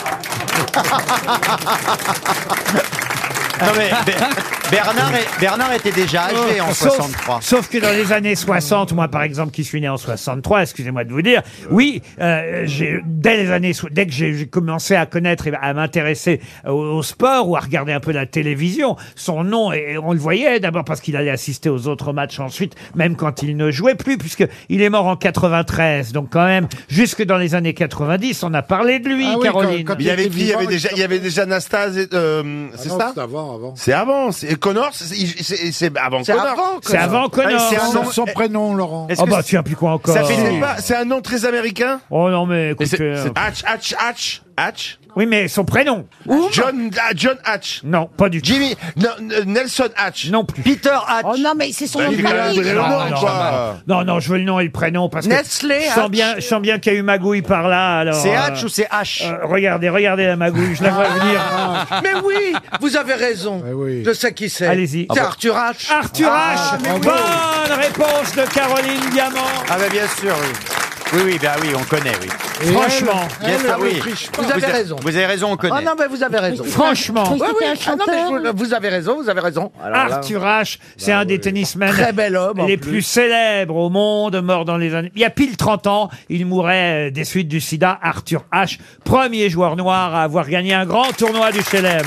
Non mais Ber- Bernard, est- Bernard était déjà âgé en Sauf- soixante-trois. Sauf que dans les années soixante, moi par exemple, qui suis né en soixante-trois, excusez-moi de vous dire, oui, euh, j'ai- dès les années, so- dès que j'ai j'ai commencé à connaître et à m'intéresser au, au sport ou à regarder un peu la télévision, son nom, et on le voyait d'abord parce qu'il allait assister aux autres matchs ensuite, même quand il ne jouait plus, puisque il est mort en quatre-vingt-treize, donc quand même, jusque dans les années quatre-vingt-dix, on a parlé de lui, Ah oui, Caroline. quand- quand Il y avait qui? Il y avait vivant, déjà, il y avait déjà Nastase, et, euh, Ah c'est non, ça? c'est avant, avant. C'est avant. c'est- Et Connor, c'est c'est- c'est avant C'est Connor. avant, C'est avant Connor. Ah, c'est un Son, nom- son prénom, Laurent. Est-ce Oh que bah c'est- tiens, puis quoi encore? Ça fait c'est pas- c'est un nom très américain. Oh non mais écoutez, c'est- euh, Hatch, Hatch, Hatch, Hatch. oui mais son prénom. John, ah, John Hatch. Non, pas du tout. Jimmy, non, euh, Nelson Hatch. Non plus. Peter Hatch. Oh non, mais c'est son Bah, nom il de est quand même famille. donné le Non, nom, non, quoi. Non, non, je veux le nom et le prénom parce que Nestlé je sens Hatch. bien, je sens bien qu'il y a eu magouille par là. Alors, C'est euh, Hatch ou c'est H euh, Regardez, regardez la magouille, je la vois venir. Mais oui, vous avez raison. Eh oui. Je sais qui c'est. Allez-y. C'est Arthur H. Arthur Ah, H. mais oui. Bonne réponse de Caroline Diamant. Ah bah bien sûr, oui. Oui, oui, bah oui, on connaît, oui. Et Franchement. elle, Bien elle, sûr, elle oui. ne triche pas. Vous avez raison. Vous avez raison, on connaît. Oh non, mais vous avez raison. Franchement. Oui, Oui, oui. c'était un Ah non, mais chanteur. je- vous avez raison, vous avez raison. Alors là- Arthur H, c'est un des tennismen Très bel homme, en les plus. plus célèbres au monde, mort dans les années... Il y a pile trente ans, il mourait euh, des suites du sida. Arthur H, premier joueur noir à avoir gagné un grand tournoi du Chelem.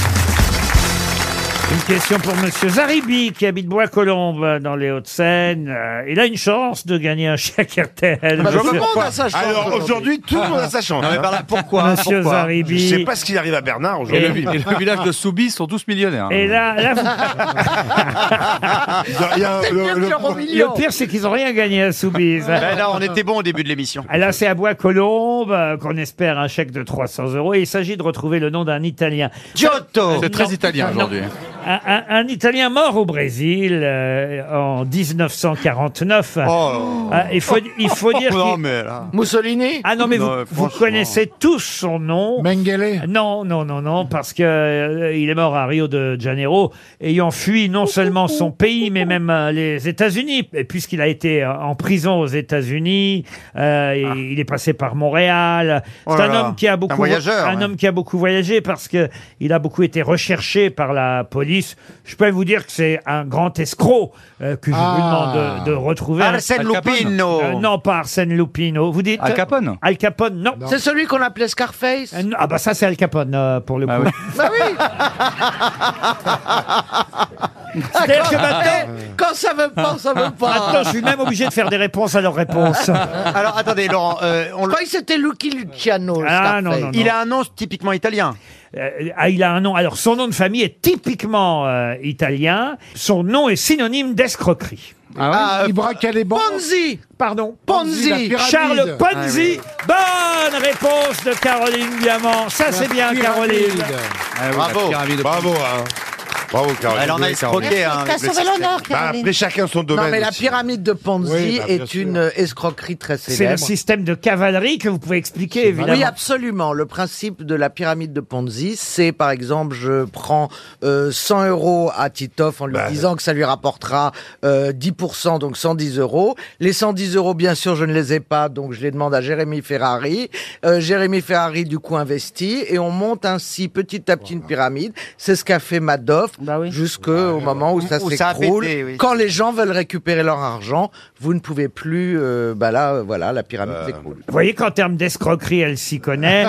Une question pour Monsieur Zaribi, qui habite Bois-Colombes, dans les Hauts-de-Seine. Euh, il a une chance de gagner un chèque R T L. Bah, Je vois tout le monde pourquoi. a sa chance Alors aujourd'hui. aujourd'hui, tout le monde a sa chance. Non mais hein. par là, pourquoi Monsieur Pourquoi Zaribi. Je sais pas ce qu'il arrive à Bernard Et aujourd'hui. le, et le village de Soubise sont tous millionnaires. Et là, là vous- Il y a C'est le- mieux que le- l'euro le million. pire, c'est qu'ils n'ont rien gagné à Soubise. Ben non, on était bon au début de l'émission. Ah, là, c'est à Bois-Colombes euh, qu'on espère un chèque de trois cents euros. Et il s'agit de retrouver le nom d'un Italien. Giotto. C'est très Non. italien Non. aujourd'hui. Un, un- un Italien mort au Brésil euh, en dix-neuf cent quarante-neuf. Oh. Ah, il, faut, il faut dire Non qu'il... mais là. Mussolini. Ah non, mais Non, vous, euh, vous franchement. connaissez tous son nom. Mengele. Non, non, non, non, parce que euh, il est mort à Rio de Janeiro, ayant fui non seulement son pays, mais même euh, les États-Unis, et puisqu'il a été euh, en prison aux États-Unis. euh, et Il est passé par Montréal. Oh C'est là un là. homme qui a beaucoup, Un voyageur, un ouais. homme qui a beaucoup voyagé parce que il a beaucoup été recherché par la police. Je peux vous dire que c'est un grand escroc euh, que je Ah. vous demande de, de retrouver. Arsène Al Capone. Lupino. Euh, non, pas Arsène Lupino. Vous dites Al Capone. Al Capone, non. C'est celui qu'on appelait Scarface. Euh, non. Ah bah ça c'est Al Capone euh, pour le coup. Ah oui. Bah oui. C'est-à-dire que maintenant, Eh, quand ça veut pas, ça veut pas. maintenant, je suis même obligé de faire des réponses à leurs réponses. Alors attendez, Laurent, euh, on Je le- croyais que c'était Lucky Luciano. le Ah, Scarface. non, non, non. il a un nom typiquement italien. Euh, ah, il a un nom. Alors son nom de famille est typiquement euh, italien. Son nom est synonyme d'escroquerie. Ah, il braquait les banques. Ponzi. Pardon. Ponzi, la pyramide. Charles Ponzi. Bonne réponse de Caroline Diamant. Ça c'est bien, Caroline. Ah oui, Bravo, la pyramide de- bravo, hein. Bravo, Caroline. Elle en a Oui, Caroline. escroqué. Hein, T'as avec le sauvé système. l'honneur, Bah, Caroline. après, chacun son domaine. Non, mais la aussi. pyramide de Ponzi Oui, bah, bien est sûr. une escroquerie très C'est le célèbre. système de cavalerie que vous pouvez expliquer, évidemment. Oui, absolument. Le principe de la pyramide de Ponzi, c'est par exemple, je prends euh, cent euros à Titoff en lui Bah, disant que ça lui rapportera euh, dix pour cent, donc cent dix euros. Les cent dix euros, bien sûr, je ne les ai pas, donc je les demande à Jérémy Ferrari. Euh, Jérémy Ferrari, du coup, investit et on monte ainsi petit à petit une pyramide. C'est ce qu'a fait Madoff Bah oui. jusqu'au moment où ça Où ça a s'écroule. pété, oui. Quand les gens veulent récupérer leur argent, vous ne pouvez plus. Euh, bah là, euh, voilà, la pyramide s'écroule. Vous voyez qu'en termes d'escroquerie, elle s'y connaît.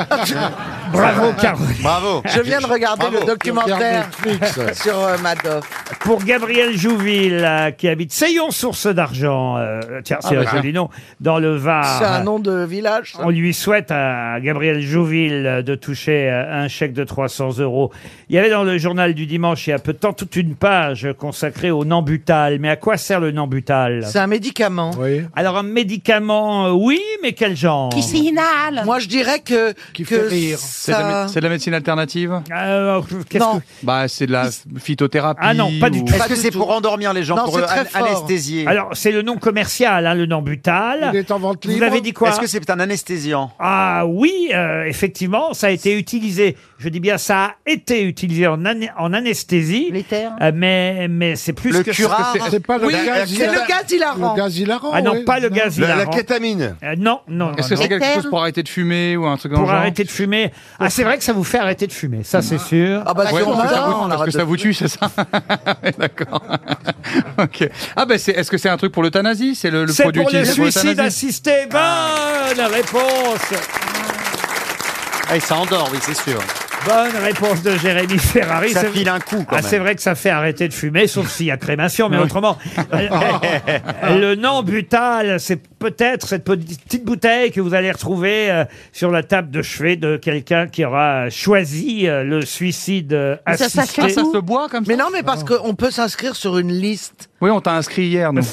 Bravo, Caroline. Bravo. Je viens de regarder Bravo. le documentaire Netflix. sur euh, Madoff. Pour Gabriel Jouville, euh, qui habite Seyon, source d'argent. Euh, tiens, c'est Ah, un bah, joli nom. Dans le Var. C'est un nom de village, ça. On lui souhaite à Gabriel Jouville de toucher euh, un chèque de trois cents euros. Il y avait dans le journal du dimanche, il y a peu de temps, toute une page consacrée au Nambutal. Mais à quoi sert le Nambutal? C'est un médicament. Oui. Alors un médicament, euh, oui, mais quel genre? Qui s'inhale. Moi, je dirais que, Qui que fait rire. C'est de, la ça... mé- c'est de la médecine alternative. Euh, qu'est-ce Non. que- Bah, c'est de la phytothérapie. Ah non, pas du ou- tout. Est-ce Pas que du c'est tout. pour endormir les gens, Non, pour c'est euh, très an- fort. anesthésier? Alors c'est le nom commercial, hein, le Nambutal. Il est en vente Vous libre. avez dit quoi? Est-ce que c'est un anesthésiant? Ah oui, euh, effectivement, ça a été utilisé. Je dis bien, ça a été utilisé en, ané- en anesthésie. nazi. L'éther. Euh, mais mais c'est plus Le que curare. ça. C'est pas le Oui, gaz c'est le gaz hilarant. Le gaz hilarant. Ah non, oui. pas le gaz La, la hilarant. kétamine. Euh, non, non, non, Est-ce que non. c'est quelque Éther chose pour arrêter de fumer ou un truc dans Pour le genre arrêter de fumer. Ah, c'est vrai que ça vous fait arrêter de fumer, ça c'est sûr. Ah bah Ouais, si on parce que ça meurt, vous, on parce arrête que de- ça vous tue, c'est ça. Ouais, d'accord. Ok. Ah ben, c'est, est-ce que c'est un truc pour l'euthanasie? C'est le, le C'est produit pour le utilisé pour suicide l'euthanasie? assisté. Bonne réponse. Ah, ça endort, oui, c'est sûr. Bonne réponse de Jérémy Ferrari. Ça C'est- file un coup, quand Ah, même. c'est vrai que ça fait arrêter de fumer, sauf s'il y a crémation, mais Oui. autrement. Le Nambutal, c'est peut-être cette petite bouteille que vous allez retrouver euh, sur la table de chevet de quelqu'un qui aura choisi euh, le suicide euh, Mais ça assisté. s'achète Ah, ça se boit comme ça? Mais non, mais parce qu'on peut s'inscrire sur une liste. Oui, on t'a inscrit hier, nous.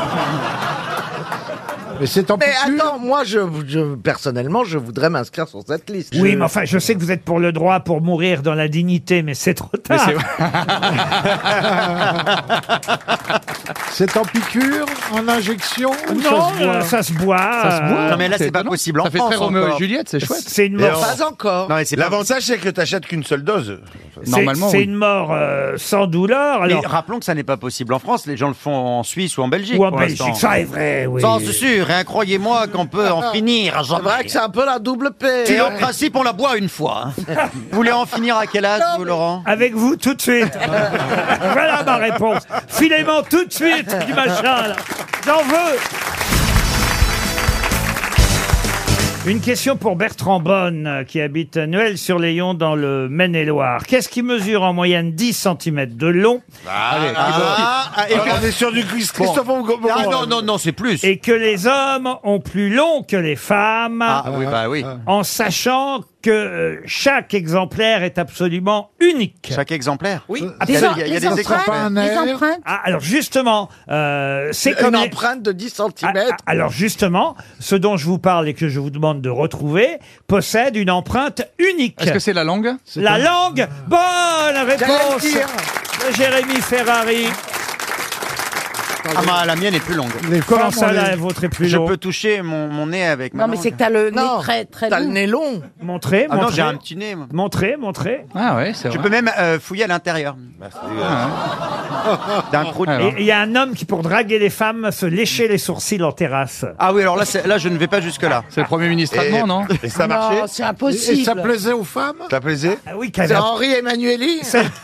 Mais c'est en Mais piqûre. attends, moi, je, je- personnellement, je voudrais m'inscrire sur cette liste. Oui, Je- mais enfin, je sais que vous êtes pour le droit pour mourir dans la dignité, mais c'est trop Mais tard. c'est- C'est en piqûre, en injection ou Non, ça se boit euh, ça se boit. Ça se boit. euh, Non, mais là, c'est pas étonnant. possible en Ça fait France très Roméo et encore. Juliette, c'est chouette. C'est une Et mort. alors- Pas encore. Non, mais c'est pas... L'avantage, c'est que t'achètes qu'une seule dose. c'est- Normalement, c'est oui. une mort euh, sans douleur. Mais Alors, rappelons que ça n'est pas possible en France. Les gens le font en Suisse ou en Belgique. ou en pour Belgique, l'instant. ça est vrai. Oui. Ça, c'est sûr. Hein, croyez-moi qu'on peut en finir. à C'est jamais. vrai que c'est un peu la double paix. Et en principe, on la boit une fois. hein. Vous voulez en finir à quel âge, vous, Laurent? Avec vous tout de suite. Voilà ma réponse. Filez-moi tout de suite du machin là. J'en veux. Une question pour Bertrand Bonne, euh, qui habite Noël-sur-Layon dans le Maine-et-Loire. Qu'est-ce qui mesure en moyenne dix centimètres de long Allez, ah, ah, et que- On est sur du quiz Christophe Beaugrand. Ah, non, non, non, c'est plus. et que les hommes ont plus long que les femmes, Ah oui, bah oui. en sachant que euh, chaque exemplaire est absolument unique. Chaque exemplaire. Oui. Il y a, il y a- il y a des empreintes, exemplaires. un Les air. empreintes. Ah, alors justement, euh, c'est comme Une les- empreinte de dix Ah, centimètres. ah, alors justement, ce dont je vous parle et que je vous demande de retrouver possède une empreinte unique. Est-ce que c'est la langue? La langue. Bonne J'allais réponse le dire. de Jérémy Ferrari. Ah, bah, la mienne est plus longue. Les Comment femmes, ça, on la les- vôtre est plus Je long peux toucher mon, mon nez avec ma Non, mais langue. c'est que t'as le nez Non, très très t'as le long. nez long. Montrez, Ah non, montrez. j'ai un petit nez. moi. Montrez, montrez. Ah ouais, c'est Tu vrai. peux même euh, fouiller à l'intérieur. D'un trou de Alors. Et il y a un homme qui, pour draguer les femmes, se léchait les sourcils en terrasse. Ah oui, alors là, c'est- là, je ne vais pas jusque-là. C'est le Premier ministre Et- allemand, non? Et ça marchait Non, c'est Et impossible. ça plaisait aux femmes? Ça plaisait Ah oui, qui C'est avait un- Henri Emmanueli.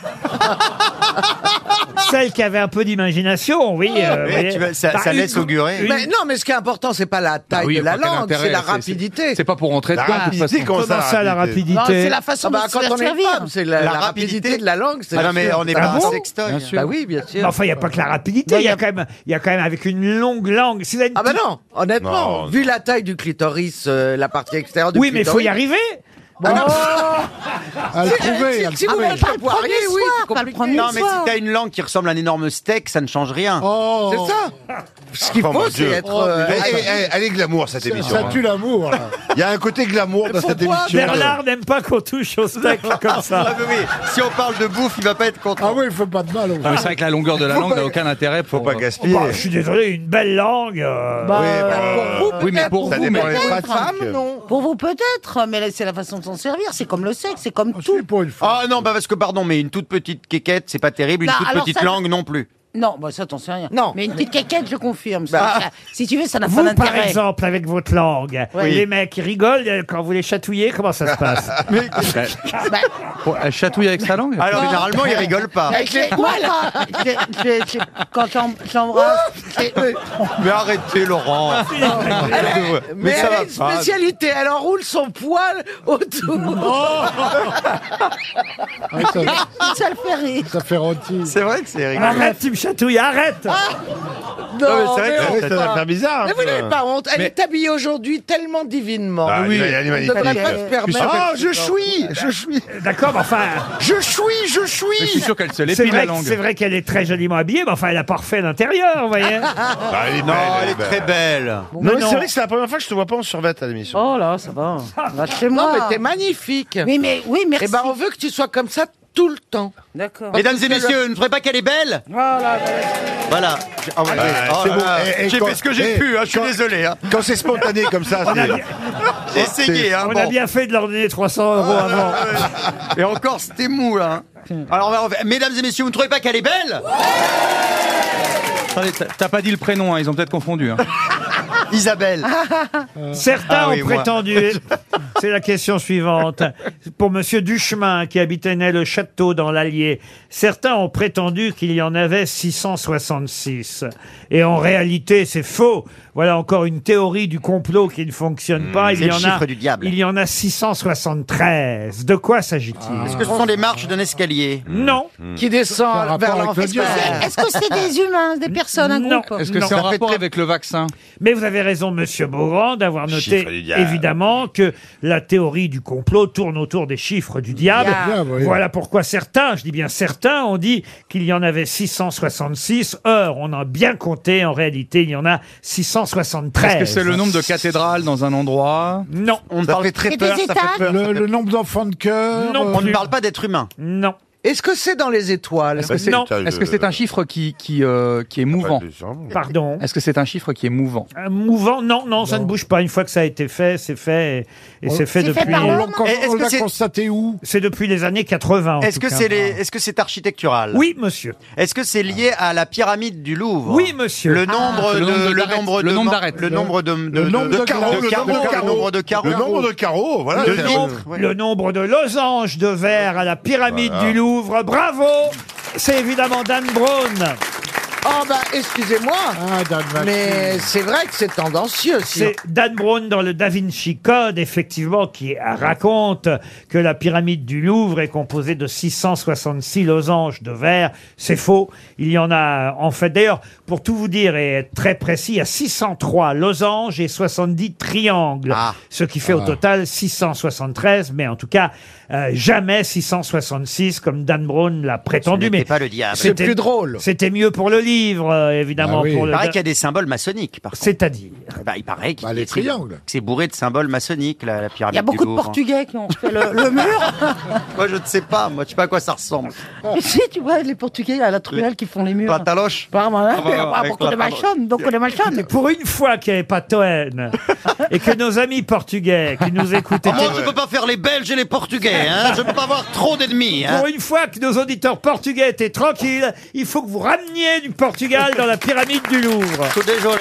celle qui avait un peu d'imagination, oui. euh, Oui, vous voyez. tu vois, ça- ça une- laisse augurer. une- Mais non, mais ce qui est important, c'est pas la taille Ah oui, de la enfin, quel langue, intérêt, c'est la c'est- rapidité. C'est c'est pas pour rentrer La dedans. de toute rapidité, façon. comment Comment ça, la rapidité Non, c'est la Ah façon bah, de se quand faire on est servir. femme, c'est la, La la rapidité. rapidité de la langue. c'est Ah non, mais sûr. on n'est Ah pas bon un sextoy. Bien sûr. Bah oui, bien sûr. Mais enfin, il n'y a pas que la rapidité, il y a quand même, il y a quand même avec une longue langue. Si vous avez une Ah bah petite- non, honnêtement, Non. vu la taille du clitoris, euh, la partie extérieure du Oui, mais il faut clitoris... y arriver. Ah non, À le si- trouver, à le si, si vous trouver. mettez le poirier, oui, c'est pas le compliqué. premier Non, mais si soir. t'as une langue qui ressemble à un énorme steak, ça ne change rien. Oh, C'est ça. Ce qu'il Oh, mon faut, c'est Dieu. être... Oh, euh, Eh, eh, eh, Elle est glamour, cette émission. ça hein. tue l'amour, là. Il y a un côté glamour dans cette pourquoi émission. Bernard n'aime pas qu'on touche au steak comme ça. Ah, mais oui, si on parle de bouffe, il va pas être content. Ah oui, il faut pas de mal aux Ah, mais c'est vrai que la longueur de la langue n'a aucun intérêt Faut pour. pas gaspiller. Bah, je suis désolé, une belle langue. euh, Bah, Oui, bah, euh, Pour vous, Oui, mais peut-être, pour ça vous, dépend mais des pour une pratiques. femme, non. Pour vous peut-être, mais là, c'est la façon de s'en servir. C'est comme le sexe, c'est comme Oh, tout. c'est pour une femme. Ah non, bah parce que pardon, mais une toute petite quéquette, c'est pas terrible. Une Bah, toute alors petite ça- langue non plus. Non, bah ça, t'en sais rien. Non. Mais une petite caquette, je confirme. Bah. Ça- ça- si tu veux, ça n'a pas Vous, par d'intérêt. exemple, avec votre langue, les mecs ils rigolent euh, quand vous les chatouillez, comment ça se passe? Bah, Pour- Elle chatouille avec sa langue? Alors généralement, ils rigolent pas. avec les poils, j'ai- j'ai- j'ai- quand j'em- j'embrasse, j'ai- Mais arrêtez, Laurent. Mais, ça elle va a une pas. spécialité, elle enroule son poil autour. Ah, ça, ça le fait rire. ça fait rôti. C'est vrai que c'est rigolo. Arrête, tu me chatouilles, arrête! Non, mais c'est vrai que mais ça- on- Ça va faire bizarre. Mais un vous peu. n'avez pas honte. Elle Mais- est habillée aujourd'hui tellement divinement. Ah, oui. elle est On ne magnifique. devrait pas se suis permettre. sûr Ah, je suis, je suis, D'accord, mais enfin, je suis, je Mais je suis suis. sûr qu'elle se c'est l'épile vrai, la que- langue. c'est vrai qu'elle est très joliment habillée, mais enfin, elle a pas refait l'intérieur, vous voyez. Ah, elle est Non, belle, elle est belle. très belle. Non, Mais mais non. c'est vrai que c'est la première fois que je te vois pas en survêt à l'émission. Oh là, ça va. Va chez Non, moi. mais t'es magnifique. Oui, mais oui, merci. Eh ben, on veut que tu sois comme ça tout le temps. D'accord. Mesdames et messieurs, ne ferez pas qu'elle est belle. Voilà. Voilà. Ah, ouais, Ouais, oh c'est là bon. là. Et- et J'ai quand- fait ce que j'ai et- pu, hein, je suis quand- désolé. Hein. Quand c'est spontané comme ça, On a, c'est. bien- J'ai essayé. Hein, on bon. a bien fait de leur donner trois cents euros avant. Et encore, c'était mou là. hein. Alors, on va- on va- mesdames et messieurs, vous ne trouvez pas qu'elle est belle? Attendez, t'as- t'as pas dit le prénom, hein, ils ont peut-être confondu. Hein. Isabelle. Certains Ah oui, ont moi. prétendu, c'est la question suivante, pour Monsieur Duchemin qui habitait Ney le Château dans l'Allier, certains ont prétendu qu'il y en avait six cent soixante-six. Et en réalité, c'est faux. Voilà encore une théorie du complot qui ne fonctionne pas. Il c'est y le en chiffre a, du diable. il y en a six cent soixante-treize. De quoi s'agit-il? Est-ce que ce sont les marches d'un escalier? Non. Qui descend vers l'enfer. Est-ce que c'est des humains, des personnes, un Non. groupe Est-ce que Non. c'est en Ça fait rapport très- avec le vaccin? Mais vous avez raison, Monsieur Beaugrand, d'avoir noté Chiffre du diable. évidemment que la théorie du complot tourne autour des chiffres du diable. Diable, oui. Voilà pourquoi certains, je dis bien certains, ont dit qu'il y en avait six cent soixante-six. Or, on a bien compté. En réalité, il y en a six cent soixante-treize. Est-ce que c'est le nombre de cathédrales dans un endroit? Non. On ne Ça parle, fait très C'est peur, des ça fait étages peur. Le, le nombre d'enfants de cœur. Non. euh, on ne parle pas d'être humain. Non. Est-ce que c'est dans les étoiles? Est-ce que c'est Non. est-ce que c'est un chiffre qui, qui, euh, qui est mouvant? Pardon. Est-ce que c'est un chiffre qui est mouvant? Un mouvant, non, non, ça ne bouge pas. Une fois que ça a été fait, c'est fait. Et, et c'est fait C'est fait depuis. par On l'homme l'a Et est-ce on que l'a c'est- constaté où? C'est depuis les années quatre-vingts. en Est-ce tout que cas. c'est les, est-ce que c'est architectural? Oui, monsieur. Est-ce que c'est lié à la pyramide du Louvre? Oui, monsieur. Le nombre Ah, de, le nombre de le d'arêtes. nombre Le de nombre man- d'arêtes. le nombre de, de, Le nombre de carreaux, de le nombre de carreaux, carreaux. le nombre de carreaux. Le nombre de carreaux, voilà. Le c'est- nombre, ouais. le nombre de losanges de verre à la pyramide Voilà. du Louvre. Bravo! C'est évidemment Dan Brown. Oh bah, excusez-moi, Ah, Dan Machi. mais c'est vrai que c'est tendancieux. Si C'est Dan Brown dans le Da Vinci Code, effectivement, qui raconte que la pyramide du Louvre est composée de six cent soixante-six losanges de verre. C'est faux. Il y en a, en fait, d'ailleurs, pour tout vous dire et être très précis, il y a six cent trois losanges et soixante-dix triangles. Ah. Ce qui fait au total six cent soixante-treize, mais en tout cas, euh, jamais six cent soixante-six, comme Dan Brown l'a prétendu. Ce Mais n'était pas le diable. c'est c'était- plus drôle. C'était mieux pour le livre, euh, évidemment. Ah oui. pour Il le paraît qu'il y a des symboles maçonniques, par contre. C'est-à-dire. Bah, il paraît qu'il Bah, les c'est- triangles. que c'est bourré de symboles maçonniques, la, la pyramide Il y a beaucoup du de Louvre. Portugais qui ont fait le, le mur. Moi, je ne sais pas. Moi, je sais pas à quoi ça ressemble. Si, tu vois, les Portugais à la truelle qui font les murs. Pataloche. Pas mal, Ah, bah, hein, avec beaucoup la de parole. machonnes, donc de machonnes. Pour une fois qu'il n'y avait pas Toen et que nos amis portugais qui nous écoutaient, Ah, moi, je peux pas faire les Belges et les Portugais. Hein. Je peux pas avoir trop d'ennemis. Hein. pour une fois que nos auditeurs portugais étaient tranquilles, il faut que vous rameniez du Portugal dans la pyramide du Louvre. Tout désolé.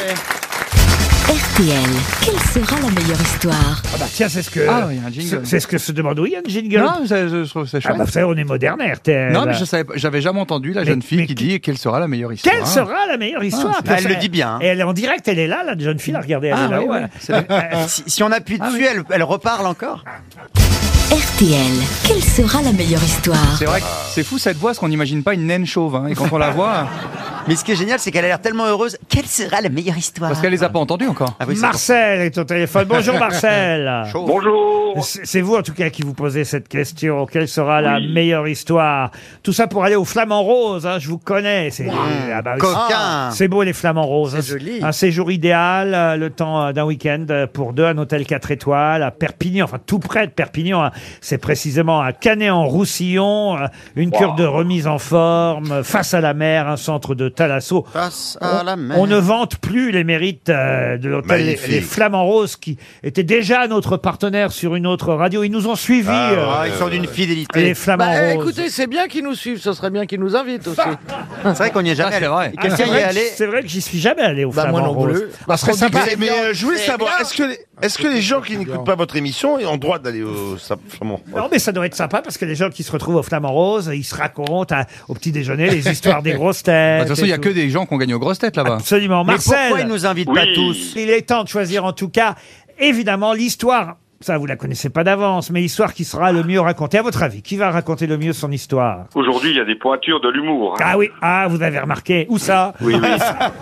R T L, quelle sera la meilleure histoire? Ah bah tiens, c'est ce que Ah, il y a un jingle. c'est- c'est ce que se demande. Oui, il y a un jingle. Non, ça- je, je trouve ça Ah chouette. bah vous savez, on est moderne à R T L. Non, mais je savais, pas- j'avais jamais entendu la Mais- jeune fille mais qui qui- dit quelle sera la meilleure histoire. Quelle sera la meilleure histoire? c'est- Parce elle le que- dit bien, hein. Et elle est en direct, elle est là, la jeune fille. Regardez, elle Ah, est là. oui, ouais. ouais. C'est- Euh, Si, si on appuie Ah, dessus, oui. elle, elle reparle encore. R T L, quelle sera la meilleure histoire? C'est vrai que c'est fou cette voix, parce qu'on n'imagine pas une naine chauve. Hein, et quand on la voit, Mais ce qui est génial, c'est qu'elle a l'air tellement heureuse. Quelle sera la meilleure histoire? parce qu'elle les a pas entendus encore. Ah oui, c'est Marcel est au téléphone. Bonjour Marcel. chaud. Bonjour. C'est c'est vous en tout cas qui vous posez cette question. Quelle sera la meilleure histoire? Tout ça pour aller au Flamand Rose. Hein, je vous connais. C'est ah bah oui, Coquin. c'est beau les Flamands Roses. C'est joli. Un séjour idéal, euh, le temps euh, d'un week-end euh, pour deux, un hôtel quatre étoiles à Perpignan, enfin tout près de Perpignan. Hein. C'est précisément à Canet-en-Roussillon. euh, Une cure de remise en forme, euh, face à la mer, un centre de thalasso. Face à la mer. On ne vante plus les mérites euh, de l'hôtel les, Magnifique. les Flamands Roses qui était déjà notre partenaire sur une autre radio. Ils nous ont suivis. Ah, euh, Ah, ils sont d'une fidélité. les Flamands Bah, Roses. écoutez, c'est bien qu'ils nous suivent, ce serait bien qu'ils nous invitent aussi. C'est vrai qu'on n'y est jamais Ça, c'est allé. vrai. Et Ah, Quelqu'un c'est y est vrai que- allé. c'est vrai que j'y suis jamais allé au Bah, moi Flamands non Roses. plus. Ça serait sympa. Mais, mais, euh, je voulais C'est savoir, bien. est-ce que, les, est-ce que les gens qui n'écoutent pas votre émission ont droit d'aller au Sa- Flamand? Non, mais ça doit être sympa parce que les gens qui se retrouvent au Flamand Rose, ils se racontent à- au petit déjeuner les histoires des grosses têtes. De toute façon, il y a et que tout. des gens qui ont gagné aux grosses têtes là-bas. Absolument. Mais Marcel. pourquoi ils nous invitent pas Oui. tous? Il est temps de choisir en tout cas, évidemment, l'histoire. Ça, vous la connaissez pas d'avance, mais l'histoire qui sera le mieux racontée. À votre avis, qui va raconter le mieux son histoire? Aujourd'hui, il y a des pointures de l'humour. hein. Ah oui, ah, vous avez remarqué. Où ça? Oui, oui.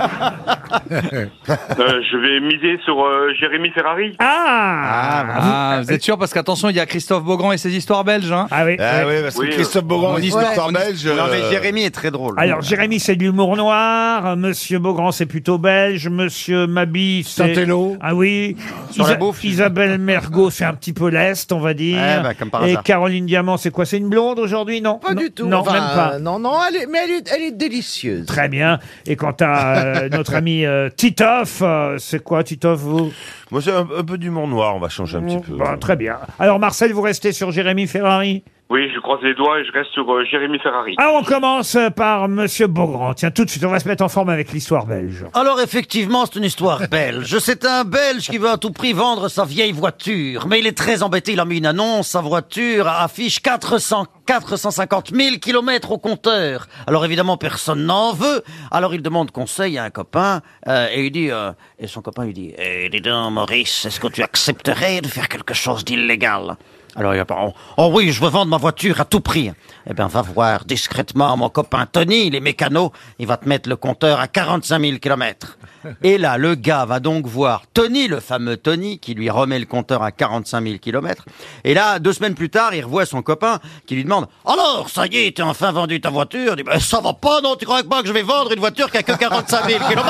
Euh, je vais miser sur euh, Jérémy Ferrari. Ah, Ah, vous êtes sûr? Parce qu'attention, il y a Christophe Beaugrand et ses histoires belges. Hein. Ah oui. Ah oui, parce que Oui, Christophe Beaugrand, oui. une Ouais. histoire belge. Non, mais euh, Jérémy est très drôle. Alors, Jérémy, c'est de l'humour noir. Monsieur Beaugrand, c'est plutôt belge. Monsieur Mabi, c'est... Saint-Élo. Ah oui. Sur la bouffe. Isabelle Mergot, c'est un petit peu l'Est, on va dire. Ouais, bah, comme par Et hasard. Caroline Diamant, c'est quoi? C'est une blonde aujourd'hui? Non. Pas Non, du tout. Non, Enfin, même pas. euh, Non, non, elle est, mais elle est, elle est délicieuse. Très bien. Et quant à euh, notre ami euh, Titoff, euh, c'est quoi Titoff, vous? Moi, c'est un, un peu d'humour noir, on va changer un petit peu. Bon, très bien. Alors, Marcel, vous restez sur Jérémy Ferrari? Oui, je croise les doigts et je reste sur euh, Jérémy Ferrari. Ah, on commence par Monsieur Beaugrand. Tiens, tout de suite, on va se mettre en forme avec l'histoire belge. Alors effectivement, c'est une histoire belge. C'est un Belge qui veut à tout prix vendre sa vieille voiture. Mais il est très embêté, il a mis une annonce, sa voiture affiche quatre cents, quatre cent cinquante mille kilomètres au compteur. Alors évidemment, personne n'en veut. Alors il demande conseil à un copain euh, et il dit, euh, et son copain lui dit, eh, dis donc Maurice, est-ce que tu accepterais de faire quelque chose d'illégal? Alors il va pas, oh, oh oui, je veux vendre ma voiture à tout prix. Eh bien, va voir discrètement mon copain Tony, il est mécano, il va te mettre le compteur à quarante-cinq mille kilomètres. Et là, le gars va donc voir Tony, le fameux Tony, qui lui remet le compteur à quarante-cinq mille kilomètres. Et là, deux semaines plus tard, il revoit son copain qui lui demande « Alors, ça y est, t'as enfin vendu ta voiture ?» Il dit bah, « Ça va pas, non, tu crois pas que je vais vendre une voiture qui a que quarante-cinq mille kilomètres ?»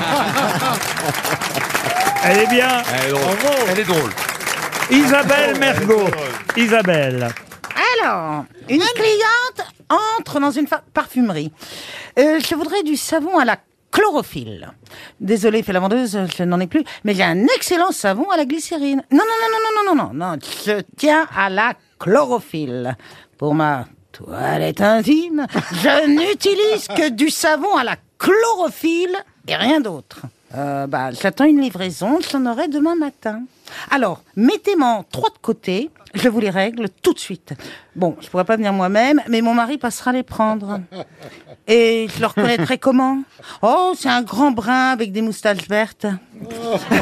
Elle est bien. Elle est drôle. Elle est drôle. Isabelle Mergot. Isabelle. Alors, une cliente entre dans une fa- parfumerie. Euh, je voudrais du savon à la chlorophylle. Désolée, fait la vendeuse, je n'en ai plus, mais j'ai un excellent savon à la glycérine. Non, non, non, non, non, non, non, non, non, je tiens à la chlorophylle. Pour ma toilette intime, je n'utilise que du savon à la chlorophylle et rien d'autre. Euh, bah, j'attends une livraison, j'en aurai demain matin. Alors, mettez-moi trois de côté, je vous les règle tout de suite. Bon, je pourrais pas venir moi-même, mais mon mari passera les prendre. Et je le reconnaîtrai comment? Oh, c'est un grand brun avec des moustaches vertes. Elle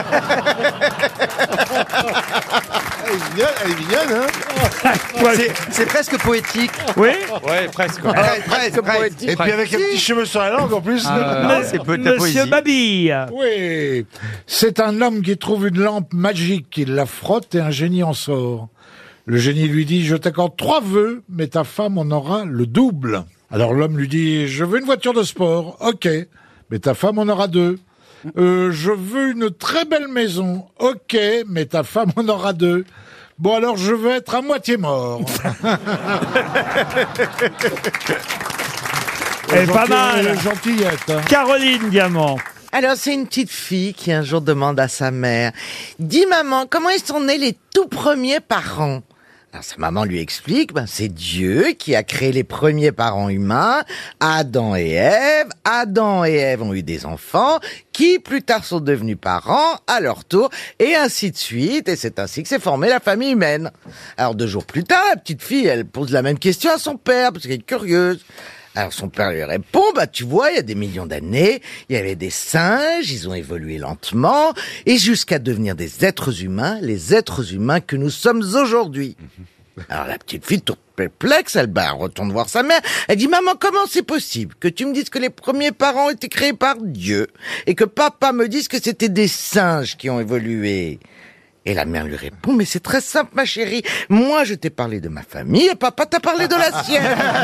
est mignonne, elle est mignonne, hein. C'est- C'est presque poétique. Oui. Ouais, presque. Ouais, presque, presque. Et puis avec un petit cheveu sur la langue en plus. Ah, Me- c'est peu de la Monsieur poésie. Babille. Oui, c'est un homme qui trouve une lampe magique, il la frotte et un génie en sort. Le génie lui dit, je t'accorde trois vœux, mais ta femme en aura le double. Alors l'homme lui dit, je veux une voiture de sport, ok, mais ta femme en aura deux. Euh, je veux une très belle maison, ok, mais ta femme en aura deux. Bon alors je veux être à moitié mort. Elle est pas mal. Elle est gentillette. Hein. Caroline Diamant. Alors, c'est une petite fille qui un jour demande à sa mère, « Dis maman, comment ils sont nés les tout premiers parents ?» Alors, sa maman lui explique, ben, c'est Dieu qui a créé les premiers parents humains, Adam et Ève. Adam et Ève ont eu des enfants, qui plus tard sont devenus parents, à leur tour, et ainsi de suite, et c'est ainsi que s'est formée la famille humaine. Alors, deux jours plus tard, la petite fille, elle pose la même question à son père, parce qu'elle est curieuse. Alors son père lui répond, bah tu vois, il y a des millions d'années, il y avait des singes, ils ont évolué lentement, et jusqu'à devenir des êtres humains, les êtres humains que nous sommes aujourd'hui. Alors la petite fille, toute perplexe, elle, bah, elle retourne voir sa mère, elle dit, maman, comment c'est possible que tu me dises que les premiers parents ont été créés par Dieu, et que papa me dise que c'était des singes qui ont évolué? Et la mère lui répond, mais c'est très simple, ma chérie. Moi, je t'ai parlé de ma famille et papa t'a parlé de la sienne.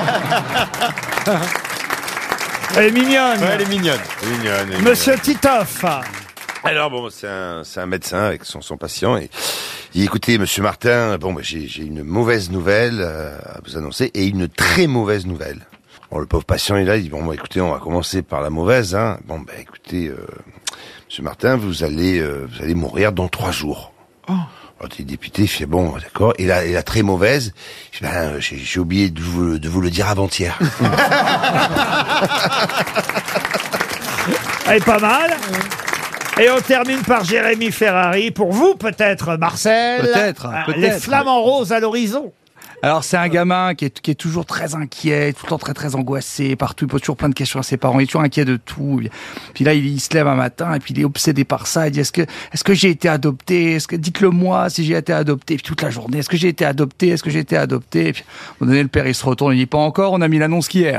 Elle est mignonne. Ouais, elle est mignonne. Elle est mignonne, elle est Monsieur Titoff. Alors bon, c'est un, c'est un médecin avec son, son patient et il dit, écoutez, Monsieur Martin, bon, bah, j'ai, j'ai une mauvaise nouvelle euh, à vous annoncer et une très mauvaise nouvelle. Bon, le pauvre patient il est là, il dit bon, bah, écoutez, on va commencer par la mauvaise, hein. Bon, bah, écoutez, euh, Monsieur Martin, vous allez, euh, vous allez mourir dans trois jours. Oh. Alors, le député, il fait bon, d'accord. Et la, et la très mauvaise, je dis, ben, j'ai, j'ai oublié de vous, de vous le dire avant-hier. Elle est pas mal. Et on termine par Jérémy Ferrari. Pour vous, peut-être, Marcel. Peut-être, Euh, peut-être. Les flamants roses à l'horizon. Alors c'est un gamin qui est, qui est toujours très inquiet, tout le temps très très angoissé, partout il pose toujours plein de questions à ses parents, il est toujours inquiet de tout. Puis là il, il se lève un matin et puis il est obsédé par ça, il dit est-ce que est-ce que j'ai été adopté, est-ce que dites-le moi si j'ai été adopté, et puis toute la journée est-ce que j'ai été adopté, est-ce que j'ai été adopté, et puis à un moment donné le père il se retourne, il dit pas encore, on a mis l'annonce qu'hier.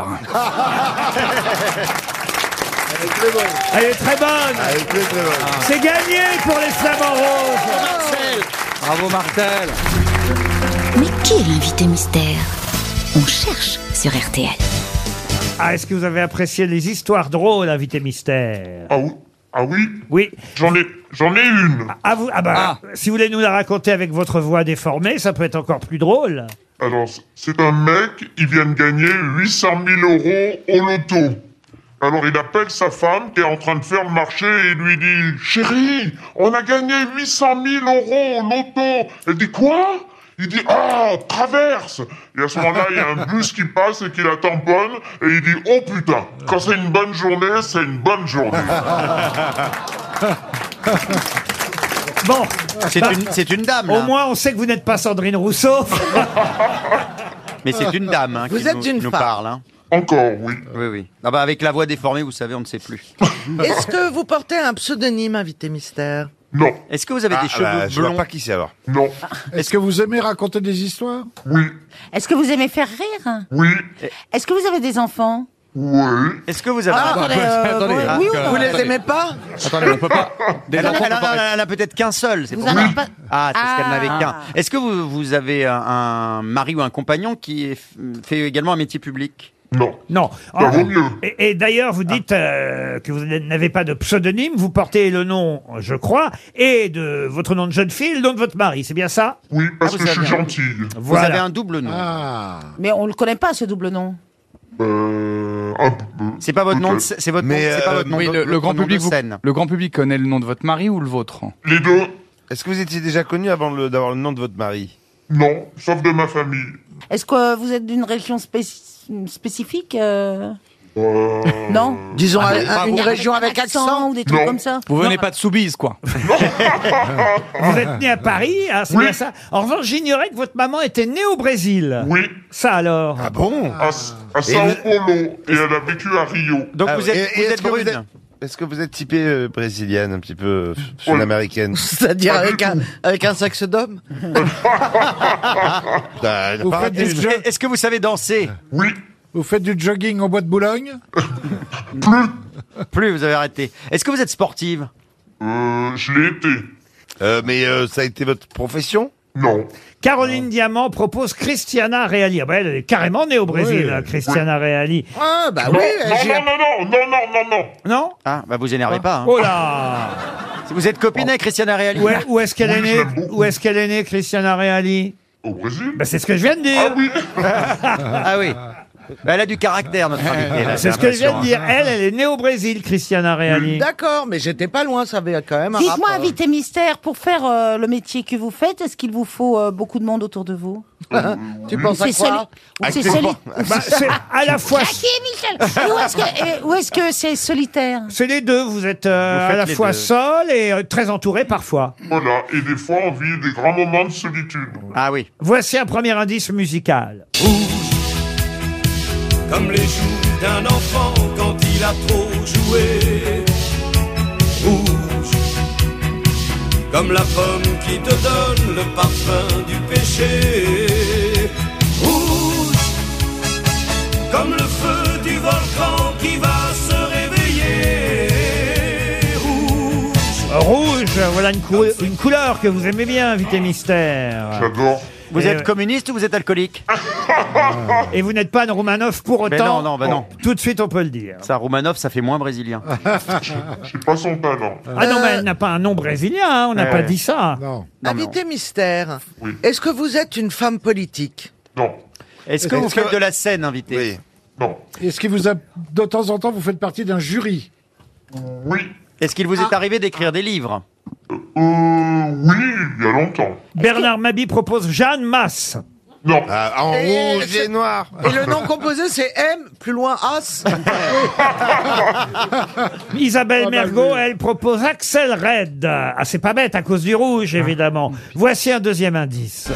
Elle est très bonne. Elle est très, très bonne. C'est gagné pour les flamants roses. Bravo Martel. Mais qui est l'invité mystère? On cherche sur R T L. Ah, est-ce que vous avez apprécié les histoires drôles, invité mystère? Ah oui, ah oui Oui. J'en ai, j'en ai une. Ah, vous, ah bah, si vous voulez nous la raconter avec votre voix déformée, ça peut être encore plus drôle. Alors, c'est un mec, il vient de gagner huit cent mille euros au loto. Alors, il appelle sa femme qui est en train de faire le marché et il lui dit « Chérie, on a gagné huit cent mille euros au loto !» Elle dit « Quoi ?» Il dit « Ah, traverse !» Et à ce moment-là, il y a un bus qui passe et qui la tamponne, et il dit « Oh putain, quand c'est une bonne journée, c'est une bonne journée. » Bon. C'est une, c'est une dame, là. Au moins, on sait que vous n'êtes pas Sandrine Rousseau. Mais c'est une dame hein, Vous qui êtes nous, une nous femme. parle. Hein. Encore, oui. Oui, oui. Ah bah, avec la voix déformée, vous savez, on ne sait plus. Est-ce que vous portez un pseudonyme, invité mystère? Non. Est-ce que vous avez Ah, des cheveux bah, je vois blonds pas qui c'est alors. Non. Est-ce que vous aimez raconter des histoires? Oui. Est-ce que vous aimez faire rire? Oui. Est-ce que vous avez des enfants? Oui. Est-ce que vous avez... Ah, attendez, euh, attendez, oui, ah, oui ou que- non? Vous les aimez pas? Attendez, on peut pas. Des Elle, enfants, elle on peut en pas- a, elle a peut-être qu'un seul, c'est Vous pour en ça. avez pas- Ah, c'est parce qu'elle n'avait Ah. qu'un. Est-ce que vous, vous avez un, un mari ou un compagnon qui est- fait également un métier public? Non. Non. Ça vaut mieux. Et, et d'ailleurs, vous dites euh, que vous n'avez pas de pseudonyme, vous portez le nom, je crois, et de votre nom de jeune fille, le nom de votre mari, c'est bien ça? Oui, parce Ah, vous que je suis avez un- gentille. Vous Voilà. avez un double nom. Ah. Mais on le connaît pas, ce double nom. Euh, un peu. C'est pas votre nom, de, Peut-être. c'est votre Mais, nom, c'est pas euh, votre nom Oui, de- le, le votre grand nom de public, vous- scène. le grand public connaît le nom de votre mari ou le vôtre? Les deux, Est-ce que vous étiez déjà connu avant le- d'avoir le nom de votre mari? non, sauf de ma famille. Est-ce que vous êtes d'une région spéc- spécifique euh, Euh... Non. Disons Ah, un- non, pas une vous. région avec accent? ou des trucs Non. comme ça? Vous venez Non. pas de Soubise, quoi. Vous êtes né à Paris, hein, c'est Oui. bien ça. En revanche, j'ignorais que votre maman était née au Brésil. Oui, Ça alors. Ah bon? à, à Sao vous- Paulo, et elle a vécu à Rio. Donc Ah, vous êtes, et- vous et êtes est-ce que vous brune. êtes- Est-ce que vous êtes typée euh, brésilienne, un petit peu euh, sud-américaine? C'est-à-dire Pas du avec un, tout. avec un sexe d'homme? Bah, Vous pas- faites, du Est-ce jo- est-ce que vous savez danser? Oui, vous faites du jogging au bois de Boulogne? plus. Plus, vous avez arrêté. Est-ce que vous êtes sportive? Euh, je l'ai été. Euh, mais euh, ça a été votre profession? Non. Caroline Diamant propose Christiana Reali. Ah ben, elle est carrément née au Brésil, Oui. hein, Christiana Reali. Ah, bah Non, oui, non, j'y- non, non, non, non, non, non, non. Non? Ah, bah vous énervez pas. Hein. Oh là! Si vous êtes copine avec Christiana Reali. Où est- où est-ce qu'elle Oui, est je née? l'aime beaucoup. Où est-ce qu'elle est née, Christiana Reali? Au Brésil? Ben, c'est ce que je viens de Ah dire. oui. Ah oui. Bah, elle a du caractère, notre invitée. là, C'est j'ai ce que je viens de l'impression, dire. Elle, elle est née au Brésil, Christiana Reali. D'accord, mais j'étais pas loin, ça avait quand même un Dites-moi, rapport. invité mystère, pour faire euh, le métier que vous faites, est-ce qu'il vous faut euh, beaucoup de monde autour de vous? Tu penses à C'est soli- quoi? ou c'est soli- Bah, c'est à la fois. Jackie et Michel. Et où est-ce que, et où est-ce que c'est solitaire? C'est les deux. Vous êtes euh, Vous faites à la les fois deux. seul et euh, très entouré parfois. Voilà, et des fois on vit des grands moments de solitude. Ah oui. Voici un premier indice musical. Comme les joues d'un enfant quand il a trop joué. Rouge, comme la pomme qui te donne le parfum du péché. Rouge, comme le feu du volcan qui va se réveiller. Rouge, Rouge, voilà une, cou- une couleur que vous aimez bien, invité mystère. J'adore. Vous Et êtes euh, communiste ou vous êtes alcoolique? Et vous n'êtes pas un Romanov pour autant. Mais non, non, bah non. Tout de suite, on peut le dire. Ça, Romanov, ça fait moins brésilien. J'ai pas son talent. Ah non, mais elle n'a pas un nom brésilien, hein, on n'a Ouais. pas dit ça. Non. Non, mais Invité mystère, Oui. est-ce que vous êtes une femme politique? Non. Est-ce que Est-ce vous faites que- de la scène, invité? Oui. Non. Est-ce qu'il vous a, de temps en temps, vous faites partie d'un jury? Oui. Est-ce qu'il vous est arrivé d'écrire des livres? Euh, oui, il y a longtemps. Bernard Mabie propose Jeanne Masse. Non. Ah, en Et- rouge et noir. Et le nom composé, c'est M, plus loin As. Isabelle Oh, bah Mergo, oui. elle propose Axel Red. Ah, c'est pas bête à cause du rouge, évidemment. Voici un deuxième indice.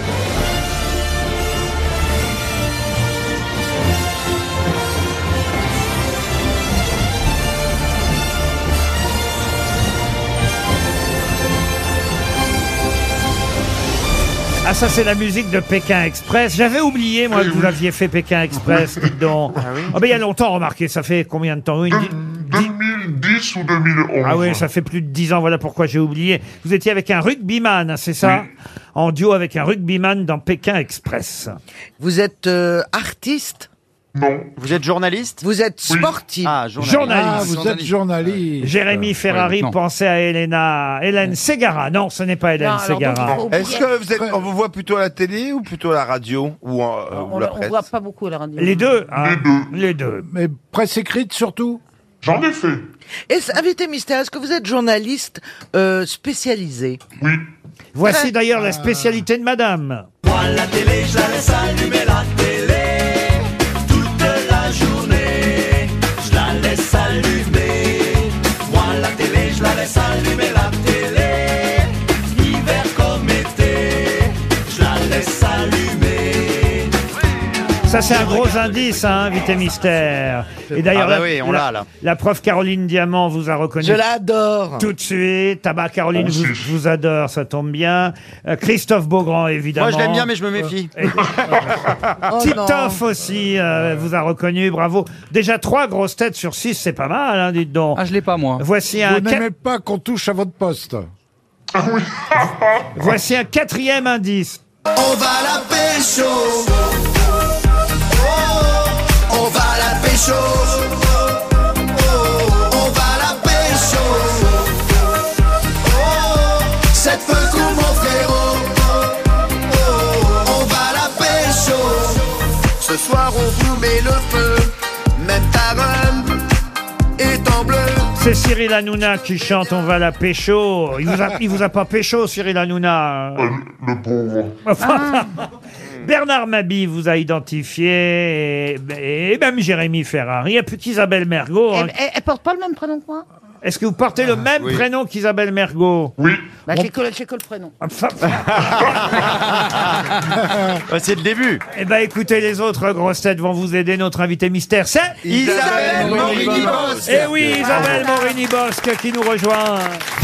Ah, ça, c'est la musique de Pékin Express. J'avais oublié, moi, que vous aviez fait Pékin Express, dites donc. Ah oui? Ben, il y a longtemps, remarquez, ça fait combien de temps? Une- deux mille dix ou deux mille onze. Ah oui, ça fait plus de dix ans, voilà pourquoi j'ai oublié. Vous étiez avec un rugbyman, c'est ça? En duo avec un rugbyman dans Pékin Express. Vous êtes euh, artiste? Non. Vous êtes journaliste? Vous êtes sportif? Ah, journaliste. Journaliste. Ah, vous êtes journaliste. Jérémy Ferrari ouais, non. pensait à Elena, Hélène Ségara. Non, ce n'est pas Hélène Non, alors donc, Ségara. il faut Est-ce oublier. que vous êtes, on vous voit plutôt à la télé ou plutôt à la radio ou, en, euh, On ou la ne presse? voit pas beaucoup à la radio. Les deux, hein. Les deux. Les deux. Mais presse écrite surtout? J'en ai fait. Est-ce, invité mystère, est-ce que vous êtes journaliste euh, spécialisé? Oui. Voici d'ailleurs la spécialité de madame. Moi la télé, je la laisse allumer la télé toute la journée. Je la laisse allumer. Moi la télé, je la laisse allumer la télé. Hiver comme été, je la laisse allumer. Ça, c'est un gros indice, hein, invité mystère. Et d'ailleurs, Ah bah la- oui, on la, l'a, là. la prof Caroline Diamant vous a reconnu. Je l'adore. Tout de suite. Tabac Caroline vous, vous adore, ça tombe bien. Euh, Christophe Beaugrand, évidemment. Moi, je l'aime bien, mais je me méfie. Oh, Titoff aussi euh, vous a reconnu, bravo. Déjà trois grosses têtes sur six, c'est pas mal, hein, dites donc. Ah, je l'ai pas, moi. Voici Vous un, qua- n'aimez pas qu'on touche à votre poste. voici un quatrième indice. On va la pécho. On va la pécho. On va la pécho. Cette peu coup mon frérot. On va la pécho. Ce soir on vous met le feu. Même ta rhum est en bleu. C'est Cyril Hanouna qui chante On va la pécho. Il vous a, il vous a pas pécho, Cyril Hanouna. Le pauvre. Enfin, Bernard Mabie vous a identifié, et, et même Jérémy Ferrari, et puis Isabelle Mergo. hein. Elle, elle- elle porte pas le même prénom que moi. Est-ce que vous portez le même oui. prénom qu'Isabelle Mergo? Oui. Bah, Bon. j'ai que, j'ai que le prénom. Enfin, Bah, c'est le début. eh ben, écoutez, les autres grosses têtes vont vous aider. Notre invité mystère, c'est Isabelle Morini-Bosque. Eh oui, Isabelle Morini-Bosque qui nous rejoint.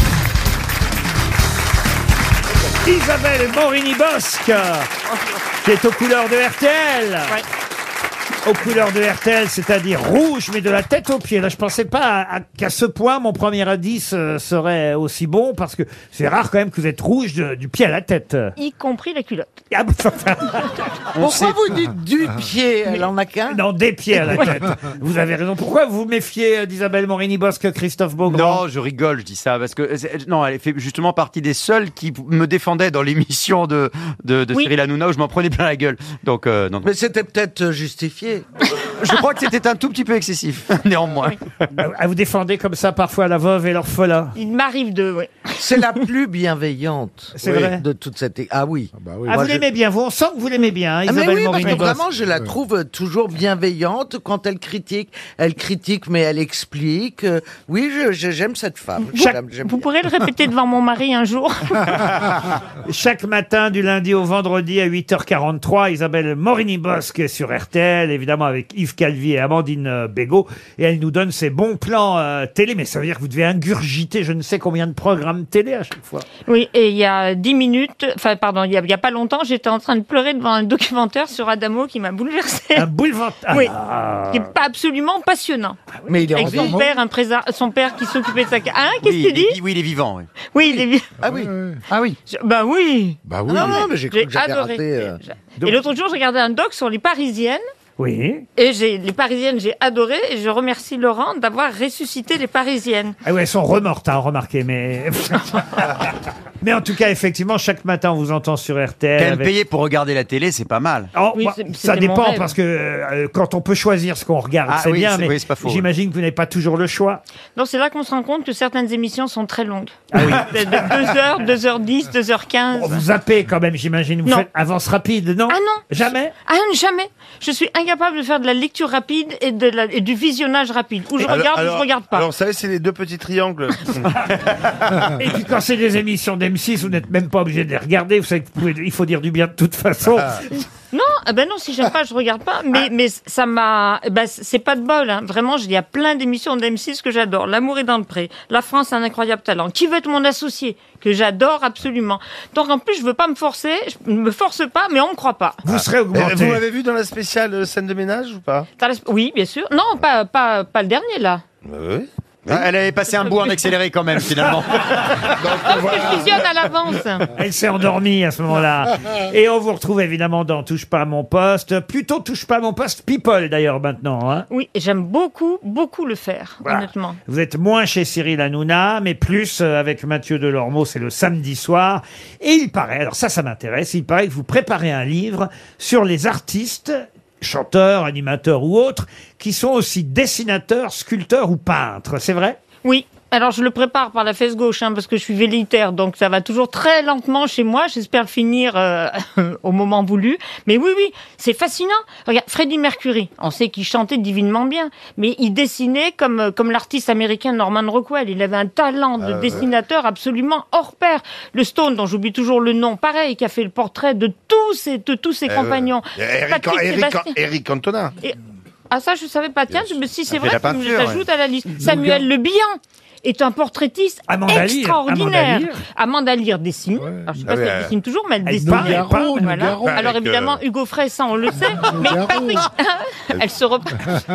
Isabelle Morini-Bosque, qui est aux couleurs de R T L. Aux couleurs de R T L, c'est-à-dire rouge, mais de la tête aux pieds. Là, je pensais pas à- à- qu'à ce point mon premier indice euh, serait aussi bon, parce que c'est rare quand même que vous êtes rouge de- du pied à la tête. Y compris la culotte. Ah, bah, Pourquoi vous dites du pied? Elle en a qu'un? non, des pieds à la tête. Vous avez raison. Pourquoi vous vous méfiez euh, d'Isabelle Morini-Bosque, Christophe Beaugrand? Non, je rigole, je dis ça parce que c'est- non, elle fait justement partie des seules qui me défendaient dans l'émission de de, de Oui. Cyril Hanouna où je m'en prenais plein la gueule. Donc euh, non, non. Mais c'était peut-être justifié. Je crois que c'était un tout petit peu excessif, néanmoins. Ah, vous défendez comme ça parfois la veuve et l'orphelin. Il m'arrive de, oui. C'est la plus bienveillante. C'est vrai de toute cette. Ah oui. Ah, Moi, vous je- l'aimez bien, vous, on sent que vous l'aimez bien, hein, Ah mais Isabelle oui, parce que Morini-Bosque. vraiment, je la trouve toujours bienveillante quand elle critique. Elle critique, mais elle explique. Euh, Oui, je- je- j'aime cette femme. Chaque- J'aime- j'aime Vous bien. pourrez le répéter devant mon mari un jour. Chaque matin, du lundi au vendredi à huit heures quarante-trois, Isabelle Morini-Bosque est sur R T L, évidemment avec Yves Calvi et Amandine euh, Bégaud, et elle nous donne ses bons plans euh, télé, mais ça veut dire que vous devez ingurgiter je ne sais combien de programmes télé à chaque fois. Oui, et il y a dix minutes, enfin pardon, il y a, il y a pas longtemps, j'étais en train de pleurer devant un documentaire sur Adamo qui m'a bouleversé. Un boulevard... Ah, Oui, ah. qui est pas absolument passionnant. Mais il est en Avec son vie. père, un présa- son père qui s'occupait de sa... Hein, qu'est-ce Oui, que tu dis il est- oui, il est vivant. Oui. Oui, il est bien. Ah oui. Ah oui. Je- Bah oui. Bah oui. Non, non, mais j'ai cru J'ai que j'avais adoré. raté. euh, Et l'autre jour, je regardais un doc sur les Parisiennes. Oui. Et j'ai, les Parisiennes, j'ai adoré. Et je remercie Laurent d'avoir ressuscité les Parisiennes. Ah ouais, elles sont remortes, hein, remarquez, mais... mais en tout cas, effectivement, chaque matin, on vous entend sur R T L. Quand même avec- payer pour regarder la télé, c'est pas mal. Oh, Oui, moi, c'est- ça c'était mon dépend, rêve. parce que euh, quand on peut choisir ce qu'on regarde, Ah c'est oui, bien, c'est- mais oui, c'est pas faux, j'imagine que vous n'avez pas toujours le choix. Donc c'est là qu'on se rend compte que certaines émissions sont très longues. Ah oui. De deux heures, deux heures dix, deux heures quinze. Bon, vous zappez quand même, j'imagine. Vous Non. faites avance rapide, non? Ah non. Jamais? Ah jamais. Je suis incapable de faire de la lecture rapide et, de la- et du visionnage rapide. Ou je regarde ou je regarde pas. Alors, vous savez, c'est les deux petits triangles. Et puis quand c'est des émissions d'M six, vous n'êtes même pas obligé de les regarder. Vous savez que vous pouvez- il faut dire du bien de toute façon. Non, ah ben non, si j'aime pas, je regarde pas. Mais, mais ça m'a, ben c'est pas de bol, hein. Vraiment, il y a plein d'émissions d'M six que j'adore. L'amour est dans le pré, La France a un incroyable talent, Qui veut être mon associé, que j'adore absolument. Donc en plus, je veux pas me forcer, je me force pas, mais on me croit pas. Vous serez Euh, augmenté. Vous m'avez vu dans la spéciale euh, scène de ménage ou pas T'as la- Oui, bien sûr. Non, pas, pas, pas le dernier là. Oui. Ah, elle avait passé un bout en accéléré quand même, finalement. Parce que je visionne à l'avance. Elle s'est endormie à ce moment-là. Et on vous retrouve évidemment dans Touche pas à mon poste. Plutôt Touche pas à mon poste People d'ailleurs maintenant. Hein. Oui, et j'aime beaucoup, beaucoup le faire, Voilà. honnêtement. Vous êtes moins chez Cyril Hanouna, mais plus euh, avec Mathieu Delormeau, c'est le samedi soir. Et il paraît, alors ça, ça m'intéresse, il paraît que vous préparez un livre sur les artistes, chanteurs, animateurs ou autres, qui sont aussi dessinateurs, sculpteurs ou peintres. C'est vrai? Oui, Alors, je le prépare par la fesse gauche, hein, parce que je suis velléitaire, donc ça va toujours très lentement chez moi. J'espère le finir euh, au moment voulu. Mais oui, oui, c'est fascinant. Regarde, Freddie Mercury, on sait qu'il chantait divinement bien, mais il dessinait comme, comme l'artiste américain Norman Rockwell. Il avait un talent de Ah, ouais. dessinateur absolument hors pair. Le Stone, dont j'oublie toujours le nom, pareil, qui a fait le portrait de tous ses, de tous ses Eh, compagnons. ouais. Eric, Patrick Eric, Sébastien. Eric Cantona. Et- ah ça, je savais pas. Tiens, mais si c'est fait vrai, la tu me peinture, l'ajoutes ouais. à la liste. Samuel Le Bihan est un portraitiste Amanda Lear, extraordinaire. Amanda Lear. Amanda Lear dessine. Alors, je sais pas Ah si ouais. elle dessine toujours, mais elle Elle dessine. peint, elle peint, Voilà. Nougaro. Alors Avec, évidemment, euh, Hugo Frey, ça on le sait. Mais Patrick, elle se reprend.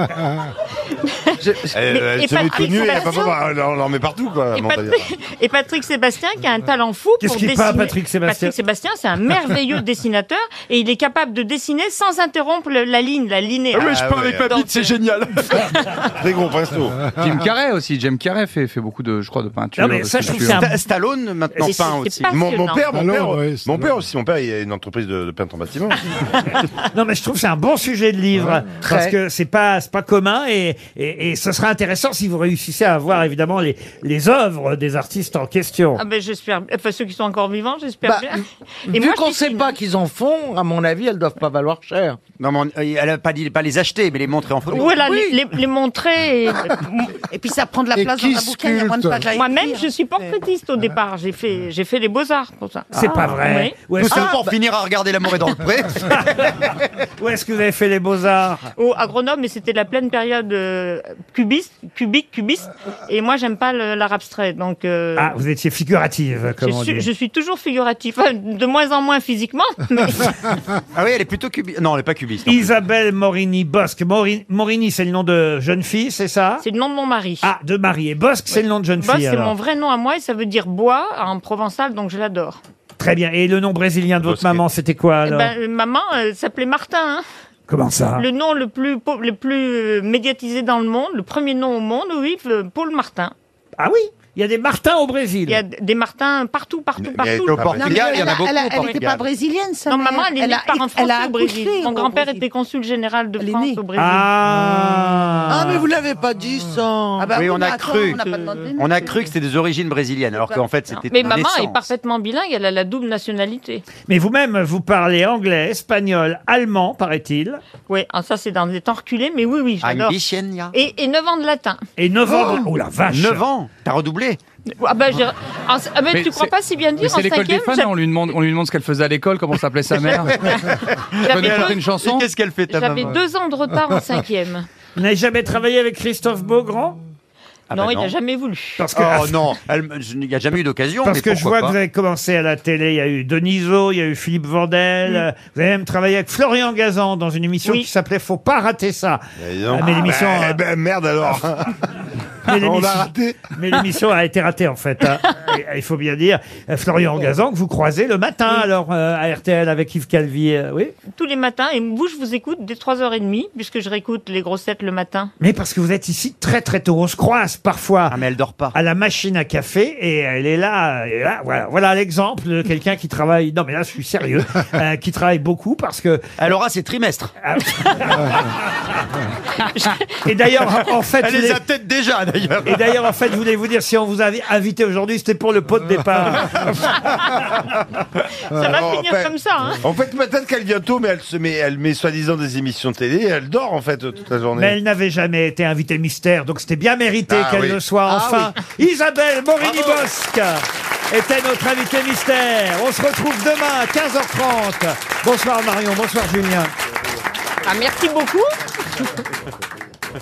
Elle, elle et se met tout Patrick nu et elle a pas Sébastien. besoin, elle en elle en met partout, quoi. Et Amanda Lear. Patrick, et Patrick Sébastien qui a un talent fou Qu'est-ce pour qu'il dessiner. peint, Patrick Sébastien Patrick Sébastien, c'est un merveilleux dessinateur et il est capable de dessiner sans interrompre le- la ligne, la linéaire. Ah ouais, je Ah peins ouais. avec ma bite, c'est génial. Très gros pinceau. Jim Carrey aussi, Jim Carrey fait, fait beaucoup de, je crois, de peinture. Non, mais de ça, je trouve sculpture. que c'est un- Sta- Stallone maintenant C'est- peint c'est aussi. pas- Mon, mon Passionnant. père, mon Alors, père, ouais, mon c'est père vrai. aussi, mon père, il a une entreprise de, de peintre en bâtiment. Non, mais je trouve que c'est un bon sujet de livre parce Très. que c'est pas c'est pas commun et, et et ce sera intéressant si vous réussissez à avoir évidemment les les œuvres des artistes en question. Ah ben j'espère, enfin ceux qui sont encore vivants, j'espère Bah, bien. Vu moi, je qu'on sait dessine. pas qu'ils en font, à mon avis, elles doivent pas valoir cher. Non, mais on- elle a pas dit pas les acheter, mais les montrer en photo. Voilà, les, les, les montrer. Et... Et puis ça prend de la Et place qui dans un bouquin, il y a moins de sculpte pages à Moi-même, écrire. je suis portraitiste au départ. J'ai fait, j'ai fait les beaux-arts pour ça. C'est pas vrai. Oui. Où Tout est-ce ça que, pour finir à regarder L'amour est dans le pré. où est-ce que vous avez fait les beaux-arts? Au, à Grenoble, mais c'était la pleine période euh, cubiste, cubique, cubiste. Et moi, j'aime pas le- l'art abstrait. Donc, euh, Ah, vous étiez figurative, je, comme on suis, dit. je suis toujours figuratif. Enfin, de moins en moins physiquement. Mais... Ah oui, elle est plutôt cubiste. Non, elle est pas cubiste. non plus. Isabelle Morini-Bosque. Mori- Morini, c'est le nom de jeune fille, c'est ça? c'est le nom de mon mari. Ah, de Marie. Et Bosque, c'est le nom de jeune Boss, fille, c'est alors. mon vrai nom à moi et ça veut dire bois en provençal, donc je l'adore. Très bien. Et le nom brésilien de votre Bosque. maman, c'était quoi, Eh alors? ben, euh, maman euh, s'appelait Martin. Hein. Comment ça? Le nom le plus, po- le plus euh, médiatisé dans le monde, le premier nom au monde, oui, euh, Paul Martin. Ah oui, il y a des Martins au Brésil. Il y a d- des Martins partout, partout, Mais partout. au Portugal, il y en a beaucoup. Elle, au elle était Portugal. pas brésilienne, ça. Non, maman, elle est née par un elle a Français au Brésil. accouché Mon au grand-père Brésil. était consul général de Elle est France née. au Brésil. Ah. Ah, mais vous l'avez pas dit, ça. Ah bah Oui, on mais a attends, cru. on n'a pas demandé. On a cru que c'était des origines brésiliennes, alors qu'en fait c'était. Mais une maman naissance. est parfaitement bilingue, elle a la double nationalité. Mais vous-même, vous parlez anglais, espagnol, allemand, paraît-il. Oui, ah, ça c'est dans des temps reculés, mais oui, oui, Ah, j'adore. une bichienne, ya. Et, et neuf ans de latin. Et novembre. Oh, la vache. neuf ans. T'as redoublé. Ah bah, j'ai- en- ah, mais, Mais tu crois c'est- pas si bien Mais dire en c'est l'école des cinquième fans, hein, on lui demande, on lui demande ce qu'elle faisait à l'école, comment s'appelait sa mère. Tu peux nous chanter une chanson? Et qu'est-ce qu'elle fait ta J'avais maman deux ans de retard en cinquième. Vous n'avez jamais travaillé avec Christophe Beaugrand? Ah non, bah il n'a jamais voulu. Parce que, Oh non, elle- il n'y a jamais eu d'occasion. parce mais que je pourquoi vois que vous pas. avez commencé à la télé. Il y a eu Denisot, il y a eu Philippe Vandel. euh, Vous avez même travaillé avec Florian Gazan dans une émission Oui. qui s'appelait Faut pas rater ça. Mais non. Ah, mais l'émission, Bah, euh, bah, merde alors. Mais On l'émission- l'a raté. Mais l'émission a été ratée en fait. hein. Et, il faut bien dire, euh, Florian Gazan que vous croisez le matin alors euh, à R T L avec Yves Calvi, euh, oui. Tous les matins, et vous, je vous écoute dès trois heures trente, puisque je réécoute les grosses têtes le matin. Mais parce que vous êtes ici très très tôt, on se croise parfois Ah mais elle dort pas. à la machine à café et elle est là. Et là voilà, voilà l'exemple de quelqu'un qui travaille. Non mais là je suis sérieux, euh, qui travaille beaucoup parce que. Elle aura ses trimestres. Et d'ailleurs en fait. Elle vous les les- a peut-être déjà d'ailleurs. Et d'ailleurs, en fait, je voulais vous dire, si on vous a invité aujourd'hui, c'était pour le pot de départ. Ça va Non, finir enfin, comme ça, hein. En fait, peut-être qu'elle vient tôt, mais elle se met, elle met soi-disant des émissions de télé, et elle dort en fait toute la journée. Mais elle n'avait jamais été invitée mystère, donc c'était bien mérité Ah qu'elle oui. le soit Ah enfin. Isabelle Morini-Bosque était notre invitée mystère. On se retrouve demain à quinze heures trente. Bonsoir Marion, bonsoir Julien. Ah, merci beaucoup.